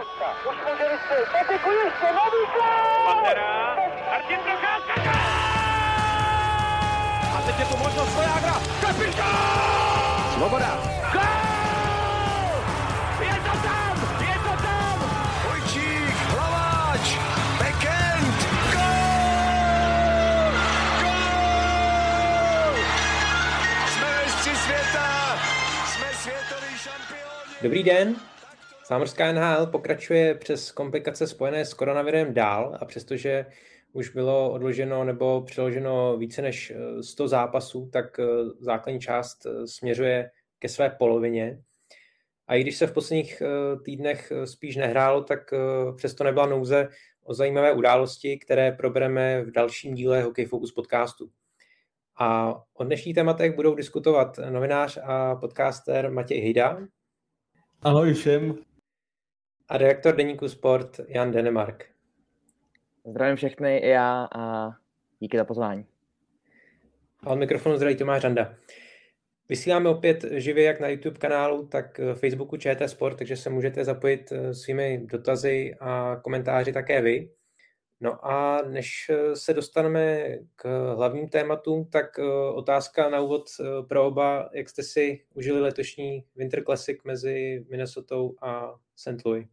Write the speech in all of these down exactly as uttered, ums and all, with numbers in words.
Už může vystřelit, Patiku ještě, nový gól! Pantera, Martin Procházka! A teď je tu možnost Svojágra, kapitán! Svoboda! Gól! Je to tam, je to tam! Vojčík, Hlaváč, Bekend, gól! Gól! Jsme mistři světa, jsme světoví šampioni! Dobrý den. Sámořská N H L pokračuje přes komplikace spojené s koronavirem dál a přestože už bylo odloženo nebo přeloženo více než sto zápasů, tak základní část směřuje ke své polovině. A i když se v posledních týdnech spíš nehrálo, tak přesto nebyla nouze o zajímavé události, které probereme v dalším díle Hockey Focus podcastu. A o dnešních tématech budou diskutovat novinář a podcaster Matěj Hejda. Ahoj všem. A redaktor deníku Sport Jan Denemark. Zdravím všechny i já a díky za pozvání. A od mikrofonu zdraví Tomáš Randa. Vysíláme opět živě jak na YouTube kanálu, tak Facebooku ČT Sport, takže se můžete zapojit svými dotazy a komentáři také vy. No a než se dostaneme k hlavním tématům, tak otázka na úvod pro oba, jak jste si užili letošní Winter Classic mezi Minnesotou a Saint Louis?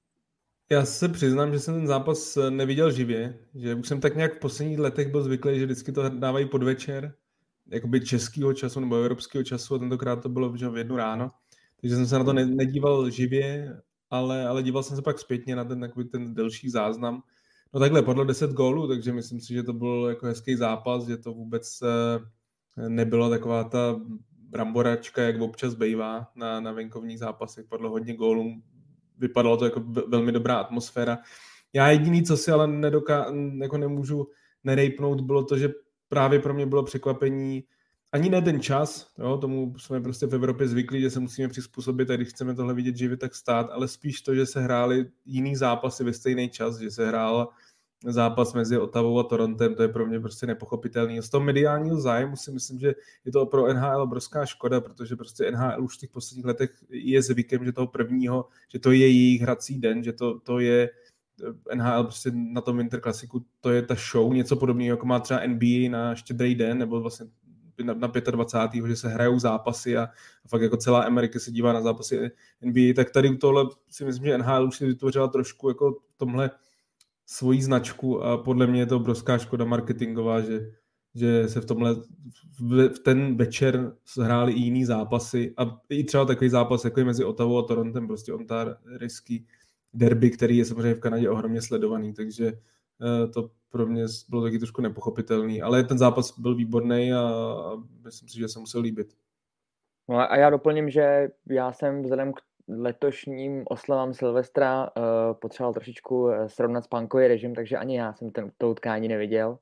Já se přiznám, že jsem ten zápas neviděl živě, že už jsem tak nějak v posledních letech byl zvyklý, že vždycky to dávají podvečer, jakoby českého času nebo evropského času a tentokrát to bylo v jednu ráno, takže jsem se na to nedíval živě, ale, ale díval jsem se pak zpětně na ten, takový ten delší záznam. No takhle, padlo deset gólů, takže myslím si, že to byl jako hezký zápas, že to vůbec nebyla taková ta bramboračka, jak občas bývá na, na venkovních zápasech, padlo hodně gólů, vypadalo to jako velmi dobrá atmosféra. Já jediný, co si ale nedoká- jako nemůžu nerejpnout, bylo to, že právě pro mě bylo překvapení, ani ne ten čas, jo, tomu jsme prostě v Evropě zvyklí, že se musíme přizpůsobit a když chceme tohle vidět živě, tak stát, ale spíš to, že se hrály jiný zápasy ve stejný čas, že se hrál zápas mezi Ottawou a Torontem, to je pro mě prostě nepochopitelný. Z toho mediálního zájmu si myslím, že je to pro N H L obrovská škoda, protože prostě N H L už v těch posledních letech je zvykem, že toho prvního, že to je jejich hrací den, že to, to je N H L prostě na tom Winter Classicu, to je ta show, něco podobného, jako má třeba N B A na Štědrý den, nebo vlastně na, na dvacátého pátého že se hrajou zápasy a, a fakt jako celá Amerika se dívá na zápasy N B A, tak tady u tohle si myslím, že N H L už si vytvořila trošku jako tomhle svoji značku a podle mě je to obrovská škoda marketingová, že, že se v tomhle v, v ten večer hrály i jiný zápasy a i třeba takový zápas jako je mezi Ottawou a Torontem, prostě ontarský derby, který je samozřejmě v Kanadě ohromně sledovaný, takže to pro mě bylo taky trošku nepochopitelný, ale ten zápas byl výborný a, a myslím si, že se musel líbit. No a já doplním, že já jsem vzhledem k letošním oslavám Silvestra uh, potřeboval trošičku srovnat spánkový režim, takže ani já jsem ten, to utkání neviděl,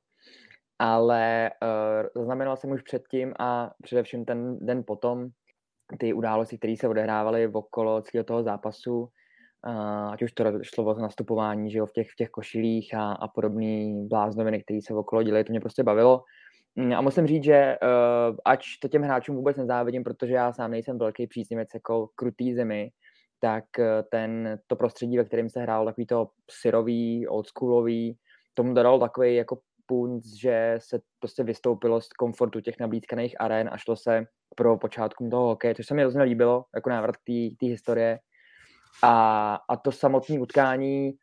ale uh, zaznamenal jsem už předtím a především ten den potom ty události, které se odehrávaly okolo celého toho zápasu, uh, ať už to šlo o nastupování, že jo, v těch, v těch košilích a, a podobný bláznoviny, které se okolo dělají, to mě prostě bavilo. A musím říct, že uh, ač to těm hráčům vůbec nezávidím, protože já sám nejsem velký příznivec jako krutý zimy, tak uh, ten, to prostředí, ve kterém se hrálo takový to syrový, oldschoolový, tomu dodalo takový jako punc, že se prostě vystoupilo z komfortu těch nablízkaných aren a šlo se pro počátkům toho hokeje, což se mi hrozně líbilo, jako návrat k té historie. A, a to samotné utkání,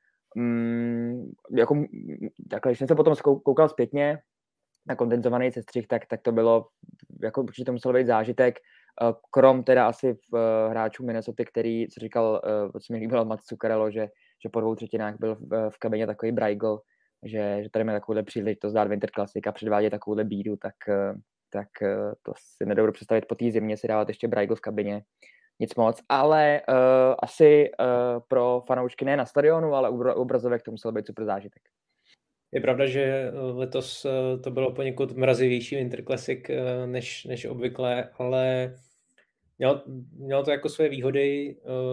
mm, jako, takhle, když jsem se potom koukal zpětně, na kondenzovaný sestřih, tak, tak to bylo, jako určitě to musel být zážitek, krom teda asi v uh, hráčů Minnesota, který, co říkal, uh, co mi líbilo Mats Zuccarello, že, že po dvou třetinách byl v, v kabině takový Brajgl, že, že tady má takovouhle příležitost dát Winter Classic a předvádět takovouhle bídu, tak, uh, tak uh, to si nedovedu představit po té zimě si dávat ještě Brajgl v kabině. Nic moc, ale uh, asi uh, pro fanoušky ne na stadionu, ale u obrazovek to musel být super zážitek. Je pravda, že letos to bylo poněkud mrazivější Winter Classic než, než obvykle, ale mělo, mělo to jako své výhody,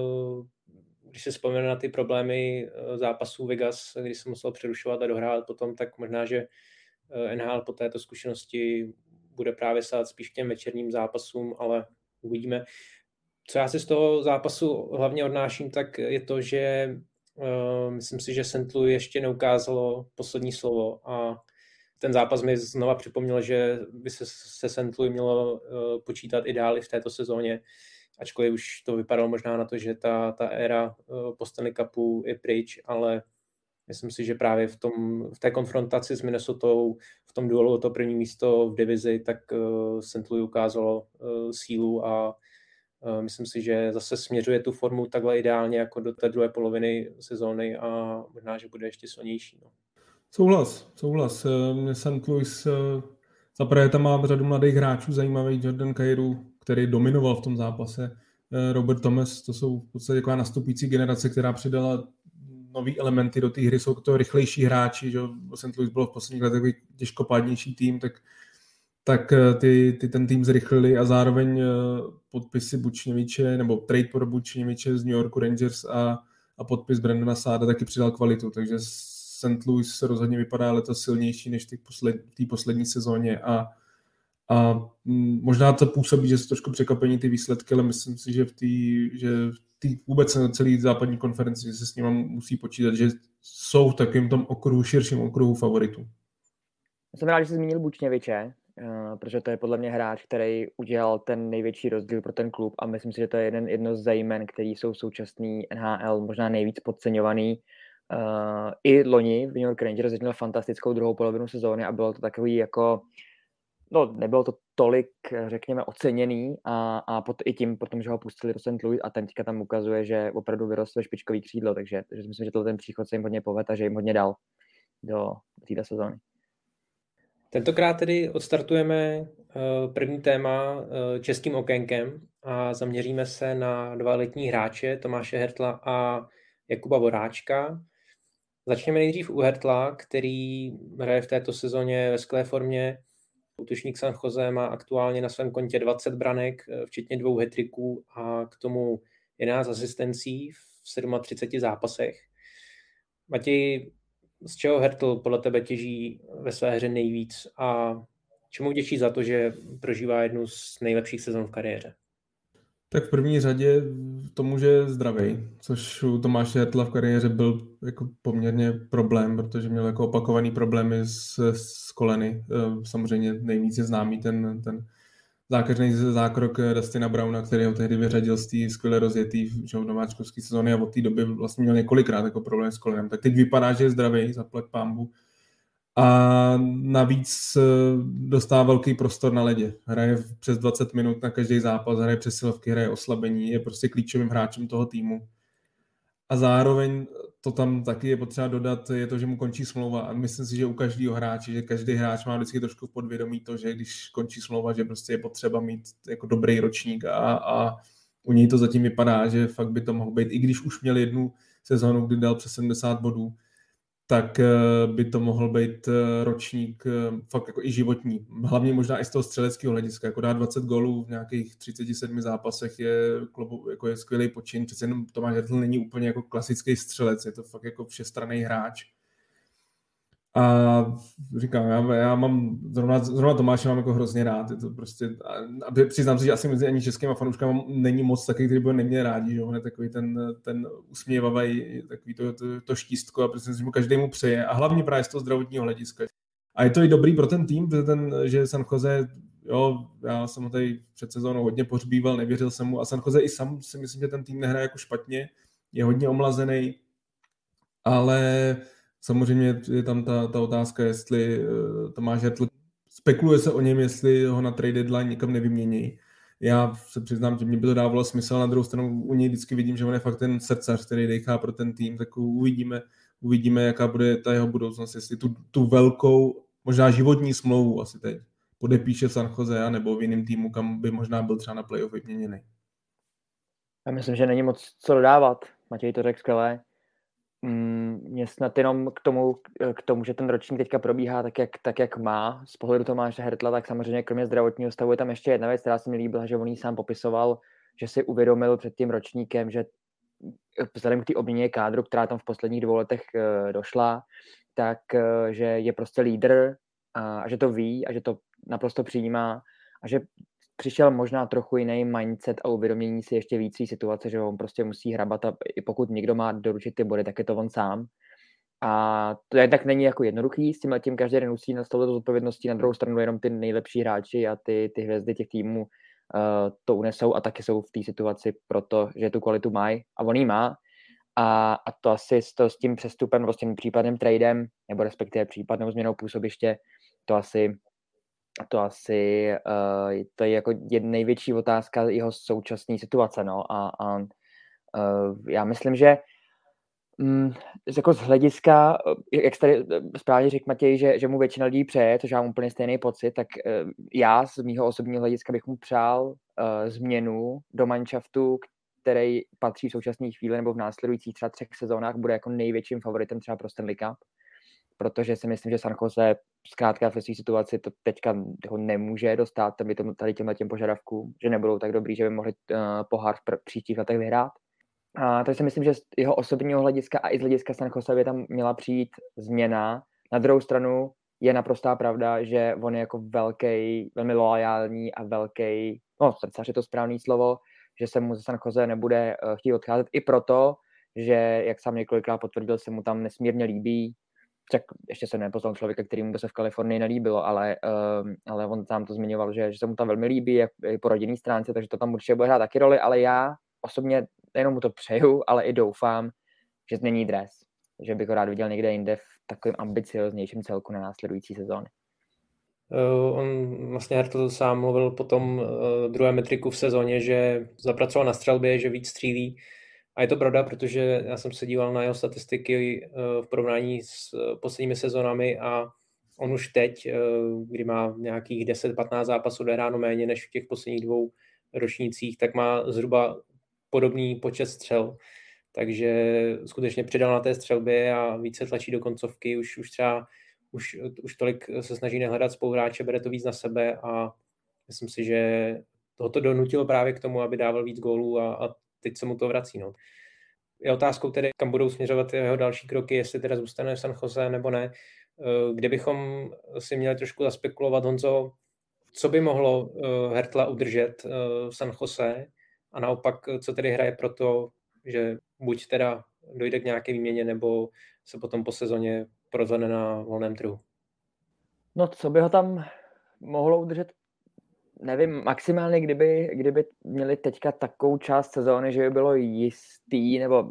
když se vzpomíná na ty problémy zápasů Vegas, kdy se musel přerušovat a dohrát potom, tak možná, že N H L po této zkušenosti bude právě sát spíš k těm večerním zápasům, ale uvidíme. Co já si z toho zápasu hlavně odnáším, tak je to, že Myslím si, že Saint Louis ještě neukázalo poslední slovo a ten zápas mi znova připomněl, že by se, se Saint Louis mělo počítat i dál i v této sezóně, ačkoliv už to vypadalo možná na to, že ta, ta éra po Stanley Cupu je pryč, ale myslím si, že právě v, tom, v té konfrontaci s Minnesotou, v tom duelu o to první místo v divizi, tak Saint Louis ukázalo sílu a myslím si, že zase směřuje tu formu takhle ideálně jako do té druhé poloviny sezóny a možná, že bude ještě silnější. No. Souhlas, souhlas. Saint Louis zaprvé tam má řadu mladých hráčů, zajímavý Jordan Kyrou, který dominoval v tom zápase. Robert Thomas, to jsou v podstatě taková nastupující generace, která přidala nový elementy do té hry, jsou to rychlejší hráči, že Saint Louis bylo v posledních letech takový těžkopádnější tým, tak, tak ty, ty ten tým zrychlili a zároveň podpisy Bučněviče, nebo trade pro Bučněviče z New Yorku Rangers a, a podpis Brandona Sada taky přidal kvalitu, takže Saint Louis rozhodně vypadá letos silnější než v posled, té poslední sezóně a, a možná to působí, že jsou trošku překvapení ty výsledky, ale myslím si, že v té že tý, vůbec celý západní konferenci se s nimi musí počítat, že jsou v takovém tom okruhu, širším okruhu favoritů. Jsem rád, že jsi zmínil Bučněviče, protože to je podle mě hráč, který udělal ten největší rozdíl pro ten klub a myslím si, že to je jeden, jedno z zejmen, který jsou v současný N H L možná nejvíc podceňovaný. Uh, I loni v New York Rangers začal fantastickou druhou polovinu sezóny a bylo to takový jako, no nebylo to tolik, řekněme, oceněný a, a pot, i tím, potom, že ho pustili do Saint Louis a ten teďka tam ukazuje, že opravdu vyrostl špičkový křídlo, takže, takže myslím, že to ten příchod se jim hodně povedl a že jim hodně dal do, do této sezóny. Tentokrát tedy odstartujeme uh, první téma uh, českým okénkem a zaměříme se na dva letní hráče, Tomáše Hertla a Jakuba Voráčka. Začněme nejdřív u Hertla, který hraje v této sezóně ve skvělé formě. Útočník San Jose má aktuálně na svém kontě dvacet branek, včetně dvou hat-tricků a k tomu jedenáct asistencí v třiceti sedmi zápasech. Matěj, z čeho Hertl podle tebe těží ve své hře nejvíc a čemu vděčí za to, že prožívá jednu z nejlepších sezon v kariéře? Tak v první řadě tomu, že je zdravý, což u Tomáše Hertla v kariéře byl jako poměrně problém, protože měl jako opakovaný problémy s, s koleny. Samozřejmě nejvíc je známý ten, ten zákeřný zákrok Dustina Browna, který ho tehdy vyřadil z té skvěle rozjetý nováčkovské sezóny a od té doby vlastně měl několikrát jako problém s kolenem. Tak teď vypadá, že je zdravý, zaplať pánbu. A navíc dostává velký prostor na ledě. Hraje přes dvacet minut na každý zápas, hraje přesilovky, hraje oslabení, je prostě klíčovým hráčem toho týmu. A zároveň to tam taky je potřeba dodat, je to, že mu končí smlouva. A myslím si, že u každého hráče, že každý hráč má vždycky trošku v podvědomí to, že když končí smlouva, že prostě je potřeba mít jako dobrý ročník a, a u něj to zatím vypadá, že fakt by to mohl být, i když už měl jednu sezónu, kdy dal přes sedmdesát bodů, tak by to mohl být ročník fakt jako i životní. Hlavně možná i z toho střeleckého hlediska. Jako dát dvacet gólů v nějakých třiceti sedmi zápasech je, jako je skvělý počin. Přece jenom Tomáš Hertl není úplně jako klasický střelec, je to fakt jako všestranný hráč. A říkám, já, já mám, zrovna, zrovna Tomáše mám jako hrozně rád. Je to prostě, a přiznám si, že asi mezi ani českýma fanouškama není moc takový, který by ho neměl rádi, že on je takový ten, ten usměvavý, takový to, to, to štístko a prostě si mu každému přeje. A hlavně právě z toho zdravotního hlediska. A je to i dobrý pro ten tým, ten, že San Jose, jo, já jsem ho tady před sezónou hodně pohřbíval, nevěřil jsem mu a San Jose i sám si myslím, že ten tým nehraje jako špatně, je hodně omlazený, ale samozřejmě je tam ta, ta otázka, jestli Tomáš Hertl, spekuluje se o něm, jestli ho na trade deadline nikam nevymění. Já se přiznám, že mě by to dávalo smysl, na druhou stranu u něj vždycky vidím, že on je fakt ten srdcař, který dechá pro ten tým, tak uvidíme, uvidíme, jaká bude ta jeho budoucnost, jestli tu, tu velkou, možná životní smlouvu asi teď podepíše San Jose nebo v jiném týmu, kam by možná byl třeba na playoff vyměněný. Já myslím, že není moc co dodávat. Matěj to řekl skvěle. Mě snad jenom k tomu, k tomu, že ten ročník teďka probíhá tak jak, tak, jak má. Z pohledu Tomáše Hertla, tak samozřejmě kromě zdravotního stavu je tam ještě jedna věc, která se mi líbila, že on jí sám popisoval, že si uvědomil před tím ročníkem, že vzhledem k té obměně kádru, která tam v posledních dvou letech došla, tak že je prostě lídr a že to ví a že to naprosto přijímá a že přišel možná trochu jiný mindset a uvědomění si ještě víc situace, že on prostě musí hrabat a i pokud někdo má doručit ty body, tak je to on sám. A to je, tak není jako jednoduchý, s tím tím každý den musí nastavit zodpovědností, na druhou stranu jenom ty nejlepší hráči a ty, ty hvězdy těch týmů uh, to unesou a taky jsou v té situaci proto, že tu kvalitu mají a on ji má. A, a to asi s, to, s tím přestupem, nebo s tím případným tradem, nebo respektive případnou změnou působiště, to asi, to asi uh, to je jako jedna největší otázka jeho současné situace. No. A, a uh, já myslím, že Mm, jako z hlediska, jak tady správně řekl Matěj, že, že mu většina lidí přeje, což já mám úplně stejný pocit, tak uh, já z mýho osobního hlediska bych mu přál uh, změnu do manšaftu, který patří v současné chvíli nebo v následujících třeba třech sezónách bude jako největším favoritem třeba pro Stanley Cup, protože si myslím, že San Jose zkrátka v své situaci to teďka ho nemůže dostat tady těmhle těm požadavkům, že nebudou tak dobrý, že by mohli uh, pohár v pr- příštích letech vyhrát. A takže si myslím, že z jeho osobního hlediska a i z hlediska San Jose by tam měla přijít změna. Na druhou stranu je naprostá pravda, že on je jako velký, velmi loajální a velký, no srdcař je to správný slovo, že se mu ze San Jose nebude uh, chtít odcházet i proto, že jak sám několikrát potvrdil, se mu tam nesmírně líbí. Tak ještě jsem nepoznal člověka, kterýmu by se v Kalifornii nelíbilo, ale, uh, ale on sám to zmiňoval, že, že se mu tam velmi líbí, jak i po rodinné stránce, takže to tam určitě bude hrát taky roli, ale já osobně nejenom mu to přeju, ale i doufám, že změní dres. Že bych ho rád viděl někde jinde v takovém ambicioznějším celku na následující sezóny. Uh, on vlastně Hertl sám mluvil po tom uh, druhé metriku v sezóně, že zapracoval na střelbě, že víc střílí. A je to pravda, protože já jsem se díval na jeho statistiky uh, v porovnání s uh, posledními sezónami a on už teď, uh, kdy má nějakých deset patnáct zápasů odehráno méně než v těch posledních dvou ročnících, tak má zhruba podobný počet střel, takže skutečně přidal na té střelbě a více tlačí do koncovky, už, už třeba už, už tolik se snaží nehledat spoluhráče, bere to víc na sebe a myslím si, že tohoto donutilo právě k tomu, aby dával víc gólů a, a teď se mu to vrací. No. Je otázkou tedy, kam budou směřovat jeho další kroky, jestli teda zůstane v San Jose nebo ne. Kdybychom si měli trošku zaspekulovat, Honzo, co by mohlo Hertla udržet v San Jose, a naopak, co tedy hraje pro to, že buď teda dojde k nějaké výměně, nebo se potom po sezóně rozhodne na volném trhu? No, co by ho tam mohlo udržet? Nevím, maximálně, kdyby, kdyby měli teďka takovou část sezóny, že by bylo jistý, nebo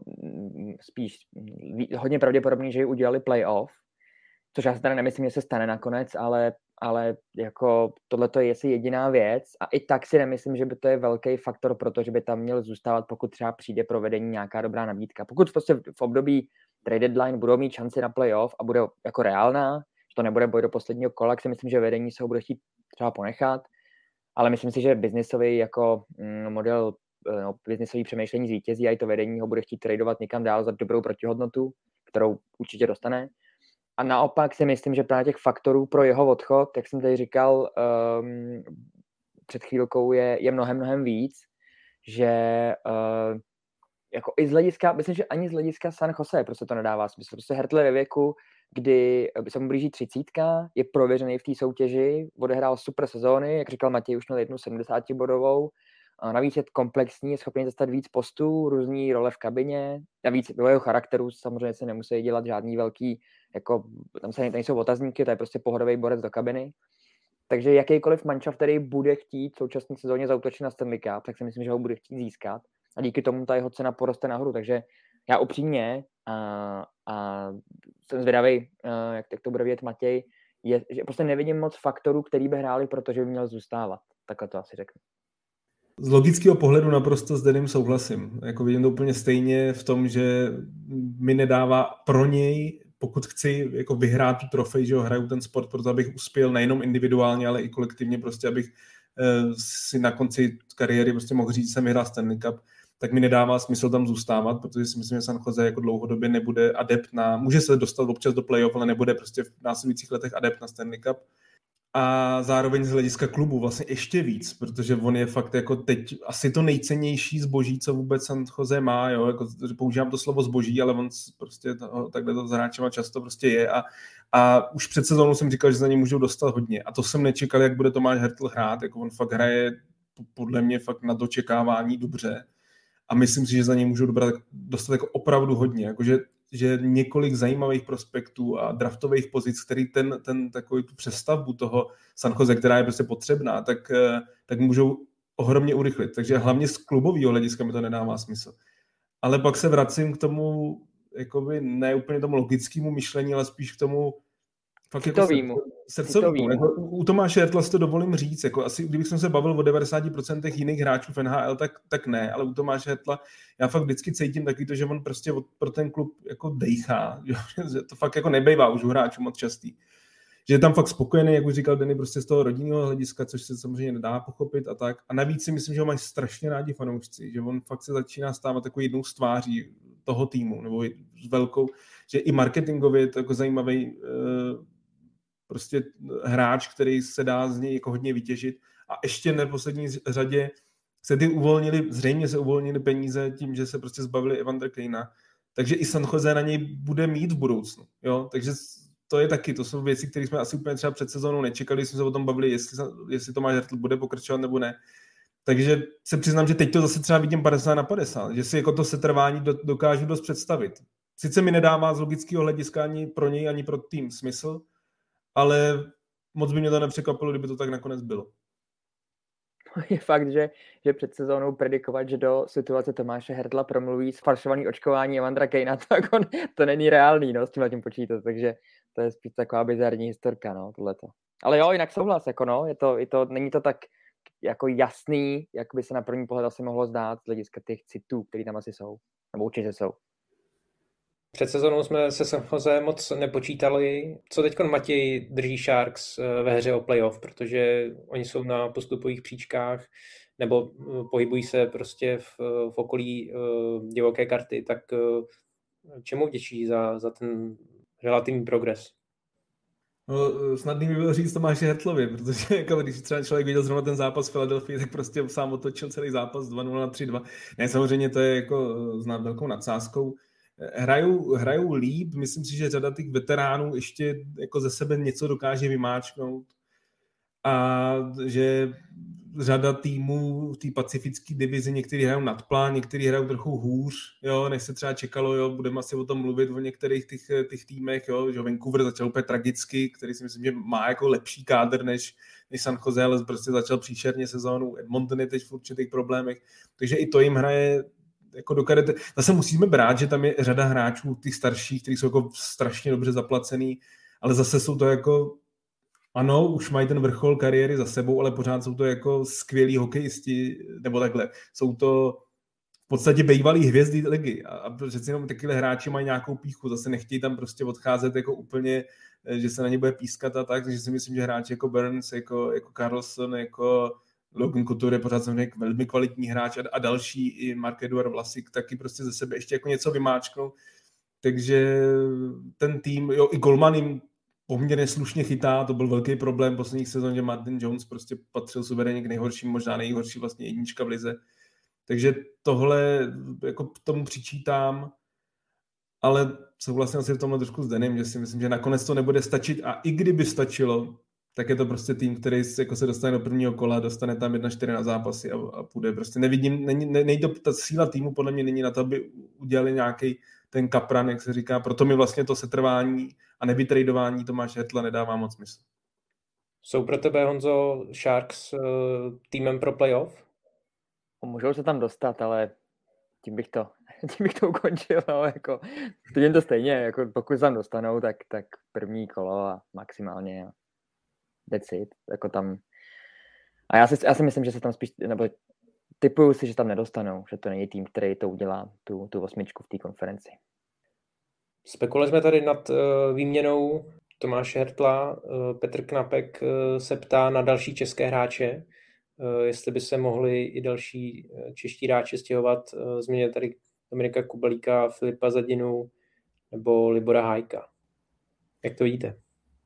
spíš hodně pravděpodobný, že ji udělali playoff, což já si teda nemyslím, že se stane nakonec, ale ale jako tohleto je asi jediná věc a i tak si nemyslím, že by to je velký faktor pro to, že by tam měl zůstávat, pokud třeba přijde provedení nějaká dobrá nabídka. Pokud prostě v období trade deadline budou mít šanci na playoff a bude jako reálná, že to nebude boj do posledního kola, tak si myslím, že vedení se ho bude chtít třeba ponechat, ale myslím si, že biznisový jako mm, model, no, biznisový přemýšlení zvítězí a i to vedení ho bude chtít tradovat někam dál za dobrou protihodnotu, kterou určitě dostane. A naopak si myslím, že právě těch faktorů pro jeho odchod, jak jsem tady říkal um, před chvílkou, je, je mnohem, mnohem víc, že uh, jako i z hlediska, myslím, že ani z hlediska San Jose prostě to nedává smysl. Prostě Hertl ve věku, kdy se mu blíží třicítka, je prověřený v té soutěži, odehrál super sezóny, jak říkal Matěj, už měl jednu sedmdesátibodovou, a navíc je komplexní, je schopný zastat víc postů, různý role v kabině, navíc do jeho charakteru samozřejmě se nemusí dělat žádný velký, jako tam se nejsou otazníky, to je prostě pohodový borec do kabiny. Takže jakýkoliv manšaft, který bude chtít v současné sezóně zaútočit na Stanley Cup, tak si myslím, že ho bude chtít získat a díky tomu ta jeho cena poroste nahoru. Takže já upřímně a, a jsem zvědavý, jak, jak to bude vidět Matěj, je, že prostě nevidím moc faktorů, který by hráli, protože by měl zůstávat. Takhle to asi řeknu. Z logického pohledu naprosto s Denim souhlasím. Jako vidím to úplně stejně v tom, že mi nedává pro něj, pokud chci jako vyhrát tu trofej, že ho hraju ten sport, proto abych uspěl nejenom individuálně, ale i kolektivně, prostě abych eh, si na konci kariéry prostě mohl říct, že jsem vyhrál Stanley Cup, tak mi nedává smysl tam zůstávat, protože si myslím, že San Jose jako dlouhodobě nebude adept na, může se dostat občas do playoff, ale nebude prostě v následujících letech adept na Stanley Cup. A zároveň z hlediska klubu vlastně ještě víc, protože on je fakt jako teď asi to nejcennější zboží, co vůbec San Jose má, jo, jako používám to slovo zboží, ale on prostě to, takhle to s hráčema často prostě je a, a už před sezónou jsem říkal, že za něj můžou dostat hodně a to jsem nečekal, jak bude Tomáš Hertl hrát, jako on fakt hraje podle mě fakt na dočekávání dobře. A myslím si, že za něj můžou dobrat, dostat jako opravdu hodně. Jakože, že několik zajímavých prospektů a draftových pozic, který ten, ten takový tu přestavbu toho San Jose, která je prostě potřebná, tak, tak můžou ohromně urychlit. Takže hlavně z klubového hlediska mi to nedává smysl. Ale pak se vracím k tomu, jakoby ne úplně tomu logickému myšlení, ale spíš k tomu fakt jako srdcovému. Jako, u Tomáše Hertla si to dovolím říct. Jako asi, kdybych se bavil o devadesát procent jiných hráčů v N H L, tak, tak ne. Ale u Tomáše Hertla já fakt vždycky cítím taky to, že on prostě pro ten klub jako dejchá. Že to fakt jako nebejvá už u hráčů moc častý. Že je tam fakt spokojený, jak už říkal Denny, prostě z toho rodinného hlediska, což se samozřejmě nedá pochopit a tak. A navíc si myslím, že ho mají strašně rádi fanoušci, že on fakt se začíná stávat takovou jednou z tváří toho týmu, nebo s velkou, že i marketingově je to jako zajímavý prostě hráč, který se dá z něj jako hodně vytěžit. A ještě v neposlední řadě se ty uvolnili, zřejmě se uvolnili peníze tím, že se prostě zbavili Evander Kanea. Takže i San Jose na něj bude mít v budoucnu. Jo? Takže to je taky, to jsou věci, které jsme asi úplně třeba před sezónou nečekali, jsme se o tom bavili, jestli, jestli Tomáš Hertl bude pokračovat nebo ne. Takže se přiznám, že teď to zase třeba vidím padesát na padesát, že si jako to setrvání do, dokážu dost představit. Sice mi nedává z logického hlediska ani pro něj, ani pro tým smysl, ale moc by mě to nepřekvapilo, kdyby to tak nakonec bylo. Je fakt, že, že před sezónou predikovat, že do situace Tomáše Hertla promluví sfalšovaný očkování Evandera Kanea, tak on, to není reálný, no, s tímhle tím počítat, takže to je spíš taková bizarní historka, no, tohleto. Ale jo, jinak souhlas, jako no, je to, je to, není to tak jako jasný, jak by se na první pohled asi mohlo zdát z hlediska těch citů, které tam asi jsou, nebo určitě jsou. Před sezónou jsme se San Jose moc nepočítali. Co teď Matěj drží Sharks ve hře o playoff, protože oni jsou na postupových příčkách nebo pohybují se prostě v, v okolí uh, divoké karty, tak uh, čemu vděčí za, za ten relativní progres? No, snadný by bylo říct Tomáši Hertlovi, protože jako, když třeba člověk viděl zrovna ten zápas v Philadelphii, tak prostě sám otočil celý zápas dva nula na tři dva. Ne, samozřejmě to je jako znát velkou nadsázkou. Hrajou, hrajou líp, myslím si, že řada těch veteránů ještě jako ze sebe něco dokáže vymáčknout a že řada týmů v té pacifické divizi, některý hrajou nadplán, některý hrajou trochu hůř, jo, než se třeba čekalo, jo, budeme asi o tom mluvit o některých těch, těch týmech, jo, že Vancouver začal úplně tragicky, který si myslím, že má jako lepší kádr než, než San Jose, ale prostě začal příšerně sezónu, Edmonton je teď v určitých problémech, takže i to jim hraje jako do karety. Zase musíme brát, že tam je řada hráčů, těch starších, kteří jsou jako strašně dobře zaplacený, ale zase jsou to jako, ano, už mají ten vrchol kariéry za sebou, ale pořád jsou to jako skvělí hokejisti, nebo takhle. Jsou to v podstatě bývalí hvězdy ligy a, a přeci jenom takovýhle hráči mají nějakou píchu, zase nechtějí tam prostě odcházet jako úplně, že se na ně bude pískat a tak, takže si myslím, že hráči jako Burns, jako, jako Carlson, jako Logan Couture je pořád samozřejmě velmi kvalitní hráč a, a další, i Marc-Edouard Vlasic, taky prostě ze sebe ještě jako něco vymáčknou. Takže ten tým, jo, i Golman jim poměrně slušně chytá, to byl velký problém v posledních sezóně, Martin Jones prostě patřil suverénně k nejhorším, možná nejhorší vlastně jednička v lize. Takže tohle jako tomu přičítám, ale souhlasím asi v tomhle trošku s Denim, že si myslím, že nakonec to nebude stačit a i kdyby stačilo, tak je to prostě tým, který jako se dostane do prvního kola, dostane tam jedna čtyři na zápasy a, a půjde. Prostě nevidím, není, ne, nejde, ta síla týmu podle mě není na to, aby udělali nějaký ten kapran, jak se říká, proto mi vlastně to setrvání a nevytradování Tomáše Hertla nedává moc smysl. Jsou pro tebe, Honzo, Sharks uh, týmem pro playoff? Můžou se tam dostat, ale tím bych to, tím bych to ukončil. No, jako, tím to stejně, jako pokud se tam dostanou, tak, tak první kolo a maximálně that's it. Jako tam. A já si, já si myslím, že se tam spíš, nebo typuju si, že tam nedostanou, že to není tým, který to udělá, tu, tu osmičku v té konferenci. Spekulujeme tady nad uh, výměnou Tomáše Hertla. Uh, Petr Knapek uh, se ptá na další české hráče, uh, jestli by se mohli i další uh, čeští hráči stěhovat. Uh, změnil tady Dominika Kubelíka, Filipa Zadinu nebo Libora Hájka. Jak to vidíte?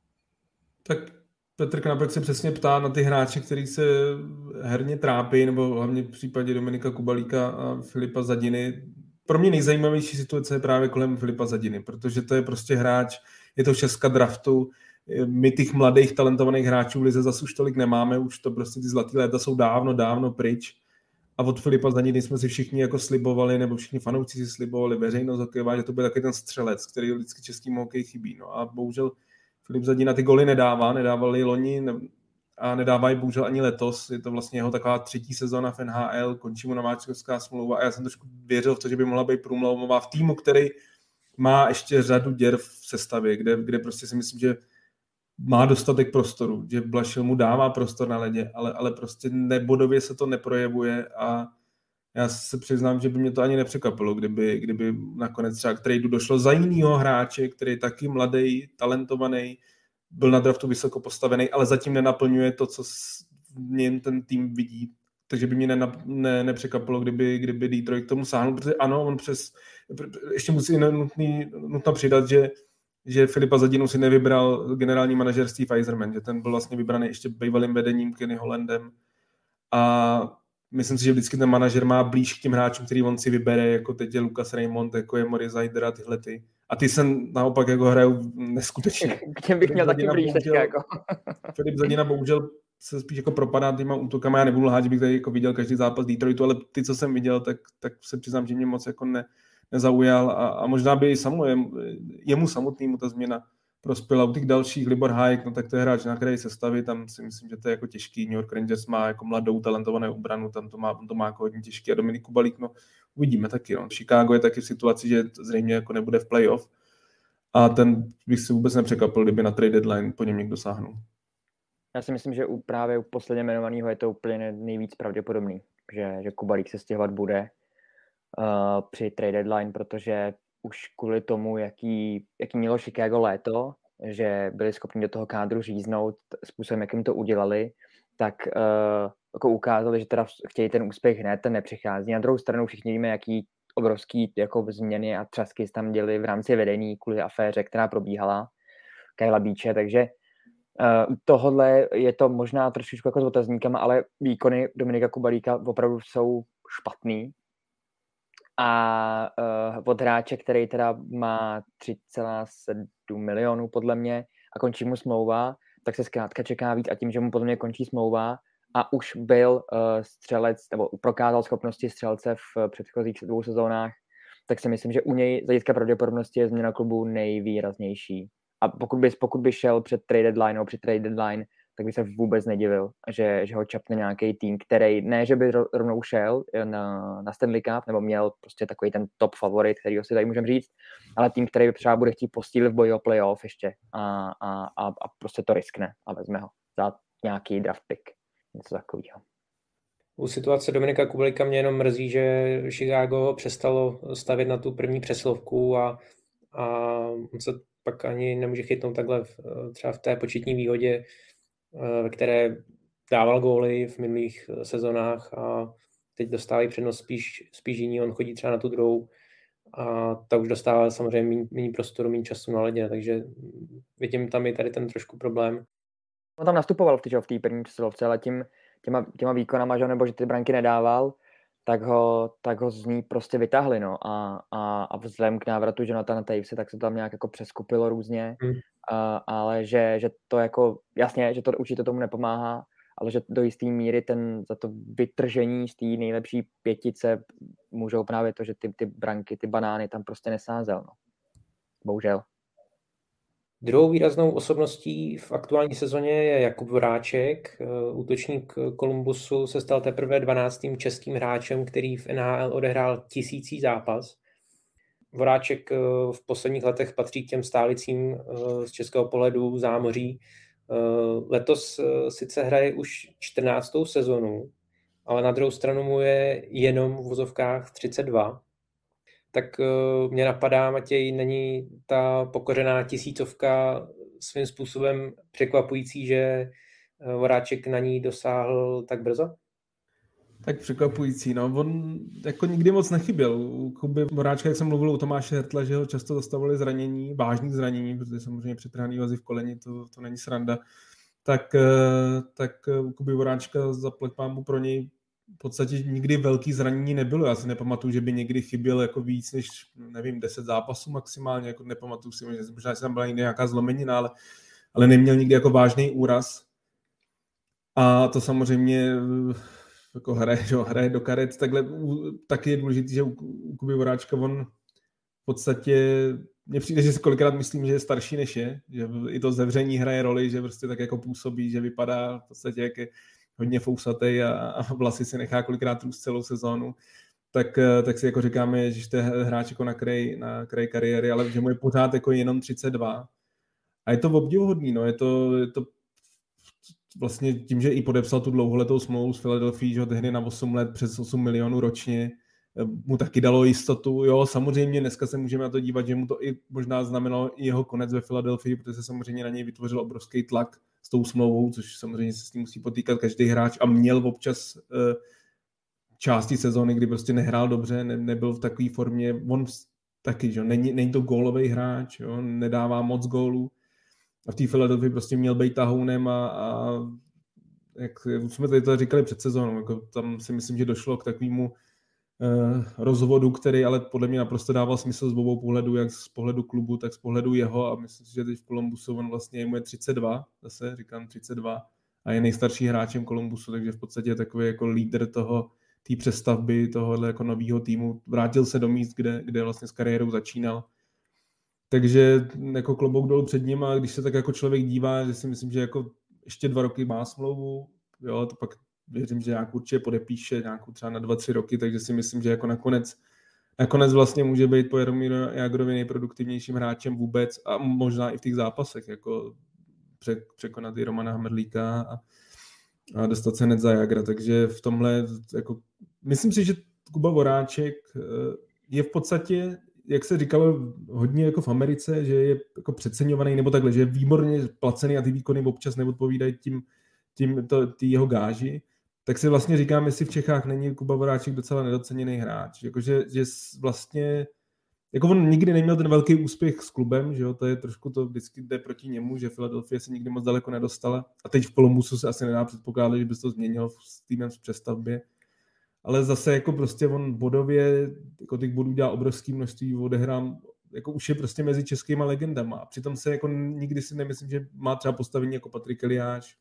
Tak Petr Knapek se přesně ptá na ty hráče, který se herně trápí, nebo hlavně v případě Dominika Kubelíka a Filipa Zadiny. Pro mě nejzajímavější situace je právě kolem Filipa Zadiny, protože to je prostě hráč, je to šestka draftu, my těch mladých talentovaných hráčů v lize zase už tolik nemáme, už to prostě ty zlatý léta jsou dávno, dávno pryč. A od Filipa Zadiny jsme si všichni jako slibovali, nebo všichni fanoušci si slibovali, veřejnost hokejová, že to byl takový ten střelec, který vždycky českým hokej chybí. No a bohužel Filip Zadina ty goly nedává, nedávali loni ne, a nedávají bohužel ani letos. Je to vlastně jeho taková třetí sezóna v N H L, končí mu nováčkovská smlouva a já jsem trošku věřil v to, že by mohla být průlomová v týmu, který má ještě řadu děr v sestavě, kde, kde prostě si myslím, že má dostatek prostoru, že Blašil mu dává prostor na ledě, ale, ale prostě nebodově se to neprojevuje a já se přiznám, že by mě to ani nepřekvapilo, kdyby, kdyby nakonec třeba k tradu došlo za jinýho hráče, který je taky mladý, talentovaný, byl na draftu vysoko postavený, ale zatím nenaplňuje to, co v něm ten tým vidí. Takže by mě ne, ne, nepřekvapilo, kdyby, kdyby Detroit k tomu sáhnul, protože ano, on přes, ještě musí nutný, nutno přidat, že že Filipa Zadinu si nevybral generální manažer Steve Yzerman, že ten byl vlastně vybraný ještě bývalým vedením Kenny Hollandem a myslím si, že vždycky ten manažer má blíž k těm hráčům, který on si vybere, jako teď je Lucas Raymond, jako je Moritz Seider a tyhle ty. A ty se naopak jako hrajou neskutečně. K těm bych měl taky blíž teďka jako. Filip Zadina bohužel se spíš jako propadá týma útokama, já nebudu lhát, že bych tady jako viděl každý zápas Detroitu, ale ty, co jsem viděl, tak, tak se přiznám, že mě moc jako ne, nezaujal a, a možná by i samo, jemu, jemu samotnému ta změna prospěla. U těch dalších, Libor Hájek, no tak to je hráč, na který se staví, tam si myslím, že to je jako těžký. New York Rangers má jako mladou, talentovanou obranu, tam to má, to má jako hodně těžký a Dominik Kubalík, no uvidíme taky. No. Chicago je taky v situaci, že zřejmě jako nebude v playoff a ten bych si vůbec nepřekvapil, kdyby na trade deadline po něm někdo sáhnul. Já si myslím, že u, právě u posledně jmenovaného je to úplně nejvíc pravděpodobný, že, že Kubalík se stěhovat bude Uh, při trade deadline, protože už kvůli tomu, jaký, jaký mělo Chicago léto, že byli schopni do toho kádru říznout způsobem, jakým to udělali, tak uh, jako ukázali, že teda chtějí ten úspěch hned, ten nepřichází. Na druhou stranu všichni víme, jaký obrovský jako změny a třasky se tam děli v rámci vedení kvůli aféře, která probíhala Kyle Beache, takže uh, tohle je to možná trošičku jako s otazníkama, ale výkony Dominika Kubalíka opravdu jsou špatný. A uh, od hráče, který teda má tři celá sedm milionů podle mě a končí mu smlouva, tak se zkrátka čeká víc a tím, že mu podle mě končí smlouva a už byl uh, střelec, nebo prokázal schopnosti střelce v předchozích dvou sezónách, tak si myslím, že u něj z hlediska pravděpodobnosti je změna klubu nejvýraznější. A pokud by, pokud by šel před trade deadline nebo před trade deadline, tak by se vůbec nedivil, že, že ho čapne nějaký tým, který ne, že by rovnou šel na, na Stanley Cup, nebo měl prostě takový ten top favorit, kterýho si tady můžeme říct, ale tým, který třeba bude chtít postílit v boji o playoff ještě a, a, a, a prostě to riskne a vezme ho za nějaký draft pick, něco takového. U situace Dominika Kubalíka mě jenom mrzí, že Chicago přestalo stavět na tu první přesilovku a, a on se pak ani nemůže chytnout takhle v, třeba v té početní výhodě, ve které dával góly v minulých sezonách a teď dostávají přednost spíš, spíš jiní, on chodí třeba na tu druhou a ta už dostává samozřejmě méně prostoru, méně času na ledě, takže vidím tam i tady ten trošku problém. On tam nastupoval v té první přesilovce, ale tím, těma, těma výkonama, že, nebo že ty branky nedával, tak ho, tak ho z ní prostě vytáhli, no. A, a, a vzhledem k návratu Jonathana Tavese, tak se tam nějak jako přeskupilo různě, hmm. a, ale že, že to jako, jasně, že to určitě tomu nepomáhá, ale že do jisté míry ten, za to vytržení z té nejlepší pětice můžou právě to, že ty, ty branky, ty banány tam prostě nesázel, no. Bohužel. Druhou výraznou osobností v aktuální sezóně je Jakub Voráček. Útočník Columbusu se stal teprve dvanáctým českým hráčem, který v N H L odehrál tisící zápas. Voráček v posledních letech patří k těm stálicím z českého pohledu zámoří. Letos sice hraje už čtrnáctou sezonu, ale na druhou stranu mu je jenom v vozovkách třicet dva. Tak uh, mě napadá, Matěj, není ta pokořená tisícovka svým způsobem překvapující, že uh, Voráček na ní dosáhl tak brzo? Tak překvapující, no. On jako nikdy moc nechyběl. U Kuby Voráčka, jak jsem mluvil u Tomáše Hertla, že ho často zastavovali zranění, vážných zranění, protože samozřejmě přetrhaný vazy v koleni, to, to není sranda. Tak, tak u Kuby Voráčka zaplať pámbu pro něj v podstatě nikdy velký zranění nebylo. Já si nepamatuju, že by někdy chyběl jako víc než, nevím, deset zápasů maximálně, jako nepamatuju si, že možná tam byla někdy nějaká zlomenina, ale ale neměl nikdy jako vážný úraz. A to samozřejmě jako hraje, že, hraje do karet. Takhle taky je důležitý, že u, u Kuby Voráčka on v podstatě, mně přijde, že si kolikrát myslím, že je starší než je, že i to zevření hraje roli, že prostě tak jako působí, že vypadá v podstatě jak je hodně fousatej a, a vlasy si nechá kolikrát růst celou sezónu. Tak, tak si jako říkáme, že to je hráč jako na kraj, na kraj kariéry, ale že mu je pořád jako jenom třicet dva. A je to obdivuhodný, no, je to, je to vlastně tím, že i podepsal tu dlouholetou smlouvu s Philadelphia, že ho tehdy na osm let přes osm milionů ročně, mu taky dalo jistotu. Jo, samozřejmě dneska se můžeme na to dívat, že mu to i možná znamenalo i jeho konec ve Philadelphia, protože se samozřejmě na něj vytvořil obrovský tlak s tou smlouvou, což samozřejmě se s tím musí potýkat každý hráč a měl občas uh, části sezóny, kdy prostě nehrál dobře, ne, nebyl v takové formě, on taky, že není, není to gólový hráč, jo, nedává moc gólů. A v té Philadelphii prostě měl být tahounem a, a jak jsme tady to říkali před sezónou, jako tam si myslím, že došlo k takovému eh, rozvodu, který ale podle mě naprosto dával smysl z obou pohledů, jak z pohledu klubu, tak z pohledu jeho a myslím si, že teď v Columbusu on vlastně mu je třicet dva, zase říkám třicet dva a je nejstarší hráčem Columbusu, takže v podstatě je takový jako lídr toho, té přestavby tohohle jako nového týmu. Vrátil se do míst, kde, kde vlastně s kariérou začínal. Takže jako klobouk dolů před ním a když se tak jako člověk dívá, že si myslím, že jako ještě dva roky má smlouvu, jo, to pak věřím, že nějakou určitě podepíše, nějakou třeba na dva, tři roky, takže si myslím, že jako nakonec, nakonec vlastně může být po Jaromíru Jágrovi nejproduktivnějším hráčem vůbec a možná i v těch zápasech, jako překonat i Romana Hamrlíka a, a dostat se hned za Jágra, takže v tomhle jako, myslím si, že Kuba Voráček je v podstatě, jak se říkalo hodně jako v Americe, že je jako přeceňovaný nebo takhle, že je výborně placený a ty výkony občas neodpovídají tím, tím to, tý jeho gáži, tak si vlastně říkám, jestli v Čechách není Kuba Voráček docela nedoceněný hráč. Jako, že, že vlastně, jako on nikdy neměl ten velký úspěch s klubem, že jo, to je trošku to vždycky jde proti němu, že Philadelphia se nikdy moc daleko nedostala a teď v Columbusu se asi nedá předpokládat, že by se to změnilo s týmem v přestavbě. Ale zase jako prostě on bodově, jako těch bodů dělá obrovský množství, odehrám, jako už je prostě mezi českýma legendama. A přitom se jako nikdy si nemyslím, že má třeba postavení jako Patrik Eliáš.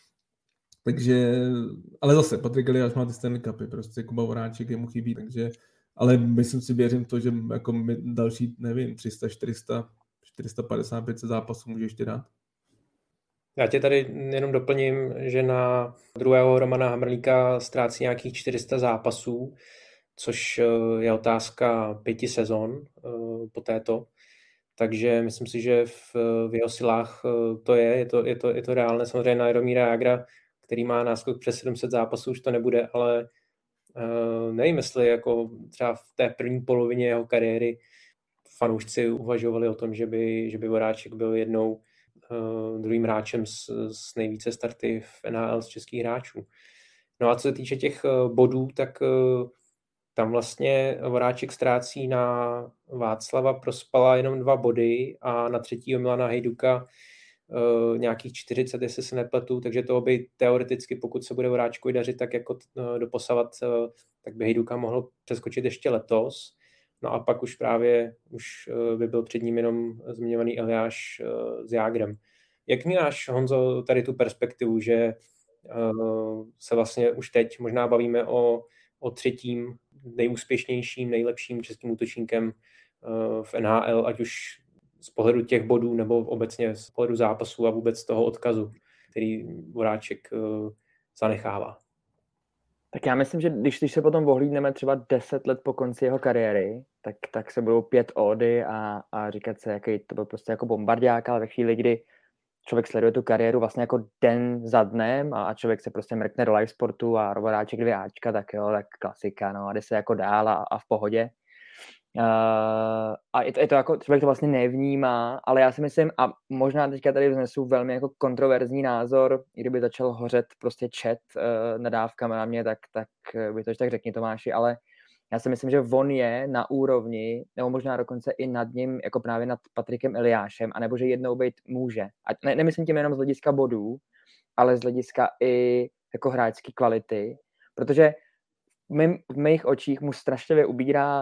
Takže, ale zase Patrik Eliáš má ty Stanley Cupy, prostě Kuba Voráček je mu chybí, takže, ale myslím si, věřím v to, že jako další, nevím, tři sta, čtyři sta, čtyři sta padesát pět zápasů může ještě dát. Já tě tady jenom doplním, že na druhého Romana Hamrlíka ztrácí nějakých čtyři sta zápasů, což je otázka pěti sezon po této. Takže myslím si, že v, v jeho silách to je, je to, je to, je to reálné. Samozřejmě na Jaromíra Jágra, který má náskok přes sedm set zápasů, už to nebude, ale nevím, jestli jako třeba v té první polovině jeho kariéry fanoušci uvažovali o tom, že by, že by Voráček byl jednou Uh, druhým hráčem s, s nejvíce starty v N H L z českých hráčů. No a co se týče těch uh, bodů, tak uh, tam vlastně Voráček ztrácí na Václava Prospala jenom dva body a na třetího Milana Hejduka uh, nějakých čtyřicet, jestli se nepletu, takže to by teoreticky, pokud se bude Voráčkovi dařit tak jako uh, doposavat, uh, tak by Hejduka mohl přeskočit ještě letos. No a pak už právě už by byl před ním jenom zmiňovaný Eliáš s Jágrem. Jak vnímáš, Honzo, tady tu perspektivu, že se vlastně už teď možná bavíme o, o třetím nejúspěšnějším, nejlepším českým útočníkem v N H L, ať už z pohledu těch bodů nebo obecně z pohledu zápasů a vůbec toho odkazu, který Voráček zanechává? Tak já myslím, že když, když se potom ohlídneme třeba deset let po konci jeho kariéry, tak, tak se budou pět ódy a, a říkat se, jaký to byl prostě jako bombardiák, ale ve chvíli, kdy člověk sleduje tu kariéru vlastně jako den za dnem a, a člověk se prostě mrkne do live sportu a Voráček dvě áčka, tak jo, tak klasika, no a jde se jako dál a, a v pohodě. Uh, a je to, je to jako, člověk to vlastně nevnímá, ale já si myslím, a možná teďka tady vznesu velmi jako kontroverzní názor, i kdyby začal hořet prostě chat uh, nadávkami na mě, tak, tak by to tak řekni, Tomáši, ale já si myslím, že on je na úrovni, nebo možná dokonce i nad ním, jako právě nad Patrikem Eliášem, anebo že jednou být může. A ne, nemyslím tím jenom z hlediska bodů, ale z hlediska i jako hráčské kvality, protože v, mým, v mých očích mu strašlivě ubírá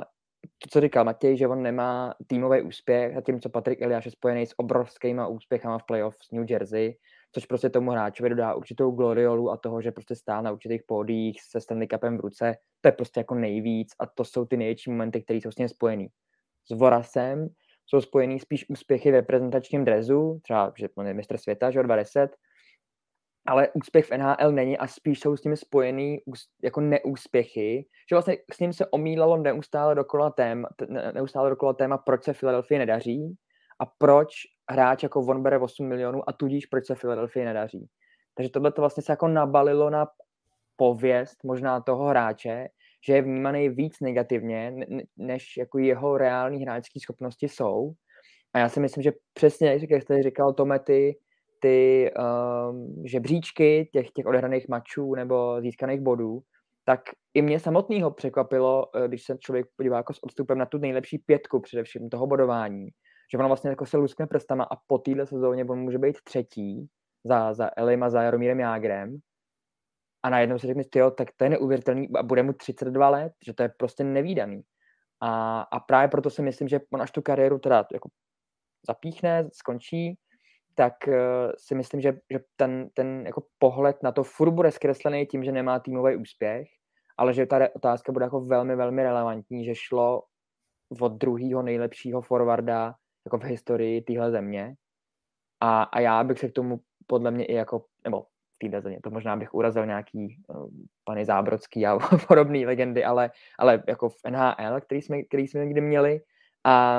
to, co říkal Matěj, že on nemá týmový úspěch, zatímco Patrik Eliáš je spojený s obrovskýma úspěchama v playoff s New Jersey, což prostě tomu hráčovi dodá určitou gloriolu a toho, že prostě stál na určitých pódiích se Stanley Cupem v ruce, to je prostě jako nejvíc a to jsou ty největší momenty, které jsou s ním spojený. S Vorasem jsou spojený spíš úspěchy v reprezentačním dresu, třeba, že on je mistr světa, že o dvacet dvacet, ale úspěch v N H L není a spíš jsou s nimi spojený jako neúspěchy, že vlastně s ním se omílalo neustále dokola téma, neustále dokola téma, proč se Philadelphia nedaří a proč hráč jako on bere osm milionů a tudíž proč se Philadelphia nedaří. Takže tohle to vlastně se jako nabalilo na pověst možná toho hráče, že je vnímaný víc negativně, než jako jeho reální hráčské schopnosti jsou. A já si myslím, že přesně, jak jste říkal, Tome, ty ty um, žebříčky těch, těch odehraných mačů nebo získaných bodů, tak i mě samotného překvapilo, když se člověk podívá jako s odstupem na tu nejlepší pětku především toho bodování, že ono vlastně jako se luskne prstama a po téhle sezóně on může být třetí za, za Elim a za Jaromírem Jágrem a najednou si řekne, tyjo, tak to je neuvěřitelný a bude mu třicet dva let, že to je prostě nevídaný. A, a právě proto si myslím, že on až tu kariéru teda jako zapíchne, skončí, tak uh, si myslím, že, že ten, ten jako pohled na to furt bude zkreslený tím, že nemá týmový úspěch, ale že ta otázka bude jako velmi, velmi relevantní, že šlo od druhého nejlepšího forwarda jako v historii téhle země a, a já bych se k tomu podle mě i jako, nebo v téhle země, to možná bych urazil nějaký uh, pany Zábrodský a podobné legendy, ale, ale jako v N H L, který jsme, který jsme někdy měli a,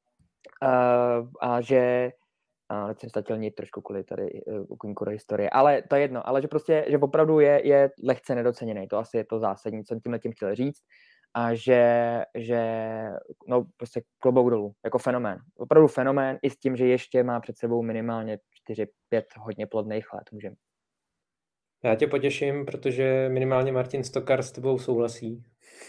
uh, a že a teď jsem ztratil nit trošku kvůli tady ukynku do historie, ale to je jedno, ale že prostě, že opravdu je, je lehce nedoceněný, to asi je to zásadní, co jsem tímhle tím chtěl říct a že, že no prostě klobouk dolů, jako fenomén, opravdu fenomén i s tím, že ještě má před sebou minimálně čtyři pět hodně plodných let, můžeme. Já tě potěším, protože minimálně Martin Stokar s tebou souhlasí.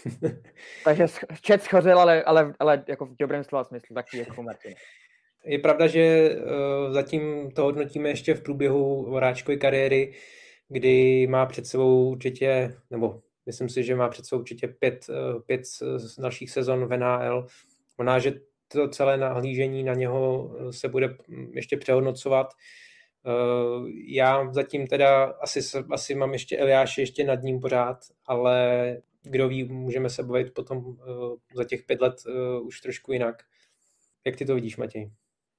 Takže čet schořel, ale, ale, ale jako v dobrém slova smyslu, taky jako Martin. Je pravda, že uh, zatím to hodnotíme ještě v průběhu Voráčkovy kariéry, kdy má před sebou určitě, nebo myslím si, že má před sebou určitě pět, uh, pět dalších sezon v N H L. Možná, že to celé nahlížení na něho se bude ještě přehodnocovat. Uh, já zatím teda asi, asi mám ještě Eliáše ještě nad ním pořád, ale kdo ví, můžeme se bavit potom uh, za těch pět let uh, už trošku jinak. Jak ty to vidíš, Matěj?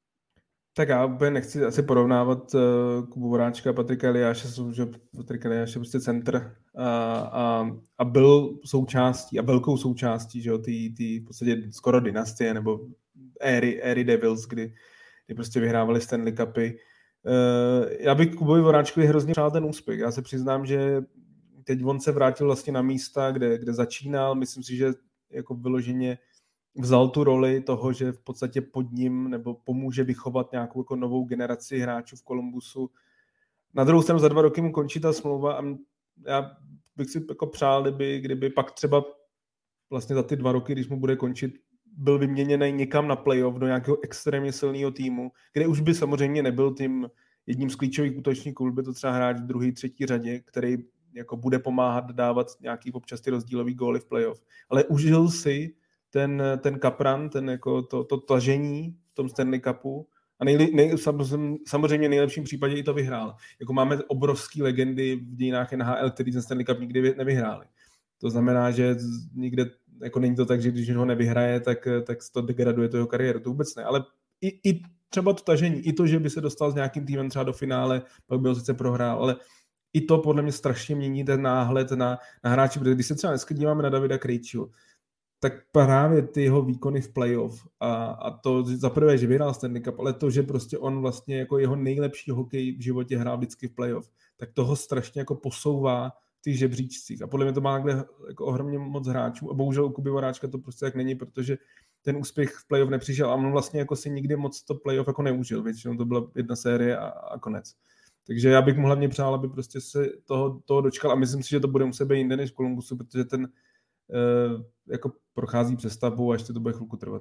Tak já úplně nechci asi porovnávat uh, Kubu Voráčka a Patrika Eliáše, že Patrik Eliáš je prostě centr a, a, a byl součástí a velkou součástí, že jo, tý, tý v podstatě skoro dynastie nebo éry, éry Devils, kdy, kdy prostě vyhrávali Stanley Cupy. Uh, já bych Kubovi Voráčkovi hrozně přál ten úspěch. Já se přiznám, že teď on se vrátil vlastně na místa, kde, kde začínal. Myslím si, že jako vyloženě vzal tu roli toho, že v podstatě pod ním nebo pomůže vychovat nějakou jako novou generaci hráčů v Columbusu. Na druhou stranu za dva roky mu končí ta smlouva a já bych si jako přál, kdyby, kdyby pak třeba vlastně za ty dva roky, když mu bude končit, byl vyměněný někam na playoff do nějakého extrémně silného týmu, kde už by samozřejmě nebyl tím jedním z klíčových útočníků, by to třeba hráč v druhé, třetí řadě, který jako bude pomáhat dávat nějaký občas ty rozdílový góly v playoff. Ale užil si ten, ten kapran, ten jako to, to tažení v tom Stanley Cupu a nejli, nej, samozřejmě v nejlepším případě i to vyhrál. Jako máme obrovský legendy v dějinách N H L, který ten Stanley Cup nikdy nevyhráli. To znamená, že nikde jako není to tak, že když ho nevyhraje, tak, tak to degraduje to jeho kariéru. To vůbec ne. Ale i, i třeba to tažení, i to, že by se dostal s nějakým týmem třeba do finále, pak by ho sice prohrál, ale i to podle mě strašně mění ten náhled na, na hráči, protože když se třeba dneska díváme na Davida Krejčího, tak právě ty jeho výkony v playoff a, a to za prvé, že vyhrál Stanley Cup, ale to, že prostě on vlastně jako jeho nejlepší hokej v životě hrál vždycky v playoff, tak toho strašně jako posouvá v těch žebříčcích. A podle mě to má jako ohromně moc hráčů. A bohužel u Kuby Voráčka to prostě tak není, protože ten úspěch v playoff nepřišel a on vlastně jako si nikdy moc to playoff jako neužil. Většinou to byla jedna série a, a konec. Takže já bych mu hlavně přál, aby prostě se toho, toho dočkal a myslím si, že to bude muset být jinde než v Columbusu, protože ten uh, jako prochází přestavbou a ještě to bude chvilku trvat.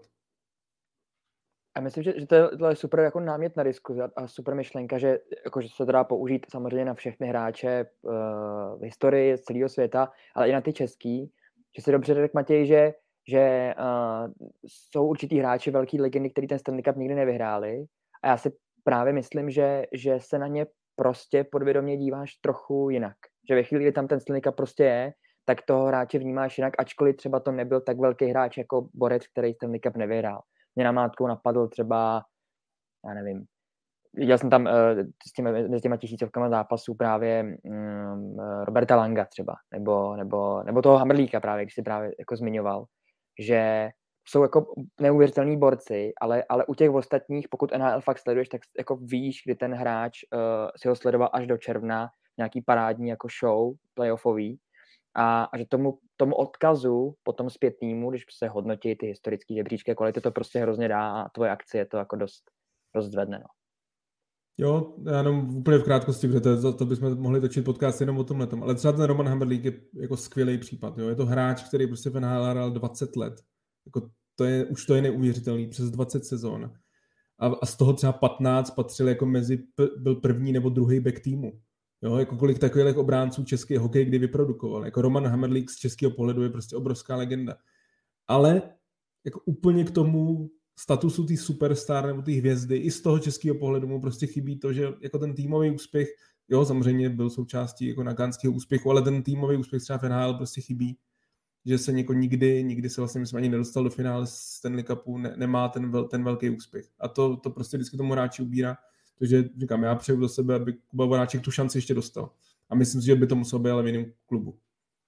A myslím, že, že to, je, to je super jako námět na diskuzi a super myšlenka, že, jako, že se to dá použít samozřejmě na všechny hráče uh, v historii z celého světa, ale i na ty český, že si dobře řekl Matěj, že, že uh, jsou určitý hráči, velký legendy, který ten Stanley Cup nikdy nevyhráli a já si právě myslím, že, že se na ně prostě podvědomě díváš trochu jinak. Že ve chvíli, kdy tam ten Stanley Cup prostě je, tak toho hráče vnímáš jinak, ačkoliv třeba to nebyl tak velký hráč jako borec, který Stanley Cup nevyhrál. Mě namátkou napadl třeba, já nevím, viděl jsem tam uh, s, těma, s těma tisícovkama zápasů právě um, Roberta Langa třeba, nebo, nebo, nebo toho Hamrlíka právě, když si právě jako zmiňoval, že jsou jako neuvěřitelní borci, ale, ale u těch ostatních, pokud N H L fakt sleduješ, tak jako víš, kdy ten hráč uh, si ho sledoval až do června, nějaký parádní jako show playoffový, a, a že tomu, tomu odkazu potom zpětnýmu, když se hodnotí ty historické žebříčky kvality, to prostě hrozně dá a tvoje akcie to jako dost, dost zvedne. No. Jo, já jenom úplně v krátkosti, protože to, to bychom mohli točit podcast jenom o tomhletom, ale třeba ten Roman Hamrlík je jako skvělý případ. Jo? Je to hráč, který prostě v N H L hrál dvacet let. Jako to je, už to je neuvěřitelný, přes dvacet sezon. A, a z toho třeba patnáct patřil jako mezi, byl první nebo druhý back týmu. Jo, jako kolik takových obránců český hokej kdy vyprodukoval. Jako Roman Hamrlík z českého pohledu je prostě obrovská legenda. Ale jako úplně k tomu statusu té superstar nebo té hvězdy, i z toho českého pohledu mu prostě chybí to, že jako ten týmový úspěch, jo, samozřejmě byl součástí jako nagánského úspěchu, ale ten týmový úspěch třeba v N H L prostě chybí, že se něko nikdy, nikdy se vlastně myslím ani nedostal do finále Stanley Cupu, ne, nemá ten, vel, ten velký úspěch. A to, to prostě vždycky tomu hráči ubírá. Takže říkám, já přeju do sebe, aby Kuba Voráček tu šanci ještě dostal. A myslím si, že by to muselo být ale v jiném klubu.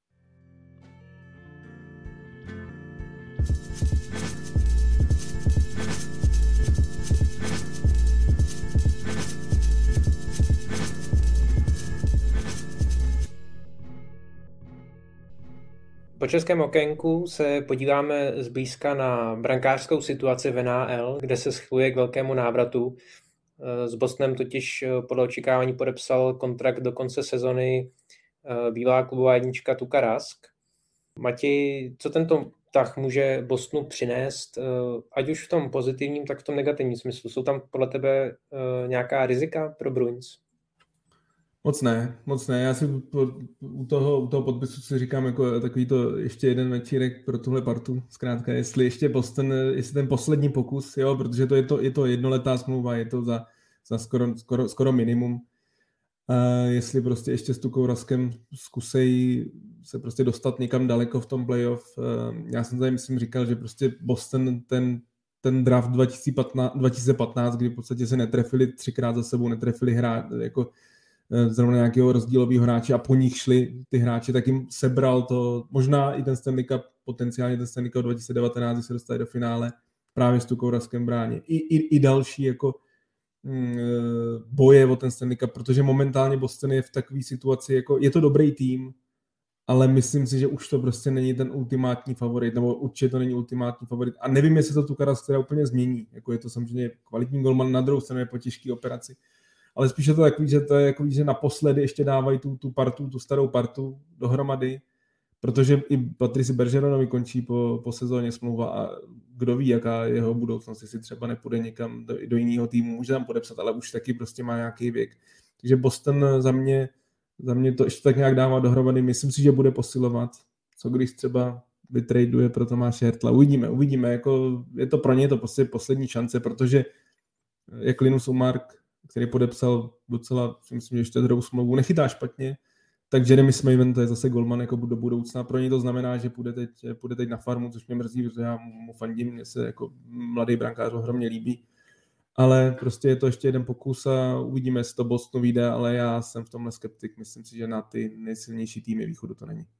Po českém okénku se podíváme zblízka na brankářskou situaci v N H L, kde se schyluje k velkému návratu. S Bostonem totiž podle očekávání podepsal kontrakt do konce sezony bývalá klubová jednička Tuukka Rask. Matěj, co tento tah může Bostonu přinést, ať už v tom pozitivním, tak v tom negativním smyslu? Jsou tam podle tebe nějaká rizika pro Bruins? Moc ne, moc ne. Já si u toho, u toho podpisu si říkám jako takový to ještě jeden večírek pro tuhle partu. Zkrátka, jestli ještě Boston, jestli ten poslední pokus, jo, protože to je to, je to jednoletá smlouva, je to za, za skoro, skoro, skoro minimum. A jestli prostě ještě s Tuukkou Raskem zkusejí se prostě dostat někam daleko v tom playoff. Já jsem tady myslím říkal, že prostě Boston ten, ten draft dva tisíce patnáct, kdy v podstatě se netrefili třikrát za sebou, netrefili hrát jako zrovna nějakého rozdílového hráče a po nich šli ty hráči, tak jim sebral to, možná i ten Stanley Cup, potenciálně ten Stanley Cup dva tisíce devatenáct, kdy se dostali do finále právě s Tuukkou Raskem bráně. I, i, i další jako mm, boje o ten Stanley Cup, protože momentálně Boston je v takové situaci, jako je to dobrý tým, ale myslím si, že už to prostě není ten ultimátní favorit, nebo určitě to není ultimátní favorit. A nevím, jestli to Tuukka Rask teda úplně změní. Jako je to samozřejmě kvalitní golman, na druhou stranu je po těžké operaci. Ale spíš je to takový, že to je jako, že naposledy ještě dávají tu, tu partu, tu starou partu dohromady, protože i Patrice Bergeronovi končí po, po sezóně smlouva a kdo ví, jaká je jeho budoucnost, jestli třeba nepůjde někam do, do jiného týmu, může tam podepsat, ale už taky prostě má nějaký věk. Takže Boston za mě, za mě to ještě tak nějak dává dohromady. Myslím si, že bude posilovat. Co když třeba vytraduje pro Tomáše Hertla. Uvidíme, uvidíme. Jako, je to pro ně to prostě poslední šance, protože jak Linus Ullmark, který podepsal docela, myslím, že ještě druhou smlouvu, nechytá špatně, tak Jeremy Smaven, to je zase golman jako do budoucna. Pro ně to znamená, že půjde teď, půjde teď na farmu, což mě mrzí, protože já mu fandím, mně se jako mladý brankář ohromně líbí. Ale prostě je to ještě jeden pokus a uvidíme, jestli to Bostonu vyjde, ale já jsem v tomhle skeptik. Myslím si, že na ty nejsilnější týmy východu to není.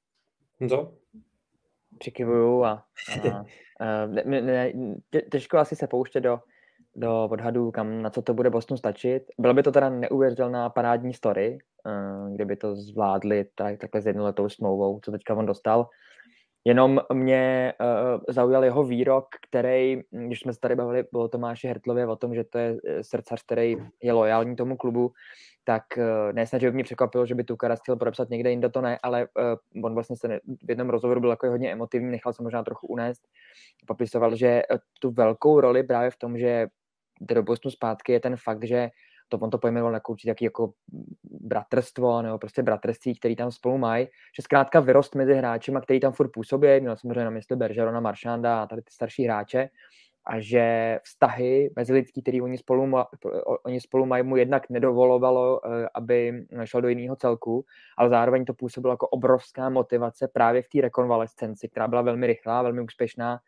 Co? Přikyvuju a, a, a ne, ne, tě, těžko asi se pouštět do do odhadů, kam, na co to bude Bostonu stačit. Byla by to teda neuvěřitelná parádní story, kdyby to zvládli tak, takhle s jednoletou smlouvou, co teďka on dostal. Jenom mě uh, zaujal jeho výrok, který, když jsme se tady bavili o Tomáši Hertlově o tom, že to je srdcař, který je lojální tomu klubu, tak uh, nesnad, že by mě překvapilo, že by Tuukka Rask chtěl podepsat někde jinde, to ne, ale uh, on vlastně se ne, v jednom rozhovoru byl jako hodně emotivní, nechal se možná trochu unést. Popisoval, že tu velkou roli právě v tom, že do Bostonu zpátky je ten fakt, že to on to pojmenoval jako určitě taky jako bratrstvo nebo prostě bratrství, který tam spolu mají, že zkrátka vyrost mezi hráčima, který tam furt působí, měl samozřejmě na mysli Bergerona, Marchanda a tady ty starší hráče, a že vztahy mezilidský, který oni spolu, oni spolu mají, mu jednak nedovolovalo, aby šel do jiného celku, ale zároveň to působilo jako obrovská motivace právě v té rekonvalescenci, která byla velmi rychlá, velmi úspěšná,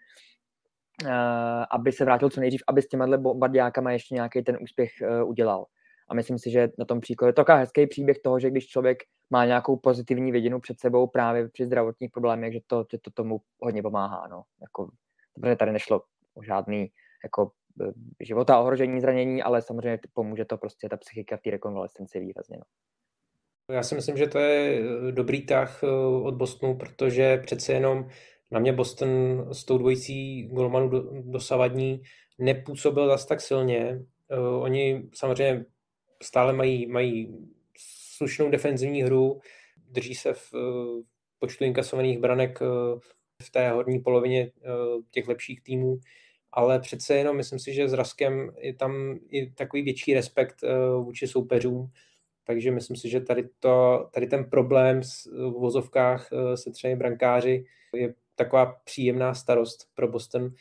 aby se vrátil co nejdřív, aby s těma bombardiákama ještě nějaký ten úspěch udělal. A myslím si, že na tom příkladě je to takový hezký příběh toho, že když člověk má nějakou pozitivní vidinu před sebou právě při zdravotních problémech, že to, že to tomu hodně pomáhá. No. Jako, protože tady nešlo o žádný jako, života, ohrožení, zranění, ale samozřejmě pomůže to prostě ta psychika v té rekonvalescenci výrazně. No. Já si myslím, že to je dobrý tah od Bostonu, protože přece jenom na mě Boston s tou dvojicí golmanů dosavadní nepůsobil zas tak silně. Uh, oni samozřejmě stále mají, mají slušnou defenzivní hru, drží se v uh, počtu inkasovaných branek uh, v té horní polovině uh, těch lepších týmů, ale přece jenom myslím si, že s Raskem je tam i takový větší respekt uh, vůči soupeřům, takže myslím si, že tady, to, tady ten problém s, v vozovkách uh, se třemi brankáři je taková příjemná starost pro Boston.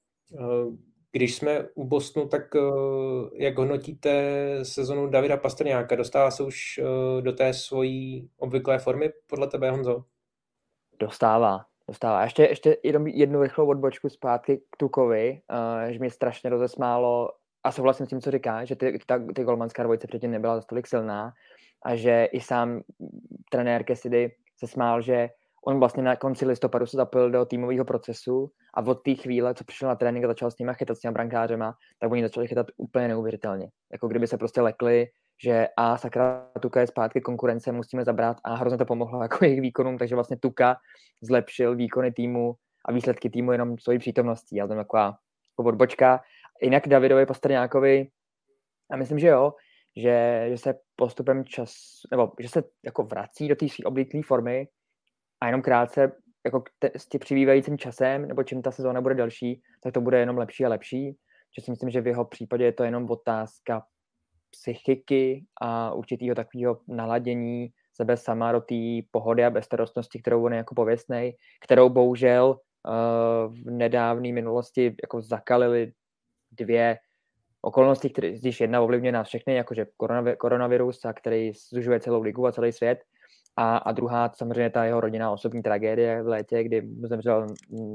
Když jsme u Bostonu, tak jak hodnotíte sezonu Davida Pastrňáka? Dostává se už do té svojí obvyklé formy podle tebe, Honzo? Dostává. Dostává. Ještě, ještě jednu rychlou odbočku zpátky k Tukovi, že mě strašně rozesmálo a souhlasím s tím, co říká, že ty, ta, ty golmanská dvojice předtím nebyla dost tolik silná a že i sám trenér Cassidy se smál, že on vlastně na konci listopadu se zapojil do týmového procesu a od té chvíle, co přišel na trénink a začal s nimi chytat s těma brankářema, tak oni začali chytat úplně neuvěřitelně. Jako kdyby se prostě lekli, že a sakra, Tuka je zpátky konkurence, musíme zabrat a hrozně to pomohlo jako jejich výkonům, takže vlastně Tuka zlepšil výkony týmu a výsledky týmu jenom svojí přítomností. Ale to je taková jako odbočka. Jinak Davidovi Pastrňákovi, a myslím, že jo, že, že se postupem čas, nebo že se jako vrací do té své oblíklé formy, a jenom krátce, jako te, s tím přibývajícím časem, nebo čím ta sezóna bude delší, tak to bude jenom lepší a lepší. Že si myslím, že v jeho případě je to jenom otázka psychiky a určitého takového naladění sebe sama do té pohody a bezstarostnosti, kterou on je jako pověstnej, kterou bohužel uh, v nedávné minulosti jako zakalili dvě okolnosti, které, když jedna ovlivňuje nás všechny, jakože koronavirus, a který zužuje celou ligu a celý svět, A, a druhá, samozřejmě ta jeho rodinná osobní tragédie v létě, kdy zemřel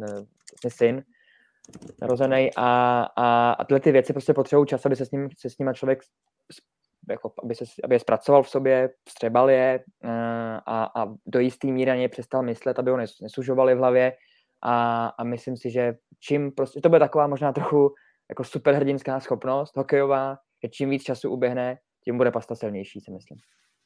syn narozený a, a, a tyhle ty věci prostě potřebují čas, aby se s ním, se s nima člověk jako, aby, se, aby je zpracoval v sobě, vstřebal je a, a do jistý míry na ně přestal myslet, aby ho nesužovali v hlavě a, a myslím si, že čím prostě, to bude taková možná trochu jako superhrdinská schopnost hokejová, že čím víc času uběhne, tím bude Pasta silnější, si myslím.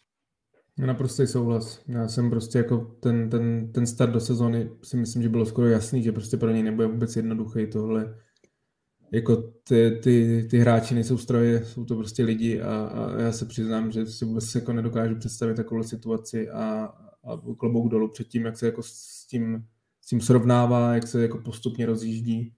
Naprostý souhlas. Já jsem prostě jako ten, ten, ten start do sezóny si myslím, že bylo skoro jasný, že prostě pro něj nebude vůbec jednoduchý tohle. Jako ty, ty, ty hráči nejsou stroje, jsou to prostě lidi a, a já se přiznám, že si vůbec jako nedokážu představit takovou situaci a, a klobouk dolů před tím, jak se jako s tím, s tím srovnává, jak se jako postupně rozjíždí.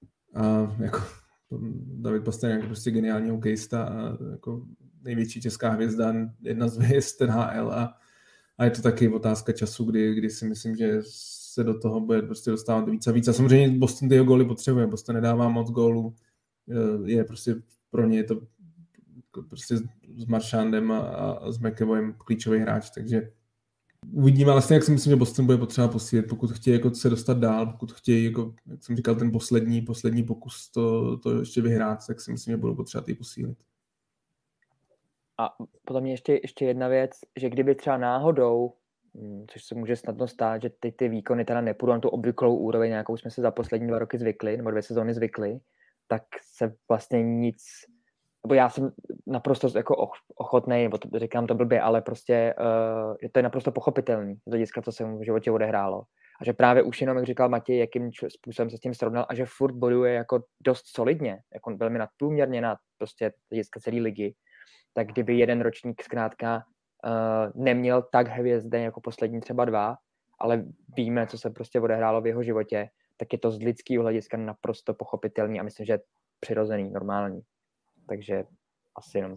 A jako David Pastrňák je prostě geniální hokejista a jako největší česká hvězda, jedna z hvězd N H L a, a je to taky otázka času, kdy, kdy si myslím, že se do toho bude prostě dostávat víc a víc. A samozřejmě Boston tyho góly potřebuje, Boston nedává moc gólů, je prostě pro ně je to prostě s Marchandem a, a s McAvoyem klíčový hráč, takže uvidíme, ale stejně jak si myslím, že Boston bude potřeba posílit, pokud chtějí jako se dostat dál, pokud chtějí, jako, jak jsem říkal, ten poslední, poslední pokus to, to ještě vyhrát, tak si myslím, že budou potřeba ty posílit. A potom mě ještě, ještě jedna věc, že kdyby třeba náhodou, což se může snadno stát, že ty, ty výkony teda nepůjdou na tu obvyklou úroveň, nějakou jsme se za poslední dva roky zvykli, nebo dvě sezóny zvykli, tak se vlastně nic, nebo já jsem naprosto jako ochotnej, nebo to říkám to blbě, ale prostě uh, že to je naprosto pochopitelný z hlediska, co se mu v životě odehrálo. A že právě už jenom, jak říkal Matěj, jakým způsobem se s tím srovnal a že furt boduje jako dost solidně, jako velmi nadprůměrně na prostě hlediska celé ligy, tak kdyby jeden ročník zkrátka uh, neměl tak hvězdy jako poslední třeba dva, ale víme, co se prostě odehrálo v jeho životě, tak je to z lidského hlediska naprosto pochopitelný a myslím, že přirozený, normální. Takže asi jenom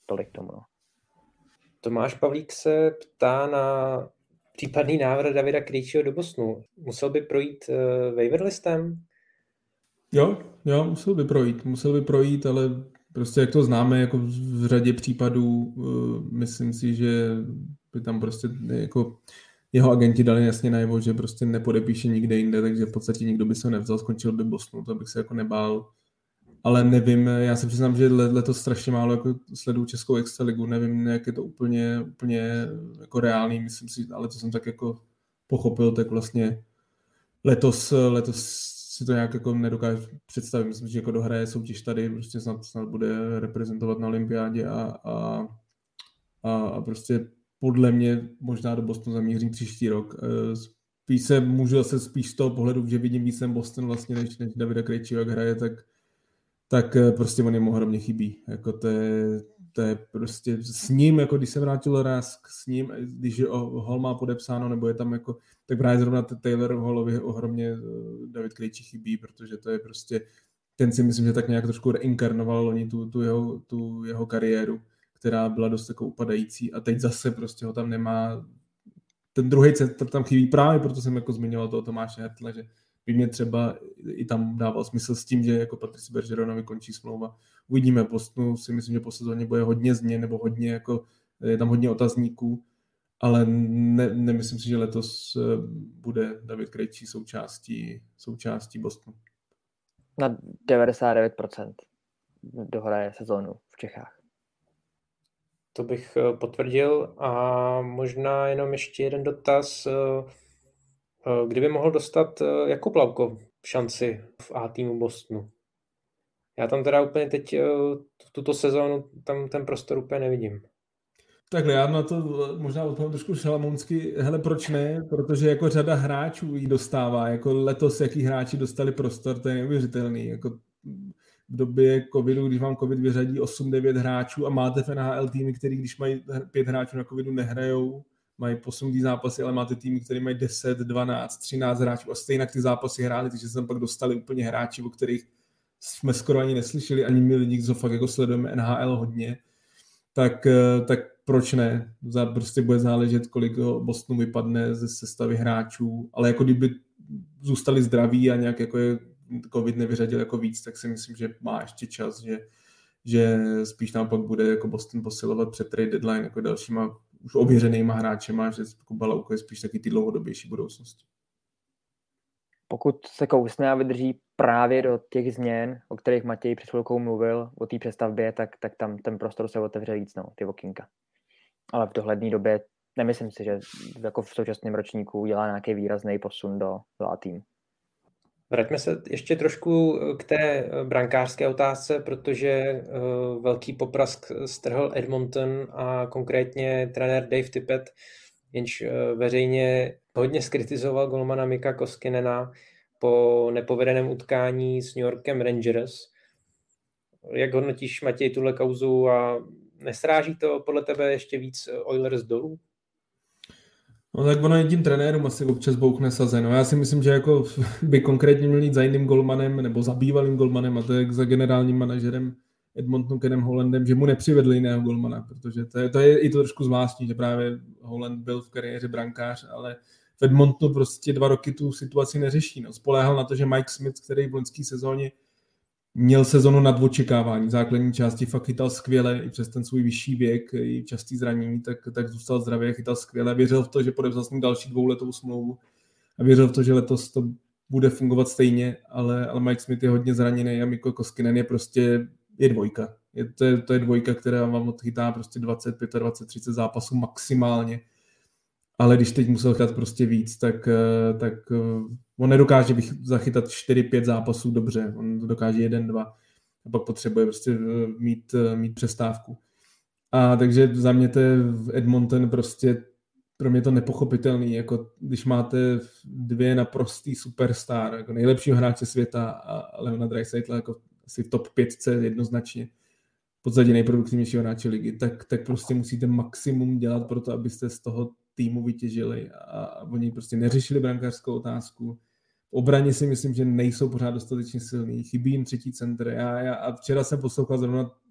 tolik tomu. No. Tomáš Pavlík se ptá na případný návrat Davida Krejčího do Bostonu. Musel by projít uh, waiver listem? Jo, jo, musel by projít, musel by projít, ale prostě jak to známe, jako v řadě případů, uh, myslím si, že by tam prostě jako jeho agenti dali jasně najevo, že prostě nepodepíše nikde jinde, takže v podstatě nikdo by se ho nevzal, skončil by Bostonu, to bych se jako nebál. Ale nevím, já se přiznám, že letos strašně málo jako sleduju českou extraligu, nevím, jak je to úplně, úplně jako reálný, myslím si, ale co jsem tak jako pochopil, tak vlastně letos, letos si to nějak jako nedokážu představit, myslím, že jako dohraje soutěž tady, prostě snad, snad bude reprezentovat na olympiádě a, a, a, a prostě podle mě možná do Bostonu zamíří příští rok. Spíš se můžu zase spíš z toho pohledu, že vidím víc ten Boston vlastně, než, než Davida Krejčího, jak hraje, tak tak prostě on jim ohromně chybí. Jako to, je, to je prostě s ním, jako když se vrátil Rask, s ním, když Hall má podepsáno, nebo je tam jako, tak právě zrovna Taylor Hallovi ohromně David Krejčí chybí, protože to je prostě, ten si myslím, že tak nějak trošku reinkarnoval oni tu, tu, jeho, tu jeho kariéru, která byla dost jako upadající a teď zase prostě ho tam nemá, ten druhý center tam chybí právě, proto jsem jako zmiňoval toho Tomáše Hertla, že by mě třeba i tam dával smysl s tím, že jako Patrice Bergeronovi končí smlouva. Uvidíme, Bostonu si myslím, že po sezóně bude hodně změn, nebo hodně jako, je tam hodně otazníků, ale ne, nemyslím si, že letos bude David Krejčí součástí, součástí Bostonu. Na devadesát devět procent dohraje sezónu v Čechách. To bych potvrdil a možná jenom ještě jeden dotaz. Kdyby mohl dostat Jakub Lauko šanci v A týmu Bostonu? Já tam teda úplně teď v tuto sezónu tam ten prostor úplně nevidím. Takhle, já na to možná odpovím trošku šalamounsky. Hele, proč ne? Protože jako řada hráčů ji dostává. Jako letos, jaký hráči dostali prostor, to je neuvěřitelný. Jako v době covidu, když vám covid vyřadí osm devět hráčů a máte v N H L týmy, který když mají pět hráčů na covidu nehrajou, mají posunutý zápasy, ale máte týmy, které mají deset, dvanáct, třináct hráčů a stejně ty zápasy hráli, takže se tam pak dostali úplně hráči, o kterých jsme skoro ani neslyšeli, ani my lidi, co fakt jako sledujeme N H L hodně, tak, tak proč ne? Za, prostě bude záležet, kolik Bostonu vypadne ze sestavy hráčů, ale jako kdyby zůstali zdraví a nějak jako je covid nevyřadil jako víc, tak si myslím, že má ještě čas, že, že spíš tam pak bude jako Boston posilovat před trade deadline jako dalšíma už ověřenýma hráčema, že Kuba Lauko je spíš taky ty dlouhodobější budoucnosti. Pokud se kousne a vydrží právě do těch změn, o kterých Matěj před chvilkou mluvil, o té přestavbě, tak, tak tam ten prostor se otevře víc, no, ty okýnka. Ale v dohledné době nemyslím si, že jako v současném ročníku udělá nějaký výrazný posun do, do A týmu. Vraťme se ještě trošku k té brankářské otázce, protože uh, velký poprask strhl Edmonton a konkrétně trenér Dave Tippett, jenž uh, veřejně hodně skritizoval golmana Mika Koskinena po nepovedeném utkání s New Yorkem Rangers. Jak hodnotíš, Matěj, tuhle kauzu a nesráží to podle tebe ještě víc Oilers dolů? No tak ono jedním trenérům asi občas bouchne saze. No já si myslím, že jako by konkrétně měl jít za jiným golmanem nebo za bývalým golmanem a to je za generálním manažerem Edmontonu Kenem Hollandem, že mu nepřivedli jiného golmana, protože to je, to je i to trošku zvláštní, že právě Holland byl v kariéře brankář, ale v Edmontonu prostě dva roky tu situaci neřeší. No. Spoléhal na to, že Mike Smith, který v loňské sezóně měl sezonu nad očekávání. Základní části fakt chytal skvěle, i přes ten svůj vyšší věk, i častý zranění, tak, tak zůstal zdravý a chytal skvěle. Věřil v to, že podepsal s ním další dvouletou smlouvu a věřil v to, že letos to bude fungovat stejně, ale, ale Mike Smith je hodně zraněný a Mikko Koskinen je prostě je dvojka. Je, to, je, to je dvojka, která vám odchytá prostě dvacet, dvacet pět, třicet zápasů maximálně. Ale když teď musel chytat prostě víc, tak, tak on nedokáže zachytat čtyři pět zápasů dobře. On dokáže jeden dva a pak potřebuje prostě mít, mít přestávku. A takže za mě to je Edmonton prostě pro mě to nepochopitelný, jako když máte dvě naprostý superstar, jako nejlepšího hráče světa a Leona Draisaitla jako asi v top pětce jednoznačně, v podstatě nejproduktivnějšího hráče ligy, tak, tak prostě musíte maximum dělat pro to, abyste z toho týmu vytěžili a oni prostě neřešili brankářskou otázku. V obraně si myslím, že nejsou pořád dostatečně silný, chybí jim třetí centr. Já, já, a včera jsem poslouchal zrovna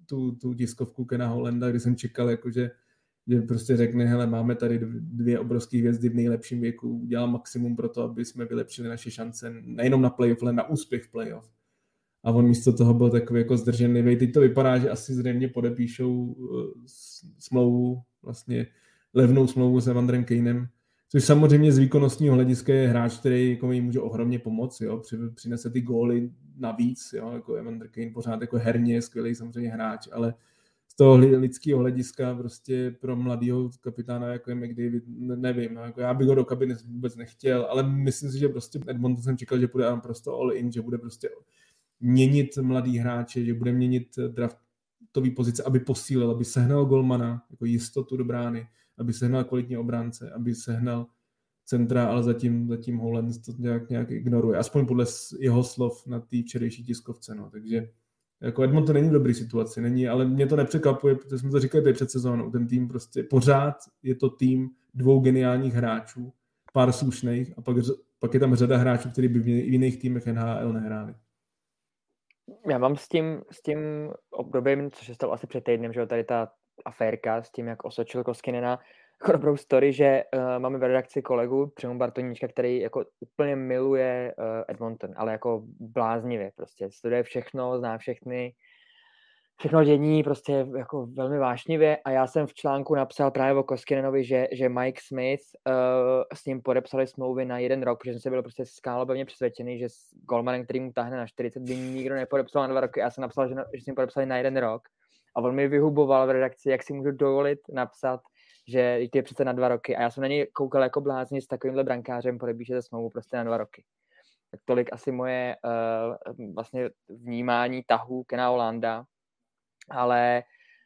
tu, tu tiskovku Kena Hollanda, kdy jsem čekal, jakože, že prostě řekne, hele, máme tady dvě obrovské hvězdy v nejlepším věku, udělám maximum pro to, aby jsme vylepšili naše šance nejenom na playoff, ale na úspěch v playoff. A on místo toho byl takový jako zdrženlivý. Teď to vypadá, že asi zřejmě podepíšou smlouvu, vlastně levnou smlouvu s Evanderem Kanem, což samozřejmě z výkonnostního hlediska je hráč, který jako jim může ohromně pomoct, jo? Přinese ty góly navíc, jo? Jako Evander Kane pořád jako herně skvělý samozřejmě hráč, ale z toho lidského hlediska prostě pro mladého kapitána jako je McDavid, nevím, no, jako já bych ho do kabiny vůbec nechtěl, ale myslím si, že prostě Edmonton jsem čekal, že bude prostě all in, že bude prostě měnit mladý hráče, že bude měnit draftový pozice, aby posílil, aby sehnal golmana, jako jistotu do brány, aby sehnal kvalitní obránce, aby sehnal centra, ale zatím, zatím Holland to nějak, nějak ignoruje. Aspoň podle jeho slov na té včerejší tiskovce. No. Takže jako Edmonton není v dobré situaci, není, ale mě to nepřekvapuje, protože jsme to říkali před sezónou. Ten tým prostě pořád je to tým dvou geniálních hráčů, pár slušných a pak, pak je tam řada hráčů, kteří by v jiných týmech N H L nehráli. Já mám s tím, s tím obdobím, což je stalo asi před týdnem, že tady ta aférka s tím, jak osočil Koskinena, jako dobrou story, že uh, máme v redakci kolegu Přemu Bartoníčka, který jako úplně miluje uh, Edmonton, ale jako bláznivě prostě. Studuje všechno, zná všechny, všechno dění prostě jako velmi vášnivě a já jsem v článku napsal právě o Koskinenovi, že, že Mike Smith uh, s ním podepsali smlouvy na jeden rok, protože jsem se byl prostě skálobevně přesvědčený, že s golmanem, který mu táhne na čtyřicet, by nikdo nepodepsal na dva roky. Já jsem napsal, že, že s ním podepsali na jeden rok a on mi vyhuboval v redakci, jak si můžu dovolit napsat, že to je přece na dva roky a já jsem na něj koukal jako blázni s takovýmhle brankářem podepíše smlouvu prostě na dva roky. Tak tolik asi moje uh, vlastně vnímání tahu Kena Hollanda. Ale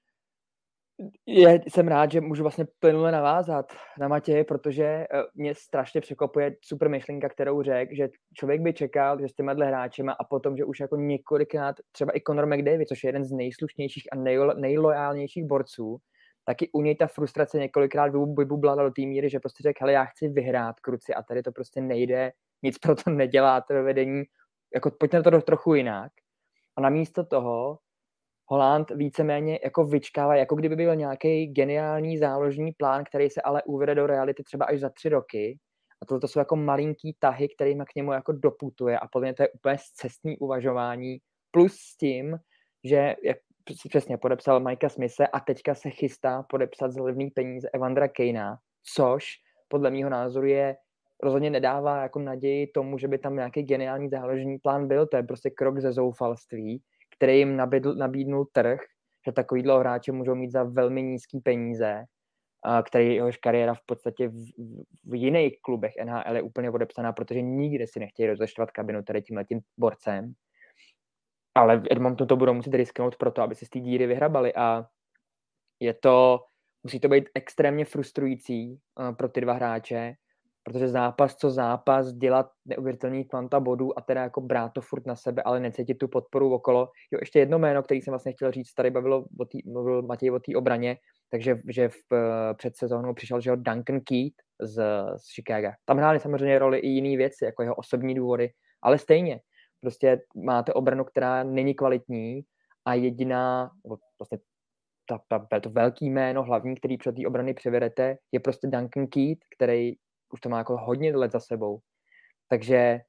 je, jsem rád, že můžu vlastně plynule navázat na Matěje, protože mě strašně překvapuje super myšlenka, kterou řekl, že člověk by čekal, že s těma hráčema a potom, že už jako několikrát, třeba i Connor McDavid, což je jeden z nejslušnějších a nejlo, nejlojálnějších borců, taky u něj ta frustrace několikrát vybublala do té míry, že prostě řekl, hele, já chci vyhrát, kruci, a tady to prostě nejde, nic pro to neděláte ve vedení, jako pojďte na to trochu jinak. A namísto toho Holland víceméně jako vyčkává, jako kdyby byl nějaký geniální záložní plán, který se ale uvede do reality třeba až za tři roky. A tohle jsou jako malinký tahy, kterýma k němu jako doputuje. A podle mě to je úplně scestný uvažování. Plus s tím, že jak přesně podepsal Mikea Smithe a teďka se chystá podepsat za levný peníze Evandera Kana, což podle mýho názoru je rozhodně nedává jako naději tomu, že by tam nějaký geniální záložní plán byl. To je prostě krok ze zoufalství, který jim nabídl, nabídnul trh, že takovýhle hráče můžou mít za velmi nízký peníze, který jehož kariéra v podstatě v, v jiných klubech N H L je úplně odepsaná, protože nikdy si nechtějí rozeštvat kabinu tady tímhletím borcem. Ale v Edmontonu to budou muset risknout proto, aby se z té díry vyhrabali a je to, musí to být extrémně frustrující pro ty dva hráče, protože zápas co zápas dělat neuvěřitelný kvanta bodů a teda jako brát to furt na sebe, ale necítit tu podporu okolo. Jo, ještě jedno jméno, který jsem vlastně chtěl říct, tady bavilo o tý, mluvil Matěj o té obraně, takže že v, před sezónou přišel, že ho Duncan Keith z, z Chicaga. Tam hrály samozřejmě roli i jiný věci, jako jeho osobní důvody, ale stejně. Prostě máte obranu, která není kvalitní a jediná, vlastně ta, ta, to velký jméno hlavní, který před té obrany přivedete, je prostě Duncan Keith, který už to má jako hodně let za sebou. Takže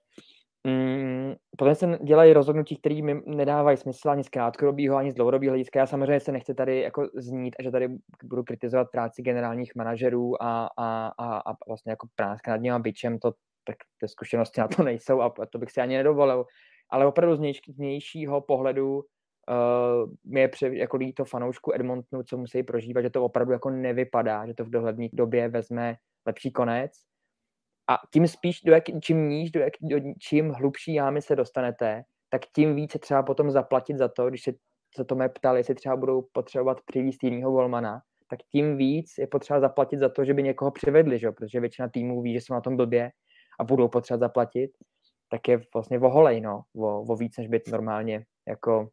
mm, potom se dělají rozhodnutí, které mi nedávají smysl ani z krátkodobého, ani z dlouhodobého hlediska. Já samozřejmě se nechci tady jako znít a že tady budu kritizovat práci generálních manažerů a, a, a, a vlastně jako práska nad něma bičem, to, tak ty zkušenosti na to nejsou a to bych si ani nedovolil. Ale opravdu z vnějšího pohledu Uh, mi je pře- jako líto fanoušku Edmontonu, co musí prožívat, že to opravdu jako nevypadá, že to v dohledné době vezme lepší konec. A tím spíš, do jak, čím níž, do, jak, do čím hlubší jámy se dostanete, tak tím více třeba potom zaplatit za to, když se, se to mě ptali, jestli třeba budou potřebovat přivízt jinýho golmana, tak tím víc je potřeba zaplatit za to, že by někoho přivedli, že? Protože většina týmů ví, že jsou na tom blbě a budou potřebovat zaplatit, tak je vlastně voholej, no, o, o víc, než by normálně jako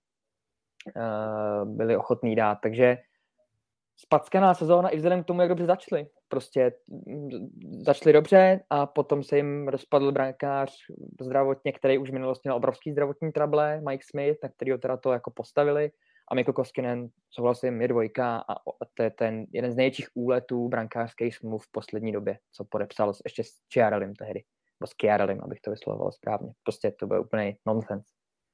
Uh, byli ochotní dát, takže spackaná sezóna i vzhledem k tomu, jak dobře začali. Prostě začali dobře a potom se jim rozpadl brankář zdravotně, který už v minulosti měl obrovský zdravotní trable, Mike Smith, na kterýho teda to jako postavili A Mikko Koskinen, souhlasím, je dvojka a to je ten jeden z největších úletů brankářských smluv v poslední době, co podepsal ještě s Chiarellim tehdy. Nebo s Chiarellim, abych to vyslovoval správně. Prostě to byl úplný nonsense.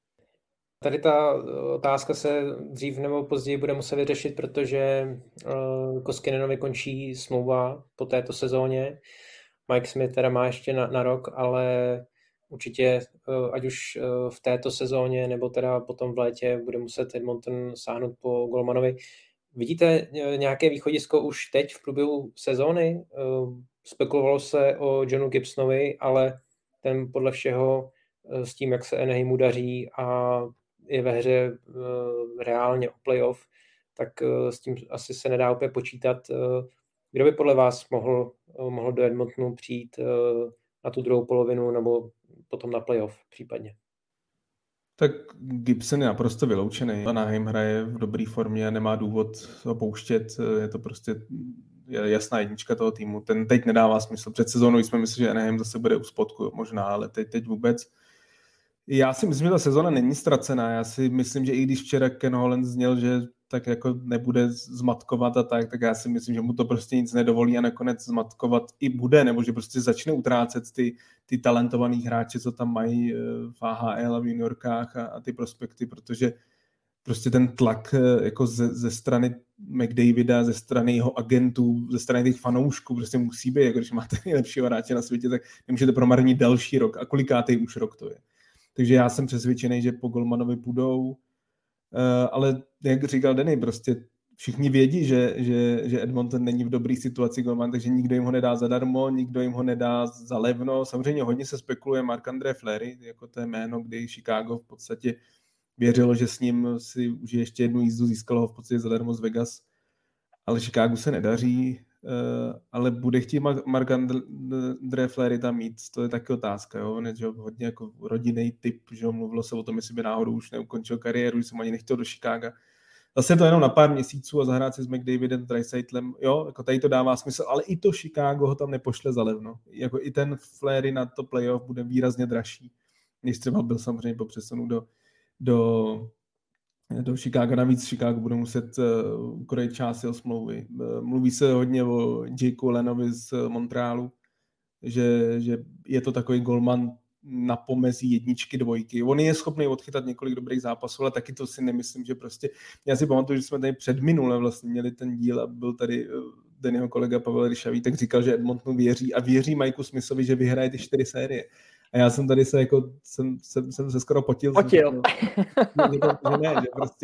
Tady ta otázka se dřív nebo později bude muset vyřešit, protože uh, Koskinenovi končí smlouva po této sezóně. Mike Smith teda má ještě na, na rok, ale určitě, uh, ať už uh, v této sezóně, nebo teda potom v létě, bude muset Edmonton sáhnout po golmanovi. Vidíte nějaké východisko už teď v průběhu sezóny? Uh, spekulovalo se o Johnu Gibsonovi, ale ten podle všeho uh, s tím, jak se Anaheimu daří a je ve hře uh, reálně o playoff, tak uh, s tím asi se nedá opět počítat. Uh, kdo by podle vás mohl, uh, mohl do Edmontonu přijít uh, na tu druhou polovinu nebo potom na playoff případně? Tak Gibson je naprosto vyloučený. Anaheim hraje v dobré formě a nemá důvod ho pouštět. Je to prostě jasná jednička toho týmu. Ten teď nedává smysl. Před sezónou jsme mysleli, že Anaheim zase bude u spodku, možná, ale teď, teď vůbec. Já si myslím, že ta sezóna není ztracená. Já si myslím, že i když včera Ken Holland zněl, že tak jako nebude zmatkovat a tak, tak já si myslím, že mu to prostě nic nedovolí a nakonec zmatkovat i bude, nebo že prostě začne utrácet ty, ty talentovaný hráče, co tam mají v A H L a v juniorkách a, a ty prospekty, protože prostě ten tlak jako ze, ze strany McDavida, ze strany jeho agentů, ze strany těch fanoušků prostě musí být, jako když máte nejlepšího hráče na světě, tak nemůžete promarnit další rok a kolikátej už rok to je. Takže já jsem přesvědčený, že po golmanovi půjdou, ale jak říkal Denny, prostě všichni vědí, že, že, že Edmonton není v dobré situaci golman, takže nikdo jim ho nedá zadarmo, nikdo jim ho nedá za levno. Samozřejmě hodně se spekuluje Marc-André Fleury, jako to je jméno, kdy Chicago v podstatě věřilo, že s ním si už ještě jednu jízdu, získalo ho v podstatě zadarmo z Vegas, ale Chicago se nedaří, ale bude chtít Marc-André Fleury tam mít, to je taky otázka, jo? On je hodně jako rodinný typ, že ho mluvilo se o tom, jestli by náhodou už neukončil kariéru, že jsem ani nechtěl do Chicaga. Zase to jenom na pár měsíců a zahrát si s McDavidem, Dreisaitlem, jo, jako tady to dává smysl, ale i to Chicago ho tam nepošle za levno. Jako i ten Fleury na to playoff bude výrazně dražší, než třeba byl samozřejmě po přesunu do, do, do Chicago. Navíc Chicago bude muset uh, ukrojit část jeho smlouvy. Uh, mluví se hodně o Jakeu Lenovi z Montrealu, že, že je to takový golman na pomezí jedničky, dvojky. On je schopný odchytat několik dobrých zápasů, ale taky to si nemyslím, že prostě... Já si pamatuju, že jsme tady před minule vlastně měli ten díl a byl tady Dennyho kolega Pavel Ryšavý, tak říkal, že Edmontonu věří a věří Mikeu Smithovi, že vyhraje ty čtyři série. A já jsem tady se jako, jsem, jsem, jsem se skoro potil. Potil. Jsem, že ne, že prostě,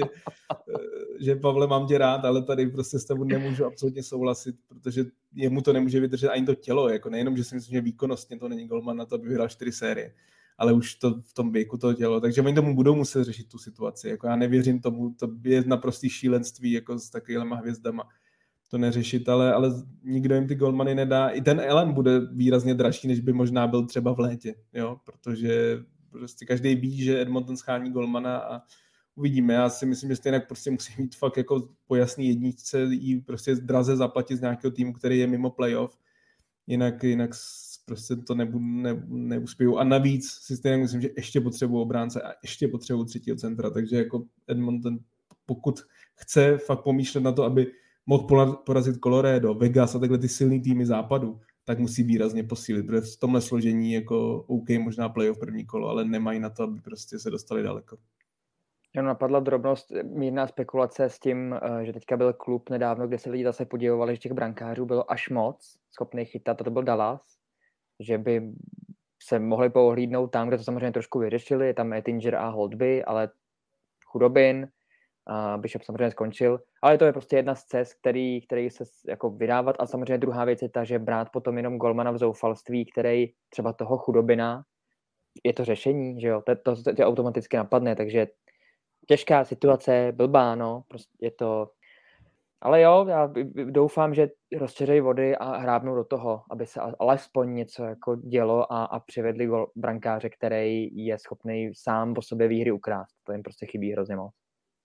že Pavle, mám tě rád, ale tady prostě s tebou nemůžu absolutně souhlasit, protože jemu to nemůže vydržet ani to tělo, jako nejenom, že si myslím, že výkonnostně to není golman na to, aby vyhrál čtyři série, ale už to v tom věku to tělo, takže oni tomu budou muset řešit tu situaci, jako já nevěřím tomu, to je naprostý šílenství, jako s takovýma hvězdama to neřešit, ale, ale nikdo jim ty golmany nedá. I ten Allen bude výrazně dražší, než by možná byl třeba v létě, jo, protože prostě každý ví, že Edmonton schání golmana a uvidíme. Já si myslím, že stejně prostě musí mít fakt jako po jasný jedničce jí prostě draze zaplatit z nějakého týmu, který je mimo playoff, jinak, jinak prostě to nebu, ne, neuspějou. A navíc si stejně myslím, že ještě potřebují obránce a ještě potřebují třetího centra, takže jako Edmonton, pokud chce fakt pomýšlet na to, aby mohl porazit Colorado, Vegas a takhle ty silný týmy západu, tak musí výrazně posílit, protože v tomhle složení jako OK, možná playoff první kolo, ale nemají na to, aby prostě se dostali daleko. Jenom napadla drobnost, mírná spekulace s tím, že teďka byl klub nedávno, kde se lidi zase podívali, že těch brankářů bylo až moc schopných chytat, a to byl Dallas, že by se mohli poohlídnout tam, kde to samozřejmě trošku vyřešili, je tam Ettinger a Holtby, ale Chudobin, Uh, Bishop samozřejmě skončil, ale to je prostě jedna z cest, který, který se jako vydávat a samozřejmě druhá věc je ta, že brát potom jenom golmana v zoufalství, který třeba toho Chudobina, je to řešení, že jo, to, to, to, to automaticky napadne, takže těžká situace, blbá, no, prostě je to, ale jo, já doufám, že rozčeřejí vody a hrábnou do toho, aby se alespoň něco jako dělo a, a přivedli gol, brankáře, který je schopný sám po sobě výhry ukrást, to jim prostě chybí hrozně moc.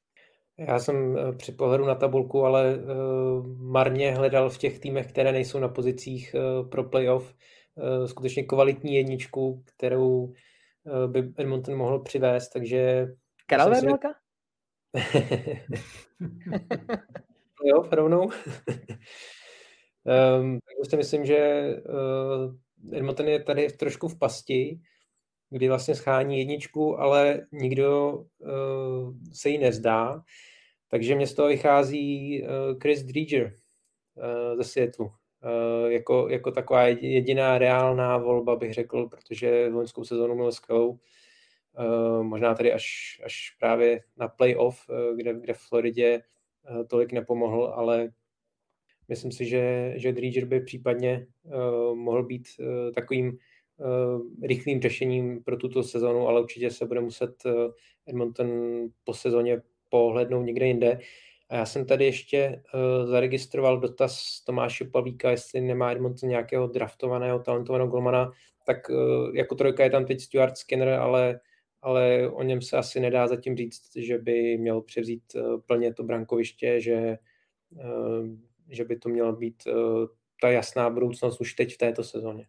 Já jsem při pohledu na tabulku, ale uh, marně hledal v těch týmech, které nejsou na pozicích uh, pro playoff, uh, skutečně kvalitní jedničku, kterou uh, by Edmonton mohl přivést, takže... Karel Vejmelka? Jo, rovnou. um, takže si myslím, že uh, Edmonton je tady trošku v pasti, kdy vlastně schání jedničku, ale nikdo uh, se jí nezdá. Takže mě z toho vychází uh, Chris Driedger uh, ze Seattle. Uh, jako, jako taková jediná reálná volba, bych řekl, protože loňskou sezónu měl skvělou. Uh, možná tady až, až právě na playoff, uh, kde, kde v Floridě uh, tolik nepomohl, ale myslím si, že, že Driedger by případně uh, mohl být uh, takovým uh, rychlým řešením pro tuto sezonu, ale určitě se bude muset uh, Edmonton po sezóně pohlednout někde jinde. A já jsem tady ještě uh, zaregistroval dotaz Tomáše Pavlíka, jestli nemá Edmonton nějakého draftovaného, talentovaného golmana, tak uh, jako trojka je tam teď Stuart Skinner, ale, ale o něm se asi nedá zatím říct, že by měl převzít uh, plně to brankoviště, že, uh, že by to měla být uh, ta jasná budoucnost už teď v této sezóně.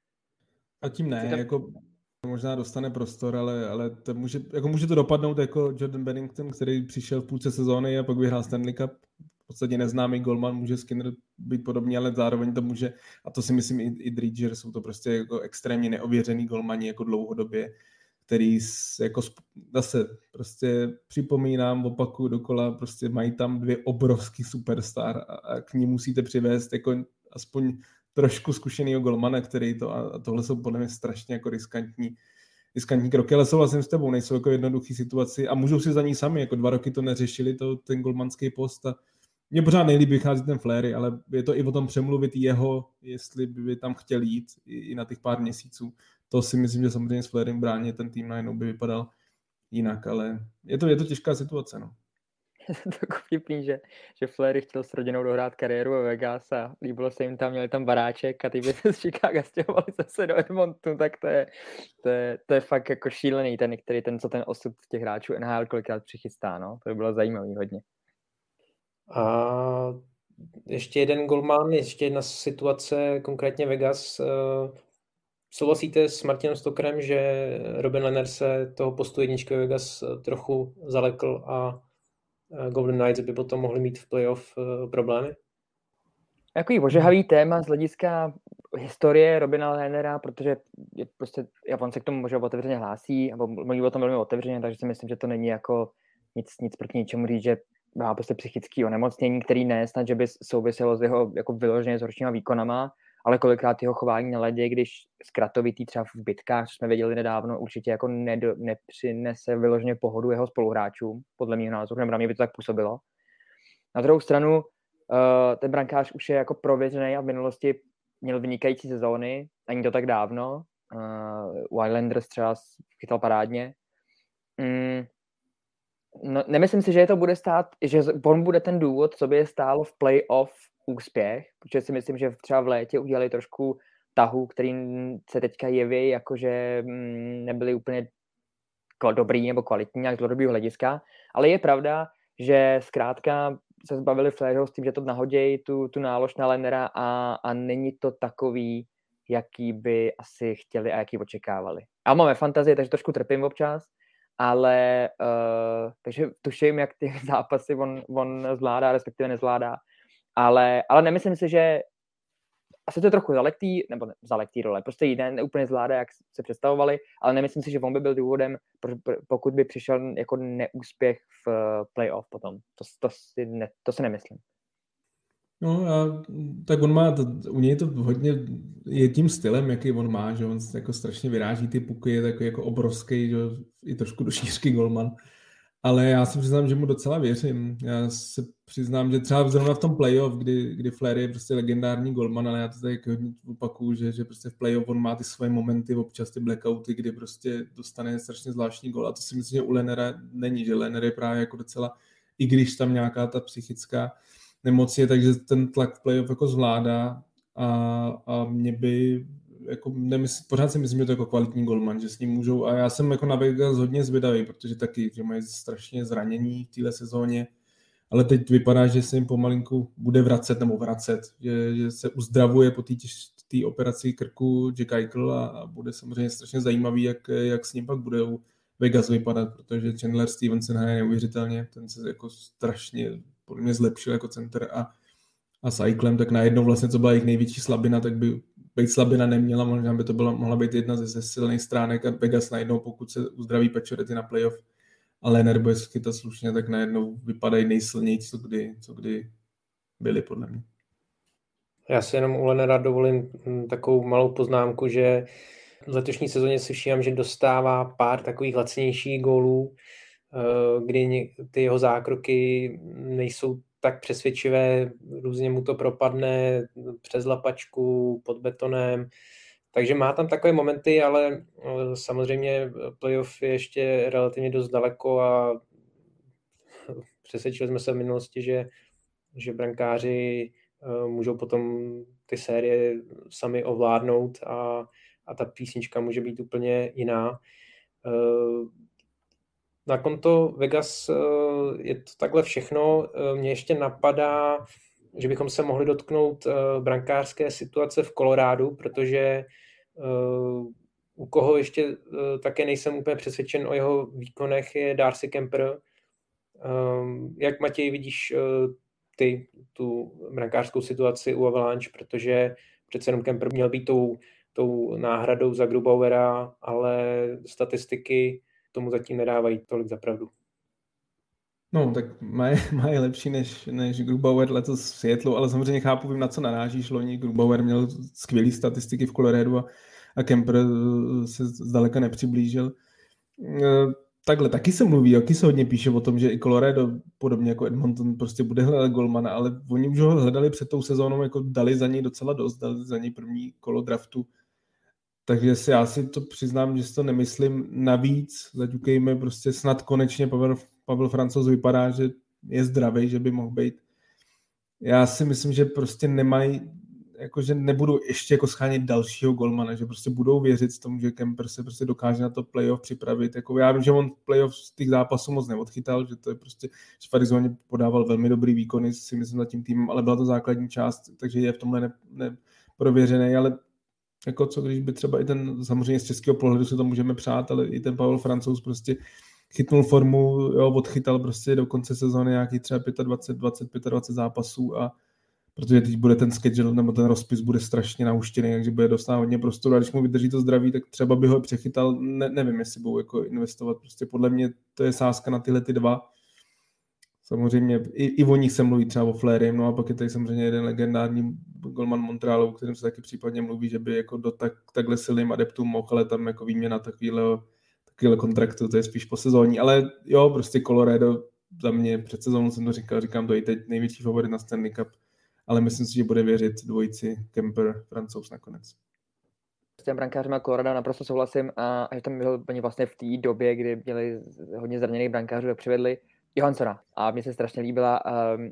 A tím ne, jako možná dostane prostor, ale, ale to může, jako může to dopadnout jako Jordan Bennington, který přišel v půlce sezóny a pak vyhrál Stanley Cup. V podstatě neznámý golman, může Skinner být podobný, ale zároveň to může, a to si myslím i, i Driedger, jsou to prostě jako extrémně neověřený golmani jako dlouhodobě, který jako zase prostě připomínám, opakuju dokola, prostě mají tam dvě obrovský superstar a, a k ní musíte přivést jako aspoň trošku zkušenýho golmana, který to, a tohle jsou podle mě strašně jako riskantní, riskantní kroky, ale souhlasím s tebou, nejsou jako jednoduchý situaci a můžou si za ní sami, jako dva roky to neřešili, to, ten golmanský post a mně pořád nejlíp vychází ten Fleury, ale je to i o tom přemluvit jeho, jestli by tam chtěl jít i, i na těch pár měsíců. To si myslím, že samozřejmě s Fleurym brání ten tým najednou by vypadal jinak, ale je to, je to těžká situace, no. Je to vtipný, že, že Fleury chtěl s rodinou dohrát kariéru ve Vegas a líbilo se jim tam, měli tam baráček a ty by se z Chicaga stěhovali zase do Edmontonu, tak to je, to je, to je fakt jako šílený, ten některý, ten, co ten osud těch hráčů N H L kolikrát přichystá, no, to by bylo zajímavý hodně. A ještě jeden golman, ještě jedna situace, konkrétně Vegas. Souhlasíte s Martinem Stockerem, že Robin Lehner se toho postu jedničky Vegas trochu zalekl a Golden Knights by potom mohli mít v playoff problémy? Takový ožehavý téma z hlediska historie Robina Lehnera, protože je prostě, on se k tomu možná otevřeně hlásí, nebo mluví o tom velmi otevřeně, takže si myslím, že to není jako nic, nic proti ničemu říct, že má prostě psychické onemocnění, který ne snad, že by souviselo s jeho jako vyloženě s horšíma výkonama, ale kolikrát jeho chování na ledě, když zkratovitý třeba v bitkách, co jsme věděli nedávno, určitě jako nedo, nepřinese vyloženě pohodu jeho spoluhráčům, podle mého názoru, nebo na mě by to tak působilo. Na druhou stranu, uh, ten brankář už je jako prověřený a v minulosti měl vynikající sezóny, ani to tak dávno. Uh, Wildlanders třeba chytal parádně. Mm, no, nemyslím si, že je to bude stát, že on bude ten důvod, co by je stálo v playoff úspěch, protože si myslím, že třeba v létě udělali trošku tahu, který se teďka jeví, jakože nebyli úplně dobrý nebo kvalitní, jak z dlouhodobého hlediska, ale je pravda, že zkrátka se zbavili Fleuryho s tím, že to nahodějí tu, tu nálož na Lehnera a, a není to takový, jaký by asi chtěli a jaký očekávali. A máme fantazie, takže trošku trpím občas, ale uh, takže tuším, jak ty zápasy on, on zvládá, respektive nezvládá. Ale, ale nemyslím si, že asi to je trochu zalektý, nebo ne, zalektý role, prostě jiné neúplně zvládá, jak se představovali, ale nemyslím si, že on by byl důvodem, pokud by přišel jako neúspěch v playoff potom. To, to, si, ne, to si nemyslím. No a tak on má, to, u něj to hodně je tím stylem, jaký on má, že on jako strašně vyráží ty puky, je takový jako obrovský, že i trošku do šířky golman. Ale já si přiznám, že mu docela věřím. Já se přiznám, že třeba zrovna v tom playoff, kdy, kdy Fleury je prostě legendární golman, ale já to tady hodně opakuju, že, že prostě v playoff on má ty svoje momenty, občas ty blackouty, kdy prostě dostane strašně zvláštní gol. A to si myslím, že u Lehnera není, že Lehner je právě jako docela, i když tam nějaká ta psychická nemoc je, takže ten tlak v playoff jako zvládá a, a mě by jako nemysl, pořád si myslím, že to je jako kvalitní golman, že s ním můžou, a já jsem jako na Vegas hodně zvědavý, protože taky, že mají strašně zranění v téhle sezóně, ale teď vypadá, že se jim pomalinku bude vracet nebo vracet, že, že se uzdravuje po té operaci krku Jack Eichel a, a bude samozřejmě strašně zajímavý, jak, jak s ním pak budou Vegas vypadat, protože Chandler Stevenson hraje neuvěřitelně, ten se jako strašně podle mě zlepšil jako center a, a s Eichlem, tak najednou vlastně, co byla jejich největší slabina, tak by být slabina neměla, možná by to byla, mohla být jedna ze, ze silných stránek a Vegas najednou, pokud se uzdraví Pacioretty na playoff a Lehner bude chytat slušně, tak najednou vypadají nejsilnější, co kdy, co kdy byli podle mě. Já si jenom u Lehnera dovolím takovou malou poznámku, že v letošní sezóně si všímám, že dostává pár takových lacnějších gólů, kdy ty jeho zákroky nejsou tak přesvědčivé, různě mu to propadne přes lapačku, pod betonem, takže má tam takové momenty, ale samozřejmě playoff je ještě relativně dost daleko a přesvědčili jsme se v minulosti, že, že brankáři můžou potom ty série sami ovládnout a, a ta písnička může být úplně jiná. Na konto Vegas je to takhle všechno. Mně ještě napadá, že bychom se mohli dotknout brankářské situace v Kolorádu, protože u koho ještě také nejsem úplně přesvědčen o jeho výkonech je Darcy Kuemper. Jak, Matěj, vidíš ty tu brankářskou situaci u Avalanche, protože přece jenom Kuemper měl být tou, tou náhradou za Grubauera, ale statistiky tomu zatím nedávají tolik za pravdu. No, tak má je, má je lepší než, než Grubauer letos v Seattlu, ale samozřejmě chápu, vím, na co narážíš. Loni Grubauer měl skvělé statistiky v Coloradu a, a Kuemper se zdaleka nepřiblížil. Takhle taky se mluví, taky se hodně píše o tom, že i Colorado, podobně jako Edmonton, prostě bude hledat golmana, ale oni už ho hledali před tou sezónou, jako dali za něj docela dost, dali za něj první kolo draftu. Takže si já si to přiznám, že si to nemyslím. Navíc, zaťukejme, prostě snad konečně Pavel, Pavel Francouz vypadá, že je zdravý, že by mohl být. Já si myslím, že prostě nemají, jakože nebudou ještě jako schánět dalšího golmana, že prostě budou věřit tomu, že Kuemper se prostě dokáže na to playoff připravit. Jako já vím, že on playoff z těch zápasů moc neodchytal, že to je prostě, že v Arizoně podával velmi dobrý výkony, si myslím, za tím týmem, ale byla to základní část, takže je v tomhle neprověřený, ale jako co když by třeba i ten, samozřejmě z českého pohledu se to můžeme přát, ale i ten Pavel Francouz prostě chytnul formu, jo, odchytal prostě do konce sezóny nějaký třeba dvacet pět, dvacet pět, dvacet zápasů a protože teď bude ten schedule nebo ten rozpis bude strašně nauštěný, takže bude dostávat hodně prostoru a když mu vydrží to zdraví, tak třeba by ho přechytal, ne, nevím, jestli budou jako investovat, prostě podle mě to je sázka na tyhle ty dva. Samozřejmě i, i o nich se mluví třeba o Fleury, no a pak je tady samozřejmě jeden legendární golman Montrealu, o kterém se taky případně mluví, že by jako do tak, takhle silným adeptům mohl, ale tam jako výměna takovýhle, takovýhle kontraktu, to je spíš po sezóní, ale jo, prostě Colorado za mě před sezónou jsem to říkal, říkám to i teď největší favorit na Stanley Cup, ale myslím si, že bude věřit dvojici Kuemper, Francouz nakonec. S těm brankářem a Colorado naprosto souhlasím a, a že tam byl oni vlastně v té době, kdy měli hodně zraněných brankářů, tak přivedli Johanssona. A mně se strašně líbila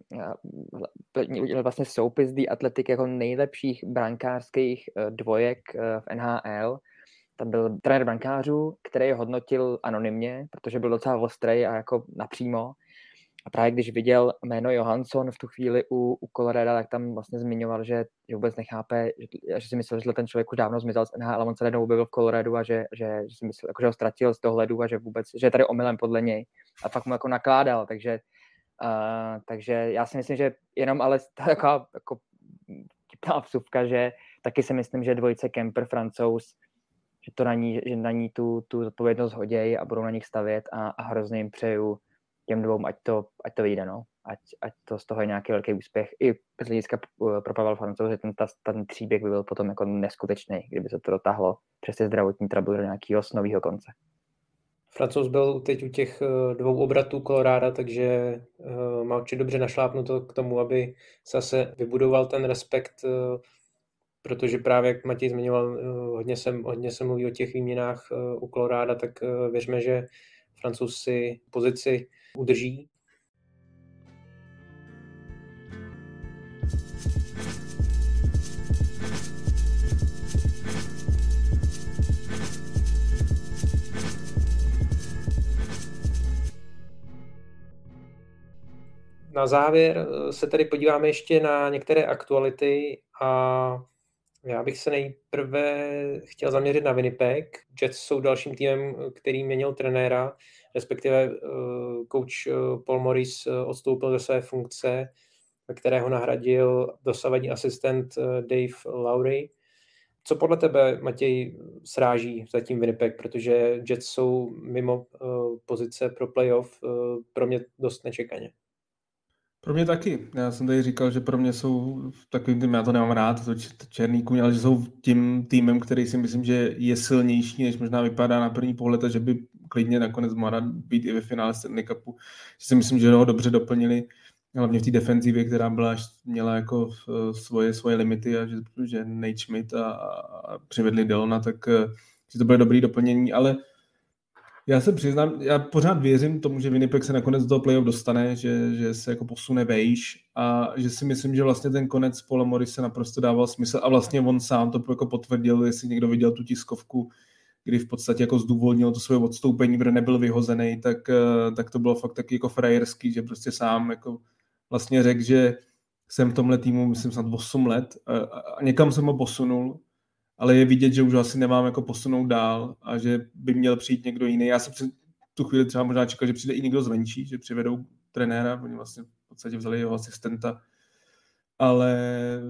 um, vlastně soupis The Athletic jako nejlepších brankářských uh, dvojek uh, v N H L. Tam byl trenér brankářů, který je hodnotil anonymně, protože byl docela ostrý a jako napřímo. A právě když viděl jméno Johansson v tu chvíli u, u Colorado, tak tam vlastně zmiňoval, že, že vůbec nechápe, že, že si myslel, že ten člověk už dávno zmizel z N H L, ale on se najednou objevil v Coloradu a že, že, že si myslel, jako, že ho ztratil z dohledu a že vůbec, že je tady omylem podle něj. A fakt mu jako nakládal, takže, uh, takže já si myslím, že jenom ale taková jako tipná vsuvka, že taky si myslím, že dvojice Kuemper, Francouz, že to na ní, že na ní tu, tu zodpovědnost hodějí a budou na nich stavět a, a hrozně jim přeju těm dvou, ať to, ať to vyjde, no. Ať, ať to z toho je nějaký velký úspěch. I z hlediska pro Pavel Francouz, že ten, ta, ten příběh by byl potom jako neskutečný, kdyby se to dotáhlo přes ty zdravotní trable do nějakého nového konce. Francouz byl teď u těch dvou obratů Colorado, takže uh, má určitě dobře našlápnuto k tomu, aby zase vybudoval ten respekt, uh, protože právě, jak Matěj zmiňoval, uh, hodně, se, hodně se mluví o těch výměnách uh, u Colorado, tak uh, věřme, že Francouz si pozici udrží. Na závěr se tedy podíváme ještě na některé aktuality a Já bych se nejprve chtěl zaměřit na Winnipeg. Jets jsou dalším týmem, který měnil trenéra, respektive coach Paul Maurice odstoupil ze své funkce, kterého nahradil dosavadní asistent Dave Lowry. Co podle tebe, Matěj, sráží zatím Winnipeg, protože Jets jsou mimo pozice pro playoff pro mě dost nečekaně. Pro mě taky. Já jsem tady říkal, že pro mě jsou takovým tím, já to nemám rád, to černý kůň, ale že jsou tím týmem, který si myslím, že je silnější, než možná vypadá na první pohled a že by klidně nakonec mohla být i ve finále Stanley Cupu. Že si myslím, že ho dobře doplnili, hlavně v té defenzivě, která byla, měla jako svoje, svoje limity a že, že Nate Schmidt a, a přivedli Delona, tak že to bylo dobré doplnění, ale já se přiznám, já pořád věřím tomu, že Winnipeg se nakonec do playoff dostane, že, že se jako posune vejš a že si myslím, že vlastně ten konec Paula Maurice naprosto dával smysl a vlastně on sám to jako potvrdil, jestli někdo viděl tu tiskovku, kdy v podstatě jako zdůvodnil to svoje odstoupení, protože nebyl vyhozený, tak, tak to bylo fakt taky jako frajerský, že prostě sám jako vlastně řekl, že jsem v tomhle týmu, myslím, snad osm let a, a někam jsem ho posunul, ale je vidět, že už asi nemám jako posunout dál a že by měl přijít někdo jiný. Já jsem před tu chvíli třeba možná čekal, že přijde i někdo zvenčí, že přivedou trenéra, oni vlastně v podstatě vzali jeho asistenta, ale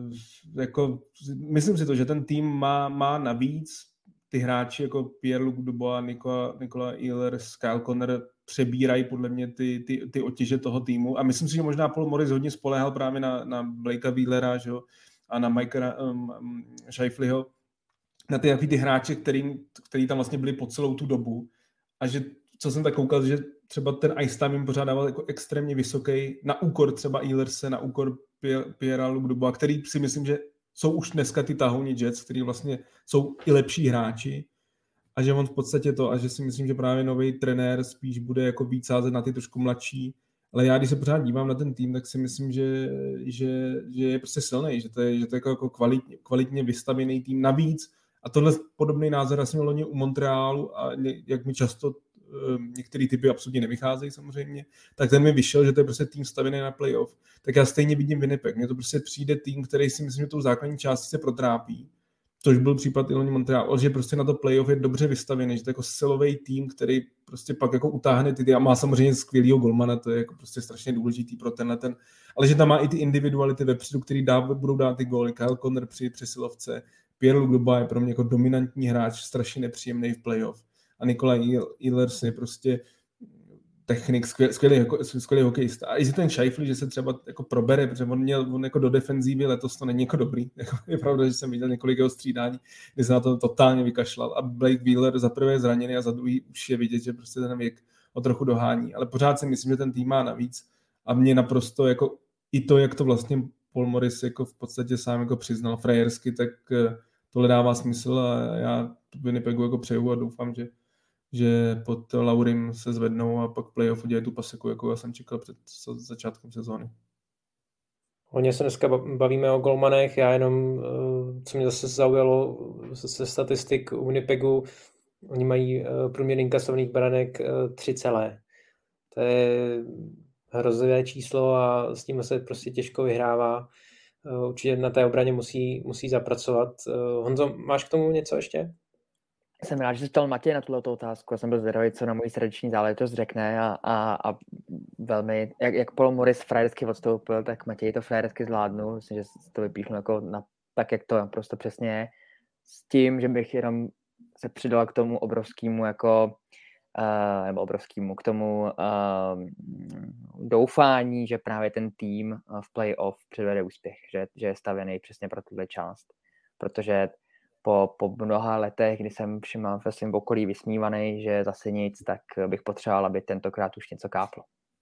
jako myslím si to, že ten tým má, má navíc ty hráči jako Pierre-Luc Dubois, Nikola, Nikola Ehlers, Kyle Connor přebírají podle mě ty, ty, ty otěže toho týmu a myslím si, že možná Paul Maurice hodně spoléhal právě na, na Blakea Wheelera, že jo, a na Mikea um, um, Scheifeleho, na ty, ty hráče, který, který tam vlastně byli po celou tu dobu a že, co jsem tak koukal, že třeba ten ice time jim pořád dával jako extrémně vysoký, na úkor třeba Ehlerse, na úkor Pierre-Luc Dubois, který si myslím, že jsou už dneska ty tahouni Jets, který vlastně jsou i lepší hráči a že on v podstatě to, a že si myslím, že právě nový trenér spíš bude jako víc sázet na ty trošku mladší, ale já, když se pořád dívám na ten tým, tak si myslím, že, že, že je prostě silný, že to je, že to je jako kvalitně, kvalitně vystavěný tým navíc. A tohle podobný názor já jsem měl loni u Montrealu a jak mi často um, některé typy absolutně nevycházejí samozřejmě, tak ten mi vyšel, že to je prostě tým stavěný na playoff. Tak já stejně vidím Winnipeg. Mně to prostě přijde tým, který si myslím, že tou základní částí se protrápí. Což byl případ i loni Montrealu, že prostě na to playoff je dobře vystavěný, že to je jako silový tým, který prostě pak jako utáhne ty, a má samozřejmě skvělýho golmana, to je jako prostě strašně důležitý pro tenhle ten, ale že tam má i ty individuality vepředu, který dá, budou dát ty góly. Kyle Connor při přesilovce, Pierre-Luc Dubois je pro mě jako dominantní hráč, strašně nepříjemný v playoff. A Nikola Ehlers je prostě technik, skvělý, skvělý, skvělý hokejista. A i ten Scheifele, že se třeba jako probere, protože on měl on jako do defenzívy, letos to není jako dobrý. Je pravda, že jsem viděl několik jeho střídání, kdy se na to totálně vykašlal. A Blake Wheeler za prvé je zraněný a za druhý už je vidět, že prostě ten věk o trochu dohání. Ale pořád si myslím, že ten tým má navíc. A mě naprosto jako i to, jak to vlastně Paul Maurice jako v podstatě sám jako přiznal frajersky, tak tohle dává smysl a já Winnipegu jako přeju a doufám, že, že pod Laurym se zvednou a pak playoff udělají tu paseku, jako já jsem čekal před začátkem sezóny. Hodně se dneska bavíme o golmanech, já jenom, co mě zase zaujalo ze statistik u Winnipegu, oni mají průměr inkasovaných branek tři celé. To je hrozivé číslo a s tím se prostě těžko vyhrává. Určitě na té obraně musí, musí zapracovat. Honzo, máš k tomu něco ještě? Jsem rád, že jsi ptal Matěj na tuto otázku. Já jsem byl zvědavý, co na moji srdeční záležitost řekne a, a, a velmi, jak, jak Paul Maurice frajersky odstoupil, tak Matěj to frajersky zvládnul. Myslím, že to vypíchnu jako na, tak, jak to naprosto přesně je. S tím, že bych jenom se přidal k tomu obrovskému jako Uh, nebo obrovskýmu k tomu uh, doufání, že právě ten tým uh, v playoff předvede úspěch, že, že je stavěný přesně pro tuhle část. Protože po, po mnoha letech, kdy jsem všiml ve svém okolí vysmívaný, že zase nic, tak bych potřeboval, aby tentokrát už něco káplo.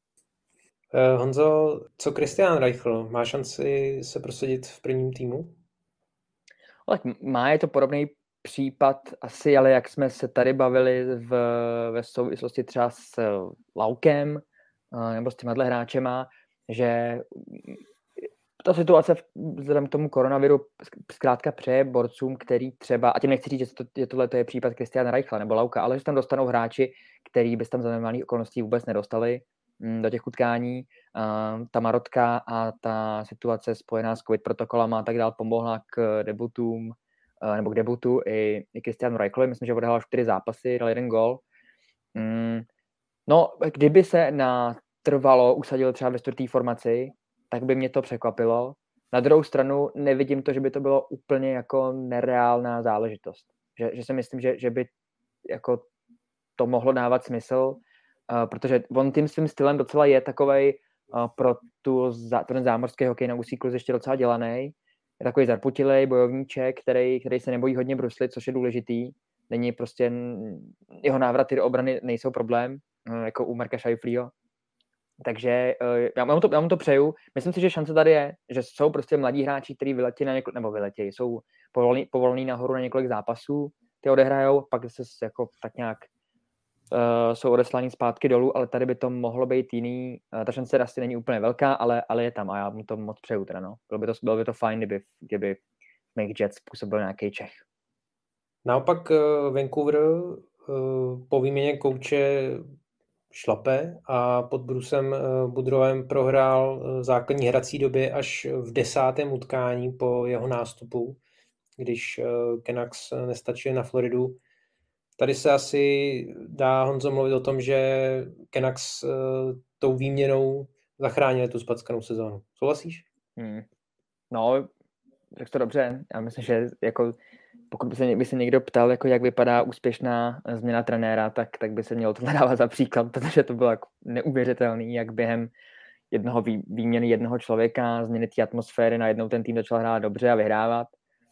Uh, Honzo, co Christian Reichel? Má šanci se prosadit v prvním týmu? Tak má, je to podobný případ asi, ale jak jsme se tady bavili v, ve souvislosti třeba s Laukem nebo s těmihle hráčema, že ta situace vzhledem k tomu koronaviru zkrátka přeje borcům, který třeba, a tím nechci říct, že, to, že tohle je případ Christiana Reichla nebo Lauka, ale že tam dostanou hráči, který by tam za normálních okolností vůbec nedostali. do těch utkání. Ta marotka a ta situace spojená s covid protokolama a tak dál pomohla k debutům, nebo k debutu i, i Christianu Reichlovi. Myslím, že odehrál čtyři zápasy, dal jeden gól. No, kdyby se na trvalo usadil třeba ve čtvrtý formaci, tak by mě to překvapilo. Na druhou stranu nevidím to, že by to bylo úplně jako nereálná záležitost. Že, že si myslím, že, že by jako to mohlo dávat smysl, uh, protože on tím svým stylem docela je takovej uh, pro, tu, za, pro ten zámořský hokej na úzký kluz ještě docela dělaný. Je takový zarputilej bojovníček, který, který se nebojí hodně bruslit, což je důležitý. Není prostě, jeho návraty do obrany nejsou problém, uh, jako u Marka Scheifeleho. Takže uh, já, mu to, já mu to přeju. Myslím si, že šance tady je, že jsou prostě mladí hráči, kteří vyletí na několik, nebo vyletí, jsou povolní, povolní nahoru na několik zápasů, ty odehrajou, pak se jako tak nějak uh, jsou odeslaní zpátky dolů, ale tady by to mohlo být jiný. Uh, ta šance asi není úplně velká, ale, ale je tam a já mu to moc přeju teda, no. Bylo by to, bylo by to fajn, kdyby, kdyby Make Jets způsobil nějaký Čech. Naopak uh, Vancouver uh, po výměně kouče šlape a pod Brucem uh, Boudreauem prohrál uh, základní hrací době až v desátém utkání po jeho nástupu, když uh, Canucks nestačili na Floridu. Tady se asi dá, Honzo, mluvit o tom, že Canucks uh, tou výměnou zachránili tu spackanou sezónu. Souhlasíš? Hmm. No, tak to dobře. Já myslím, že jako, pokud by se, by se někdo ptal, jako jak vypadá úspěšná změna trenéra, tak, tak by se mělo to dávat za příklad, protože to bylo jako neuvěřitelný, jak během jednoho vý, výměny jednoho člověka, změny té atmosféry, najednou ten tým začal hrát dobře a vyhrávat.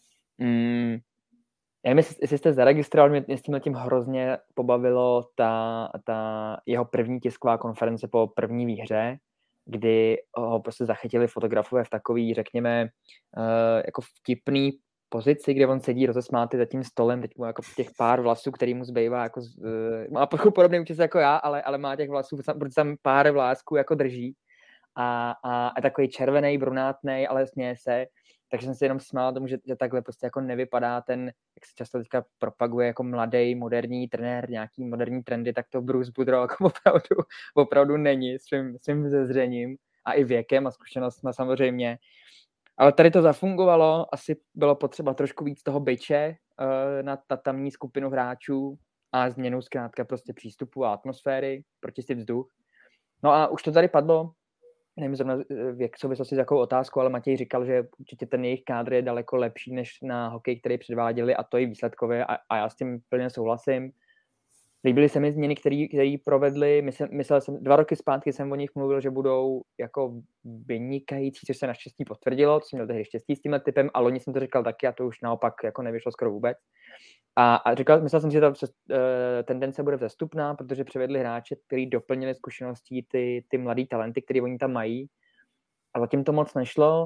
Hmm. Já nevím, jestli jste zaregistroval, mě s tím tím hrozně pobavilo ta, ta jeho první tisková konference po první výhře, kdy ho prostě zachytili fotografové v takový, řekněme, uh, jako vtipný pozici, kde on sedí rozesmátý za tím stolem, teď mu jako těch pár vlasů, který mu zbývá, jako, uh, má podobný účes jako já, ale, ale má těch vlasů, protože tam pár vlásků jako drží a, a, a takový červený, brunátnej, ale směje se. Takže jsem si jenom smál tomu, že, že takhle prostě jako nevypadá ten, jak se často teďka propaguje, jako mladý, moderní trenér, nějaký moderní trendy, tak to Bruce Boudreau jako opravdu, opravdu není svým, svým zezřením a i věkem a zkušenostmi samozřejmě. Ale tady to zafungovalo, asi bylo potřeba trošku víc toho biče uh, na ta tamní skupinu hráčů a změnu zkrátka prostě přístupu a atmosféry, pročistit vzduch. No a už to tady padlo, nevím zrovna v souvislosti s jakou otázkou, ale Matěj říkal, že určitě ten jejich kádr je daleko lepší než na hokej, který předváděli, a to i výsledkově, a, a já s tím plně souhlasím. Líbily se mi změny, které provedli. Myslel, myslel jsem, dva roky zpátky jsem o nich mluvil, že budou jako vynikající, což se naštěstí potvrdilo, to jsem měl tehdy štěstí s tímhle typem, a loni jsem to říkal taky a to už naopak jako nevyšlo skoro vůbec. A, a říkal, myslel jsem si, že ta uh, tendence bude vzestupná, protože přivedli hráče, kteří doplnili zkušeností ty, ty mladý talenty, které oni tam mají. A zatím to moc nešlo.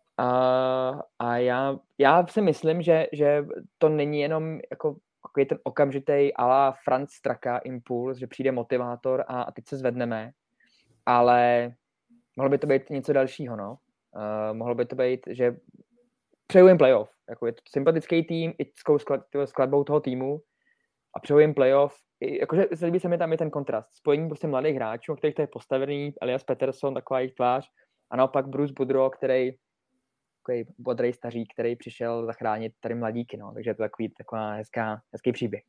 A, a já, já si myslím, že, že to není jenom jako takový ten okamžitý a la Franz Straka impuls, že přijde motivátor a, a teď se zvedneme. Ale mohlo by to být něco dalšího, no. Uh, mohlo by to být, že přeju jim playoff. Jako je to sympatický tým i s skladbou toho týmu a přeju jim playoff. I, jakože líbí se mi tam i ten kontrast. Spojení prostě mladých hráčů, kterých to je postavený, Elias Pettersson, taková jejich tvář, a naopak Bruce Boudreau, který takový bodrej stařík, který přišel zachránit tady mladíky, no. Takže je to takový, taková hezká, hezký příběh.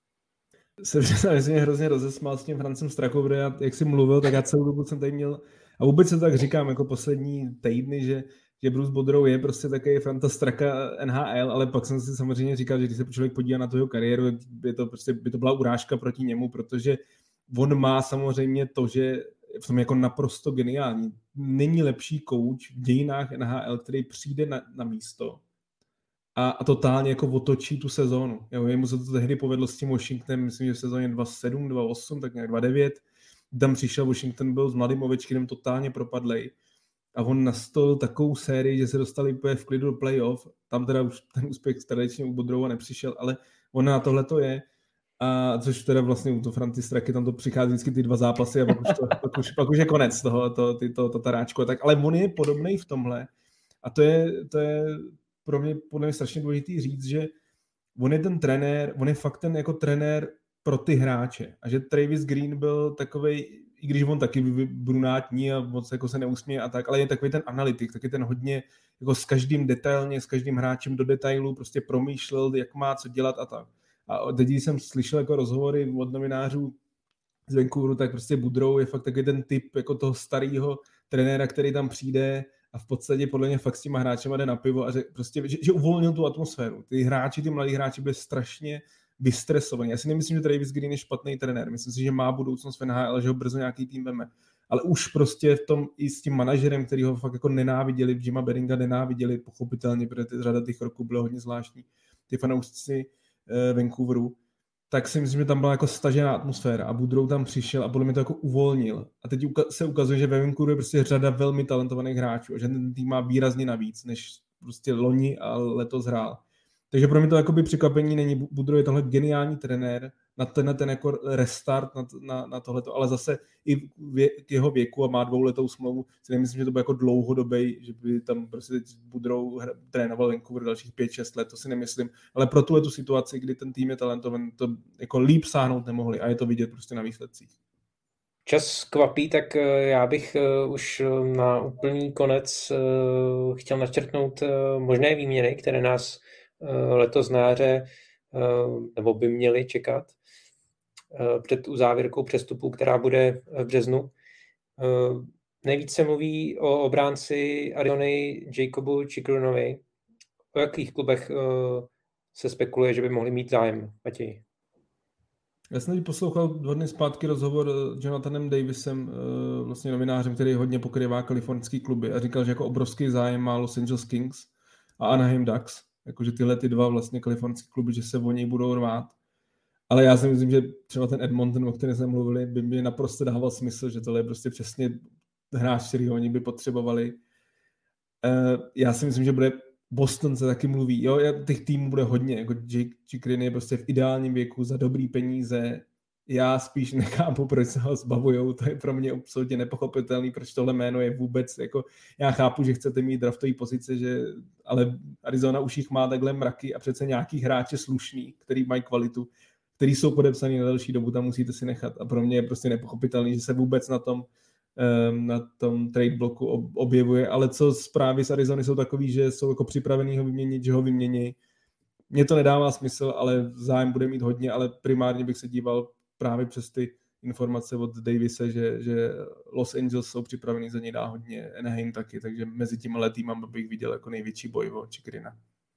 Se přesně mě hrozně rozesmál s tím Francem Strakou, protože já, jak jsi mluvil, tak já celou dobu jsem tady měl, a vůbec se tak říkám jako poslední týdny, že že Bruce Boudreau je prostě takový Franta Straka N H L, ale pak jsem si samozřejmě říkal, že když se člověk podívá na tu jeho kariéru, by to, prostě, by to byla urážka proti němu, protože on má samozřejmě to, že v tom jako naprosto geniální. Není lepší kouč v dějinách N H L, který přijde na, na místo a, a totálně jako otočí tu sezónu. Jo, jemu se to tehdy povedlo s tím Washingtonem, myslím, že v sezóně dva sedm, dva osm, tak nějak dva devět. Tam přišel Washington, byl s mladým Ovečkinem totálně propadlej. A on nastolil takovou sérii, že se dostali úplně v klidu do playoff. Tam teda už ten úspěch tradičně u Boudreauva nepřišel, ale on na tohle to je. A což teda vlastně u toho Franty Straky, tam to přichází vždycky ty dva zápasy a pak už, to, pak už, pak už je konec toho, to, ty, to, to taráčko. Tak, ale on je podobný v tomhle. A to je, to je pro mě podle mě strašně důležitý říct, že on je ten trenér, on je fakt ten jako trenér pro ty hráče. A že Travis Green byl takovej i když on taky brunátní a moc jako se neusměje a tak, ale je takový ten analytik, taky ten hodně jako s každým detailně, s každým hráčem do detailu prostě promýšlel, jak má co dělat a tak. A teď, když jsem slyšel jako rozhovory od novinářů z Vancouveru, tak prostě Boudreau je fakt taky ten typ jako toho starého trenéra, který tam přijde a v podstatě podle mě fakt s těma hráčema jde na pivo a že, prostě, že, že uvolnil tu atmosféru. Ty hráči, ty mladí hráči byli strašně vystresovaní. Já si nemyslím, že Travis Green je špatný trenér. Myslím si, že má budoucnost v N H L, že ho brzo nějaký tým veme. Ale už prostě v tom i s tím manažerem, který ho fakt jako nenáviděli, Jima Beringa nenáviděli, pochopitelně, protože ty, řada těch roků bylo hodně zvláštní. Ty fanoušci eh, Vancouveru, tak si myslím, že tam byla jako stažená atmosféra a Boudreau tam přišel a podle mě to jako uvolnil. A teď se ukazuje, že ve Vancouveru je prostě řada velmi talentovaných hráčů a že ten tým má výrazně navíc, než prostě loni a letos hrál. Takže pro mě to jakoby překvapení není. Boudreau je tohle geniální trenér na ten, ten jako restart na, na, na tohleto, ale zase i vě, k jeho věku a má dvouletou smlouvu, si nemyslím, že to bude jako dlouhodobý, že by tam prostě teď Boudreau trénoval Vancouver dalších pět šest let, to si nemyslím, ale pro tuhle tu situaci, kdy ten tým je talentovaný, to jako líp sáhnout nemohli a je to vidět prostě na výsledcích. Čas kvapí, tak já bych už na úplný konec chtěl načrtnout možné výměny, které nás letos na jaře nebo by měli čekat před uzávěrkou přestupů, která bude v březnu. Nejvíc se mluví o obránci Arizony Jacobu Chikrunovi. O jakých klubech se spekuluje, že by mohli mít zájem, Matěj? Já jsem teď poslouchal dva dny zpátky rozhovor s Jonathanem Davisem, vlastně novinářem, který hodně pokrývá kalifornský kluby a říkal, že jako obrovský zájem má Los Angeles Kings a Anaheim Ducks, jakože tyhle ty dva vlastně kalifornský kluby, že se o něj budou rvát. Ale já si myslím, že třeba ten Edmonton, o kterém jsme mluvili, by mi naprosto dával smysl, že tohle je prostě přesně hráč, který oni by potřebovali. Já si myslím, že bude Boston se taky mluví. Jo, těch týmů bude hodně, jako Jake Chikrin je prostě v ideálním věku za dobrý peníze. Já spíš nechápu, proč se ho zbavujou, to je pro mě absolutně nepochopitelný, proč tohle jméno je vůbec, jako já chápu, že chcete mít draftový pozice, že, ale Arizona už jich má takhle mraky a přece nějaký hráče slušný, který mají kvalitu, který jsou podepsaný na delší dobu, tam musíte si nechat. A pro mě je prostě nepochopitelný, že se vůbec na tom na tom trade bloku objevuje, ale co zprávy z Arizony jsou takový, že jsou jako připravený ho vyměnit, že ho vymění. Mně to nedává smysl, ale zájem bude mít hodně, ale primárně bych se díval právě přes ty informace od Davise, že, že Los Angeles jsou připravený za něj dá hodně, Anaheim taky, takže mezi tím letýma bych viděl jako největší boj o Chikrina.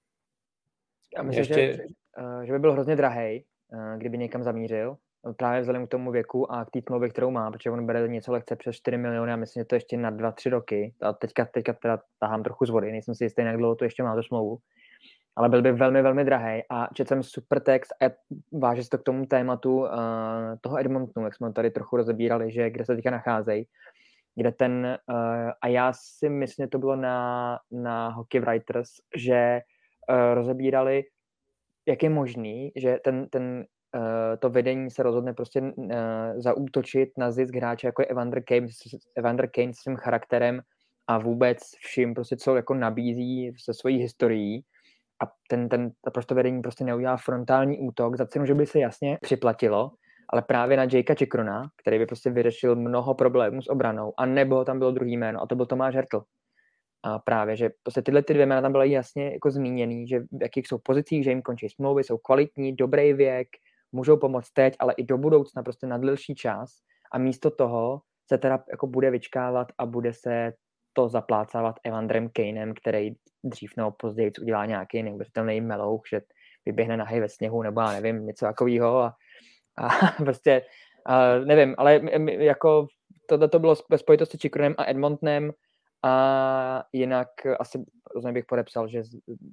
Já myslím, Ještě... že, že by byl hrozně drahej, kdyby někam zamířil, právě vzhledem k tomu věku a k té smlouvě, kterou má, protože on bere něco lehce přes čtyři miliony a myslím, že to ještě na dva tři roky. A teďka, teďka teda tahám trochu z vody, nejsem si jistý, jak dlouho to ještě má tu smlouvu. Ale byl by velmi, velmi drahej a četl jsem super text a váže se to k tomu tématu uh, toho Edmontonu, jak jsme tady trochu rozebírali, že kde se teďka nacházejí, kde ten, uh, a já si myslím, že to bylo na, na Hockey Writers, že uh, rozebírali, jak je možný, že ten, ten Uh, to vedení se rozhodne prostě uh, zaútočit na zisk hráče jako je Evander Kane, Evander Kane s svým charakterem a vůbec vším, prostě co jako nabízí se svojí historií a ten, ten, proč to vedení prostě neudělá frontální útok za cenu, že by se jasně připlatilo, ale právě na Jakea Chikruna, který by prostě vyřešil mnoho problémů s obranou, a nebo tam bylo druhý jméno a to byl Tomáš Hertl. A právě, že prostě tyhle ty dvě jména tam byly jasně jako zmíněný, že v jakých jsou pozicích, že jim končí smlouvy, jsou kvalitní, dobrý věk, můžou pomoct teď, ale i do budoucna prostě na delší čas a místo toho se teda jako bude vyčkávat a bude se to zaplácávat Evanderem Kanem, který dřív nebo později udělá nějaký neuvěřitelný melouch, že vyběhne nahej ve sněhu nebo já nevím, něco takového a, a prostě a nevím, ale jako tohle to bylo ve spojitosti s Chikrunem a Edmontonem a jinak asi rozhodně bych podepsal, že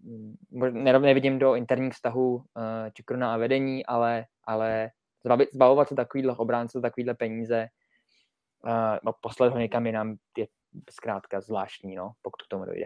nevidím do interních vztahů uh, Chikruna a vedení, ale, ale zbavovat se takovýhle obránců, takovýhle peníze, uh, no, poslat ho někam jinam je zkrátka zvláštní, no, pokud k tomu dojde.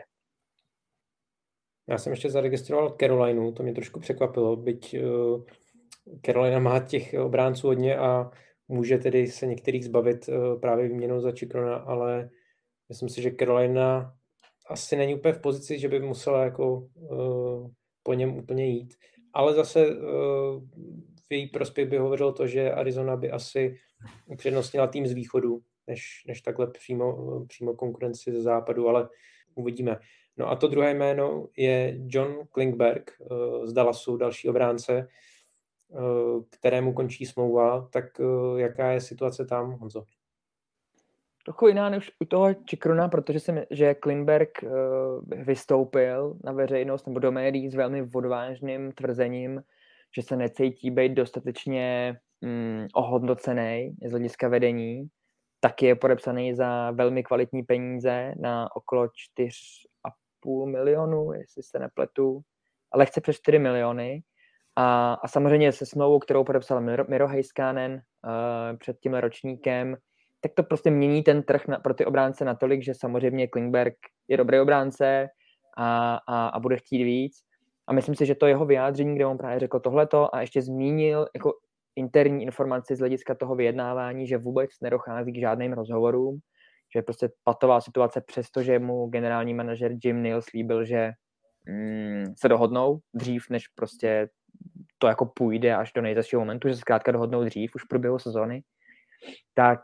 Já jsem ještě zaregistroval Carolinu, to mě trošku překvapilo, byť uh, Carolina má těch obránců hodně a může tedy se některých zbavit uh, právě výměnou za Chikruna, ale myslím si, že Carolina asi není úplně v pozici, že by musela jako uh, po něm úplně jít. Ale zase uh, v její prospěch by hovořilo to, že Arizona by asi upřednostnila tým z východu, než, než takhle přímo, přímo konkurenci ze západu, ale uvidíme. No a to druhé jméno je John Klingberg z Dallasu, další obránce, kterému končí smlouva. Tak jaká je situace tam, Honzo? Trochu jiná než u toho Čikruna, protože jsem, že Klingberg vystoupil na veřejnost nebo do médií s velmi odvážným tvrzením, že se necítí být dostatečně mm, ohodnocený z hlediska vedení. Taky je podepsaný za velmi kvalitní peníze na okolo čtyři a půl milionu, jestli se nepletu, ale chce přes čtyři miliony. A, a samozřejmě se smlouvou, kterou podepsal Miro, Miro Heiskanen uh, před tímhle ročníkem, tak to prostě mění ten trh na, pro ty obránce natolik, že samozřejmě Klingberg je dobrý obránce a, a, a bude chtít víc. A myslím si, že to jeho vyjádření, kde on právě řekl tohleto a ještě zmínil jako interní informaci z hlediska toho vyjednávání, že vůbec nedochází k žádným rozhovorům, že je prostě patová situace, přestože mu generální manažer Jim Neal slíbil, že mm, se dohodnou dřív, než prostě to jako půjde až do nejzazšího momentu, že se zkrátka dohodnou dřív, už v průběhu sezony. Tak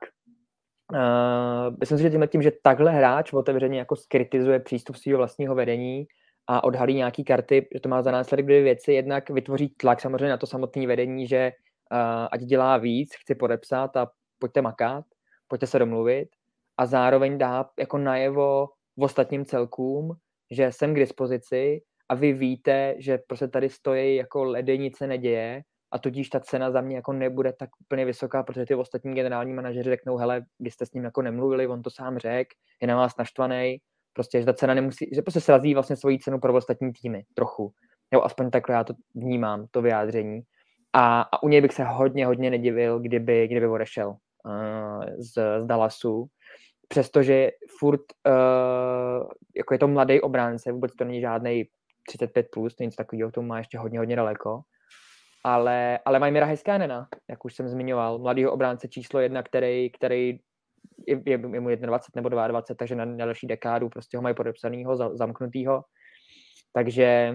uh, myslím si, že tímhle tím, že takhle hráč otevřeně jako skritizuje přístup svého vlastního vedení a odhalí nějaký karty, že to má za následek dvě věci. Jednak vytvoří tlak samozřejmě na to samotné vedení, že uh, ať dělá víc, chci podepsat a pojďte makat, pojďte se domluvit. A zároveň dá jako najevo v ostatním celkům, že jsem k dispozici a vy víte, že prostě tady stojí jako ledy, nic se neděje a tudíž ta cena za mě jako nebude tak úplně vysoká, protože ty ostatní generální manažeři řeknou, hele, vy jste s ním jako nemluvili, on to sám řekl, je na vás naštvaný, prostě, že ta cena nemusí, že prostě srazí vlastně svoji cenu pro ostatní týmy, trochu. Jo, aspoň takhle já to vnímám, to vyjádření. A, a u něj bych se hodně, hodně nedivil, kdyby, kdyby odešel uh, z, z Dallasu, přestože furt uh, jako je to mladý obránce, vůbec to není žádnej třicet pět plus, to nic takového, to má ještě hodně, hodně daleko. Ale, ale mají Mira Heiskanena, jak už jsem zmiňoval, mladýho obránce číslo jedna, který, který je, je, je mu dvacet jedna nebo dvacet dva, takže na, na další dekádu prostě ho mají podepsanýho, za, zamknutýho. Takže